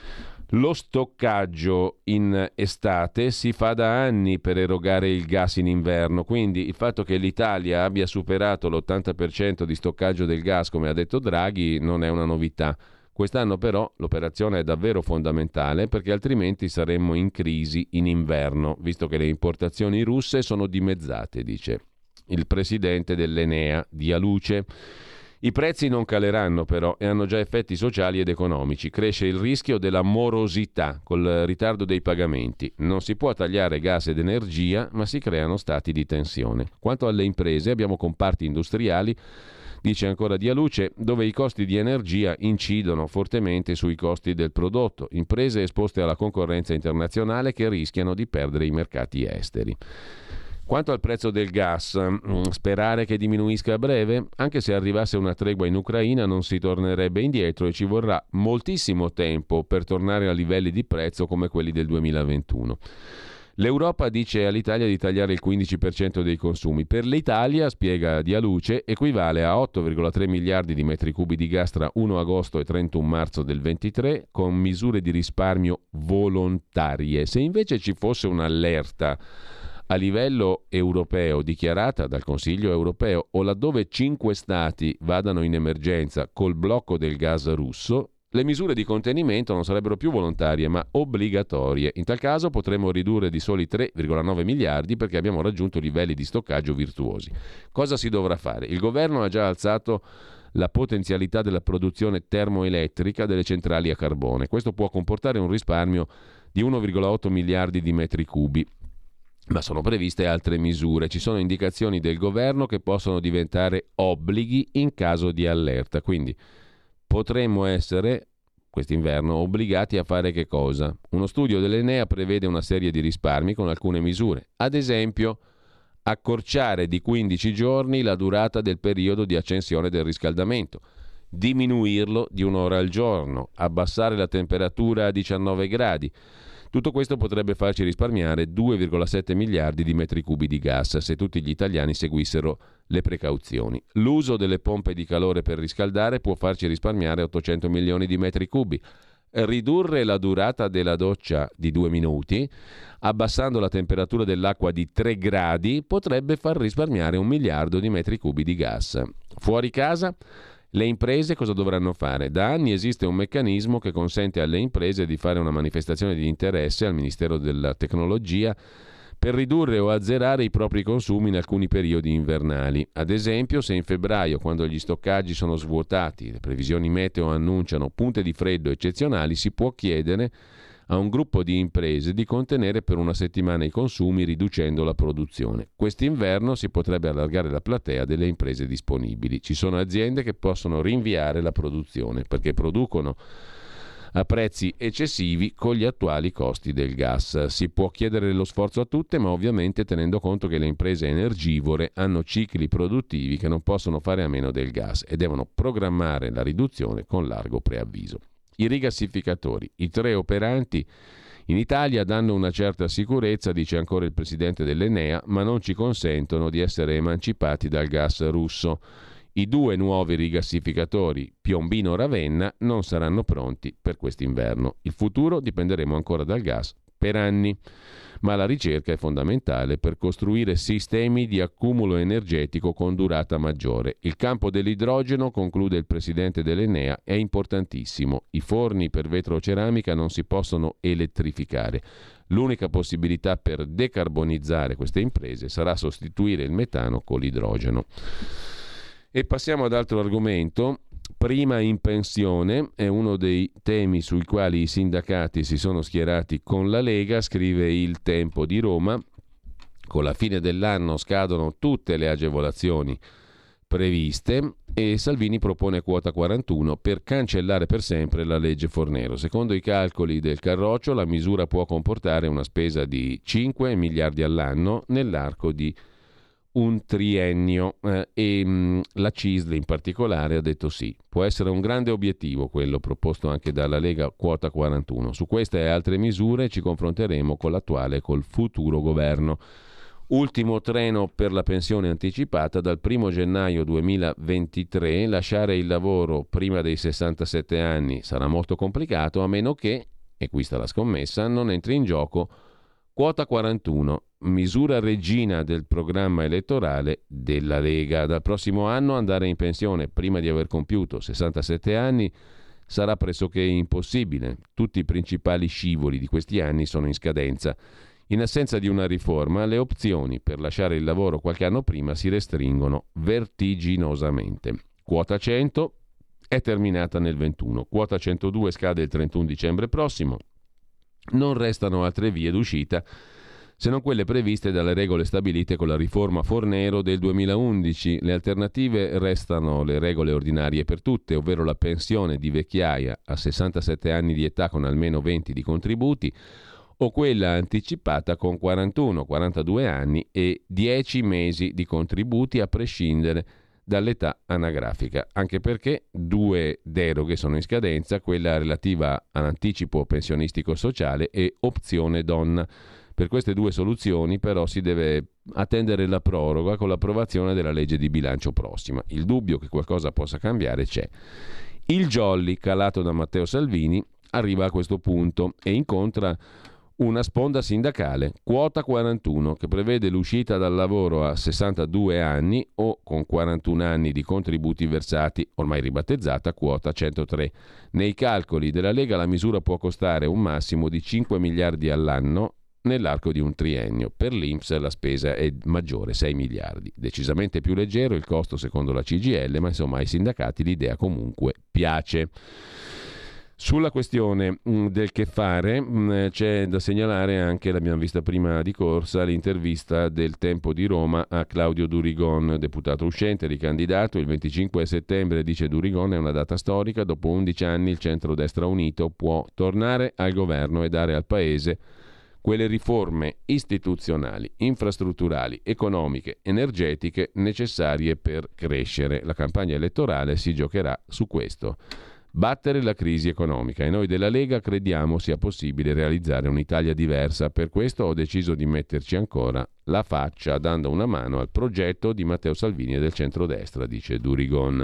Lo stoccaggio in estate si fa da anni per erogare il gas in inverno, quindi il fatto che l'Italia abbia superato l'ottanta per cento di stoccaggio del gas, come ha detto Draghi, non è una novità. Quest'anno però l'operazione è davvero fondamentale, perché altrimenti saremmo in crisi in inverno, visto che le importazioni russe sono dimezzate, dice il presidente dell'Enea, Dialuce. I prezzi non caleranno però e hanno già effetti sociali ed economici. Cresce il rischio della morosità col ritardo dei pagamenti. Non si può tagliare gas ed energia, ma si creano stati di tensione. Quanto alle imprese, abbiamo comparti industriali, dice ancora Dialuce, dove i costi di energia incidono fortemente sui costi del prodotto. Imprese esposte alla concorrenza internazionale che rischiano di perdere i mercati esteri. Quanto al prezzo del gas, sperare che diminuisca a breve? Anche se arrivasse una tregua in Ucraina non si tornerebbe indietro e ci vorrà moltissimo tempo per tornare a livelli di prezzo come quelli del duemilaventuno. L'Europa dice all'Italia di tagliare il quindici per cento dei consumi. Per l'Italia, spiega Dialuce, equivale a otto virgola tre miliardi di metri cubi di gas tra primo agosto e trentuno marzo del ventitré, con misure di risparmio volontarie. Se invece ci fosse un'allerta a livello europeo dichiarata dal Consiglio europeo o laddove cinque stati vadano in emergenza col blocco del gas russo, le misure di contenimento non sarebbero più volontarie ma obbligatorie. In tal caso potremmo ridurre di soli tre virgola nove miliardi perché abbiamo raggiunto livelli di stoccaggio virtuosi. Cosa si dovrà fare? Il governo ha già alzato la potenzialità della produzione termoelettrica delle centrali a carbone. Questo può comportare un risparmio di uno virgola otto miliardi di metri cubi. Ma sono previste altre misure. Ci sono indicazioni del governo che possono diventare obblighi in caso di allerta. Quindi potremmo essere, quest'inverno, obbligati a fare che cosa? Uno studio dell'Enea prevede una serie di risparmi con alcune misure. Ad esempio, accorciare di quindici giorni la durata del periodo di accensione del riscaldamento, diminuirlo di un'ora al giorno, abbassare la temperatura a diciannove gradi. Tutto questo potrebbe farci risparmiare due virgola sette miliardi di metri cubi di gas se tutti gli italiani seguissero le precauzioni. L'uso delle pompe di calore per riscaldare può farci risparmiare ottocento milioni di metri cubi. Ridurre la durata della doccia di due minuti, abbassando la temperatura dell'acqua di tre gradi, potrebbe far risparmiare un miliardo di metri cubi di gas. Fuori casa, le imprese cosa dovranno fare? Da anni esiste un meccanismo che consente alle imprese di fare una manifestazione di interesse al Ministero della Tecnologia per ridurre o azzerare i propri consumi in alcuni periodi invernali. Ad esempio, se in febbraio, quando gli stoccaggi sono svuotati, le previsioni meteo annunciano punte di freddo eccezionali, si può chiedere a un gruppo di imprese di contenere per una settimana i consumi riducendo la produzione. Quest'inverno si potrebbe allargare la platea delle imprese disponibili. Ci sono aziende che possono rinviare la produzione perché producono a prezzi eccessivi con gli attuali costi del gas. Si può chiedere lo sforzo a tutte, ma ovviamente tenendo conto che le imprese energivore hanno cicli produttivi che non possono fare a meno del gas e devono programmare la riduzione con largo preavviso. I rigassificatori, i tre operanti in Italia, danno una certa sicurezza, dice ancora il presidente dell'Enea, ma non ci consentono di essere emancipati dal gas russo. I due nuovi rigassificatori Piombino-Ravenna non saranno pronti per quest'inverno. Il futuro dipenderemo ancora dal gas per anni, ma la ricerca è fondamentale per costruire sistemi di accumulo energetico con durata maggiore. Il campo dell'idrogeno, conclude il presidente dell'Enea, è importantissimo. I forni per vetroceramica non si possono elettrificare. L'unica possibilità per decarbonizzare queste imprese sarà sostituire il metano con l'idrogeno. E passiamo ad altro argomento. Prima in pensione è uno dei temi sui quali i sindacati si sono schierati con la Lega, scrive Il Tempo di Roma. Con la fine dell'anno scadono tutte le agevolazioni previste e Salvini propone quota quarantuno per cancellare per sempre la legge Fornero. Secondo i calcoli del Carroccio la misura può comportare una spesa di cinque miliardi all'anno nell'arco di un triennio eh, e mh, la C I S L in particolare ha detto sì. Può essere un grande obiettivo quello proposto anche dalla Lega quota quarantuno. Su queste e altre misure ci confronteremo con l'attuale e col futuro governo. Ultimo treno per la pensione anticipata dal primo gennaio duemilaventitré. Lasciare il lavoro prima dei sessantasette anni sarà molto complicato a meno che e qui sta la scommessa, non entri in gioco quota quarantuno, misura regina del programma elettorale della Lega. Dal prossimo anno andare in pensione prima di aver compiuto sessantasette anni sarà pressoché impossibile. Tutti i principali scivoli di questi anni sono in scadenza. In assenza di una riforma, le opzioni per lasciare il lavoro qualche anno prima si restringono vertiginosamente. Quota cento è terminata nel ventuno, quota centodue scade il trentuno dicembre prossimo. Non restano altre vie d'uscita se non quelle previste dalle regole stabilite con la riforma Fornero del duemilaundici. Le alternative restano le regole ordinarie per tutte, ovvero la pensione di vecchiaia a sessantasette anni di età con almeno venti di contributi, o quella anticipata con quarantuno quarantadue anni e dieci mesi di contributi a prescindere dall'età anagrafica, anche perché due deroghe sono in scadenza, quella relativa all'anticipo pensionistico sociale e opzione donna. Per queste due soluzioni però si deve attendere la proroga con l'approvazione della legge di bilancio prossima. Il dubbio che qualcosa possa cambiare c'è. Il jolly calato da Matteo Salvini arriva a questo punto e incontra una sponda sindacale, quota quarantuno, che prevede l'uscita dal lavoro a sessantadue anni o con quarantuno anni di contributi versati, ormai ribattezzata quota centotré. Nei calcoli della Lega la misura può costare un massimo di cinque miliardi all'anno nell'arco di un triennio. Per l'I N P S la spesa è maggiore, sei miliardi. Decisamente più leggero il costo secondo la C G I L, ma insomma ai sindacati l'idea comunque piace. Sulla questione del che fare c'è da segnalare anche, l'abbiamo vista prima di corsa, l'intervista del Tempo di Roma a Claudio Durigon, deputato uscente, ricandidato. Il venticinque settembre, dice Durigon, è una data storica. Dopo undici anni il centrodestra unito può tornare al governo e dare al Paese quelle riforme istituzionali, infrastrutturali, economiche, energetiche necessarie per crescere. La campagna elettorale si giocherà su questo. Battere la crisi economica, e noi della Lega crediamo sia possibile realizzare un'Italia diversa. Per questo ho deciso di metterci ancora la faccia dando una mano al progetto di Matteo Salvini e del centrodestra, dice Durigon,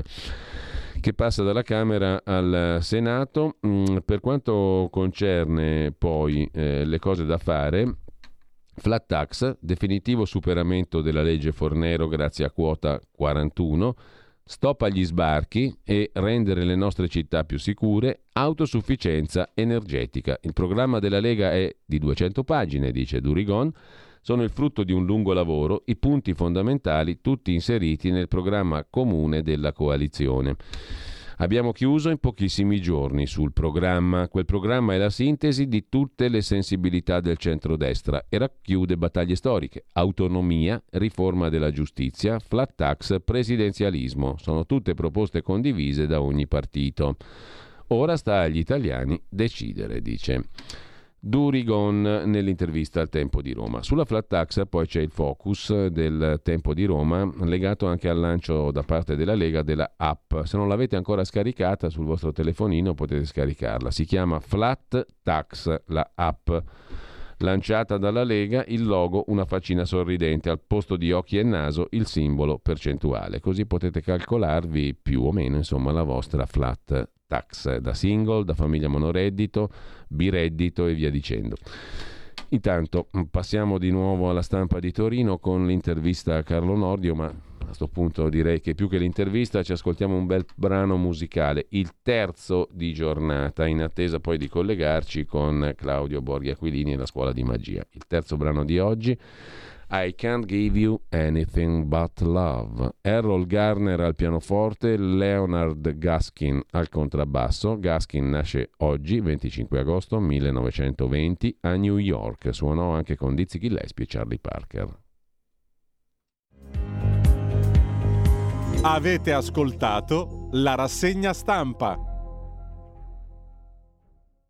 che passa dalla Camera al Senato. Per quanto concerne poi eh, le cose da fare, flat tax, definitivo superamento della legge Fornero grazie a quota quarantuno, stop agli sbarchi e rendere le nostre città più sicure, autosufficienza energetica. Il programma della Lega è di duecento pagine, dice Durigon, sono il frutto di un lungo lavoro, i punti fondamentali tutti inseriti nel programma comune della coalizione. Abbiamo chiuso in pochissimi giorni sul programma. Quel programma è la sintesi di tutte le sensibilità del centrodestra e racchiude battaglie storiche: autonomia, riforma della giustizia, flat tax, presidenzialismo. Sono tutte proposte condivise da ogni partito. Ora sta agli italiani decidere, dice Durigon nell'intervista al Tempo di Roma. Sulla flat tax poi c'è il focus del Tempo di Roma legato anche al lancio da parte della Lega della app. Se non l'avete ancora scaricata sul vostro telefonino potete scaricarla. Si chiama Flat Tax, la app lanciata dalla Lega, il logo una faccina sorridente, al posto di occhi e naso il simbolo percentuale. Così potete calcolarvi più o meno insomma la vostra flat tax da single, da famiglia monoreddito, bireddito e via dicendo. Intanto passiamo di nuovo alla Stampa di Torino con l'intervista a Carlo Nordio, ma a questo punto direi che più che l'intervista ci ascoltiamo un bel brano musicale, il terzo di giornata, in attesa poi di collegarci con Claudio Borghi Aquilini e la Scuola di Magia. Il terzo brano di oggi, I Can't Give You Anything But Love. Errol Garner al pianoforte, Leonard Gaskin al contrabbasso. Gaskin nasce oggi, venticinque agosto millenovecentoventi, a New York. Suonò anche con Dizzy Gillespie e Charlie Parker. Avete ascoltato la rassegna stampa.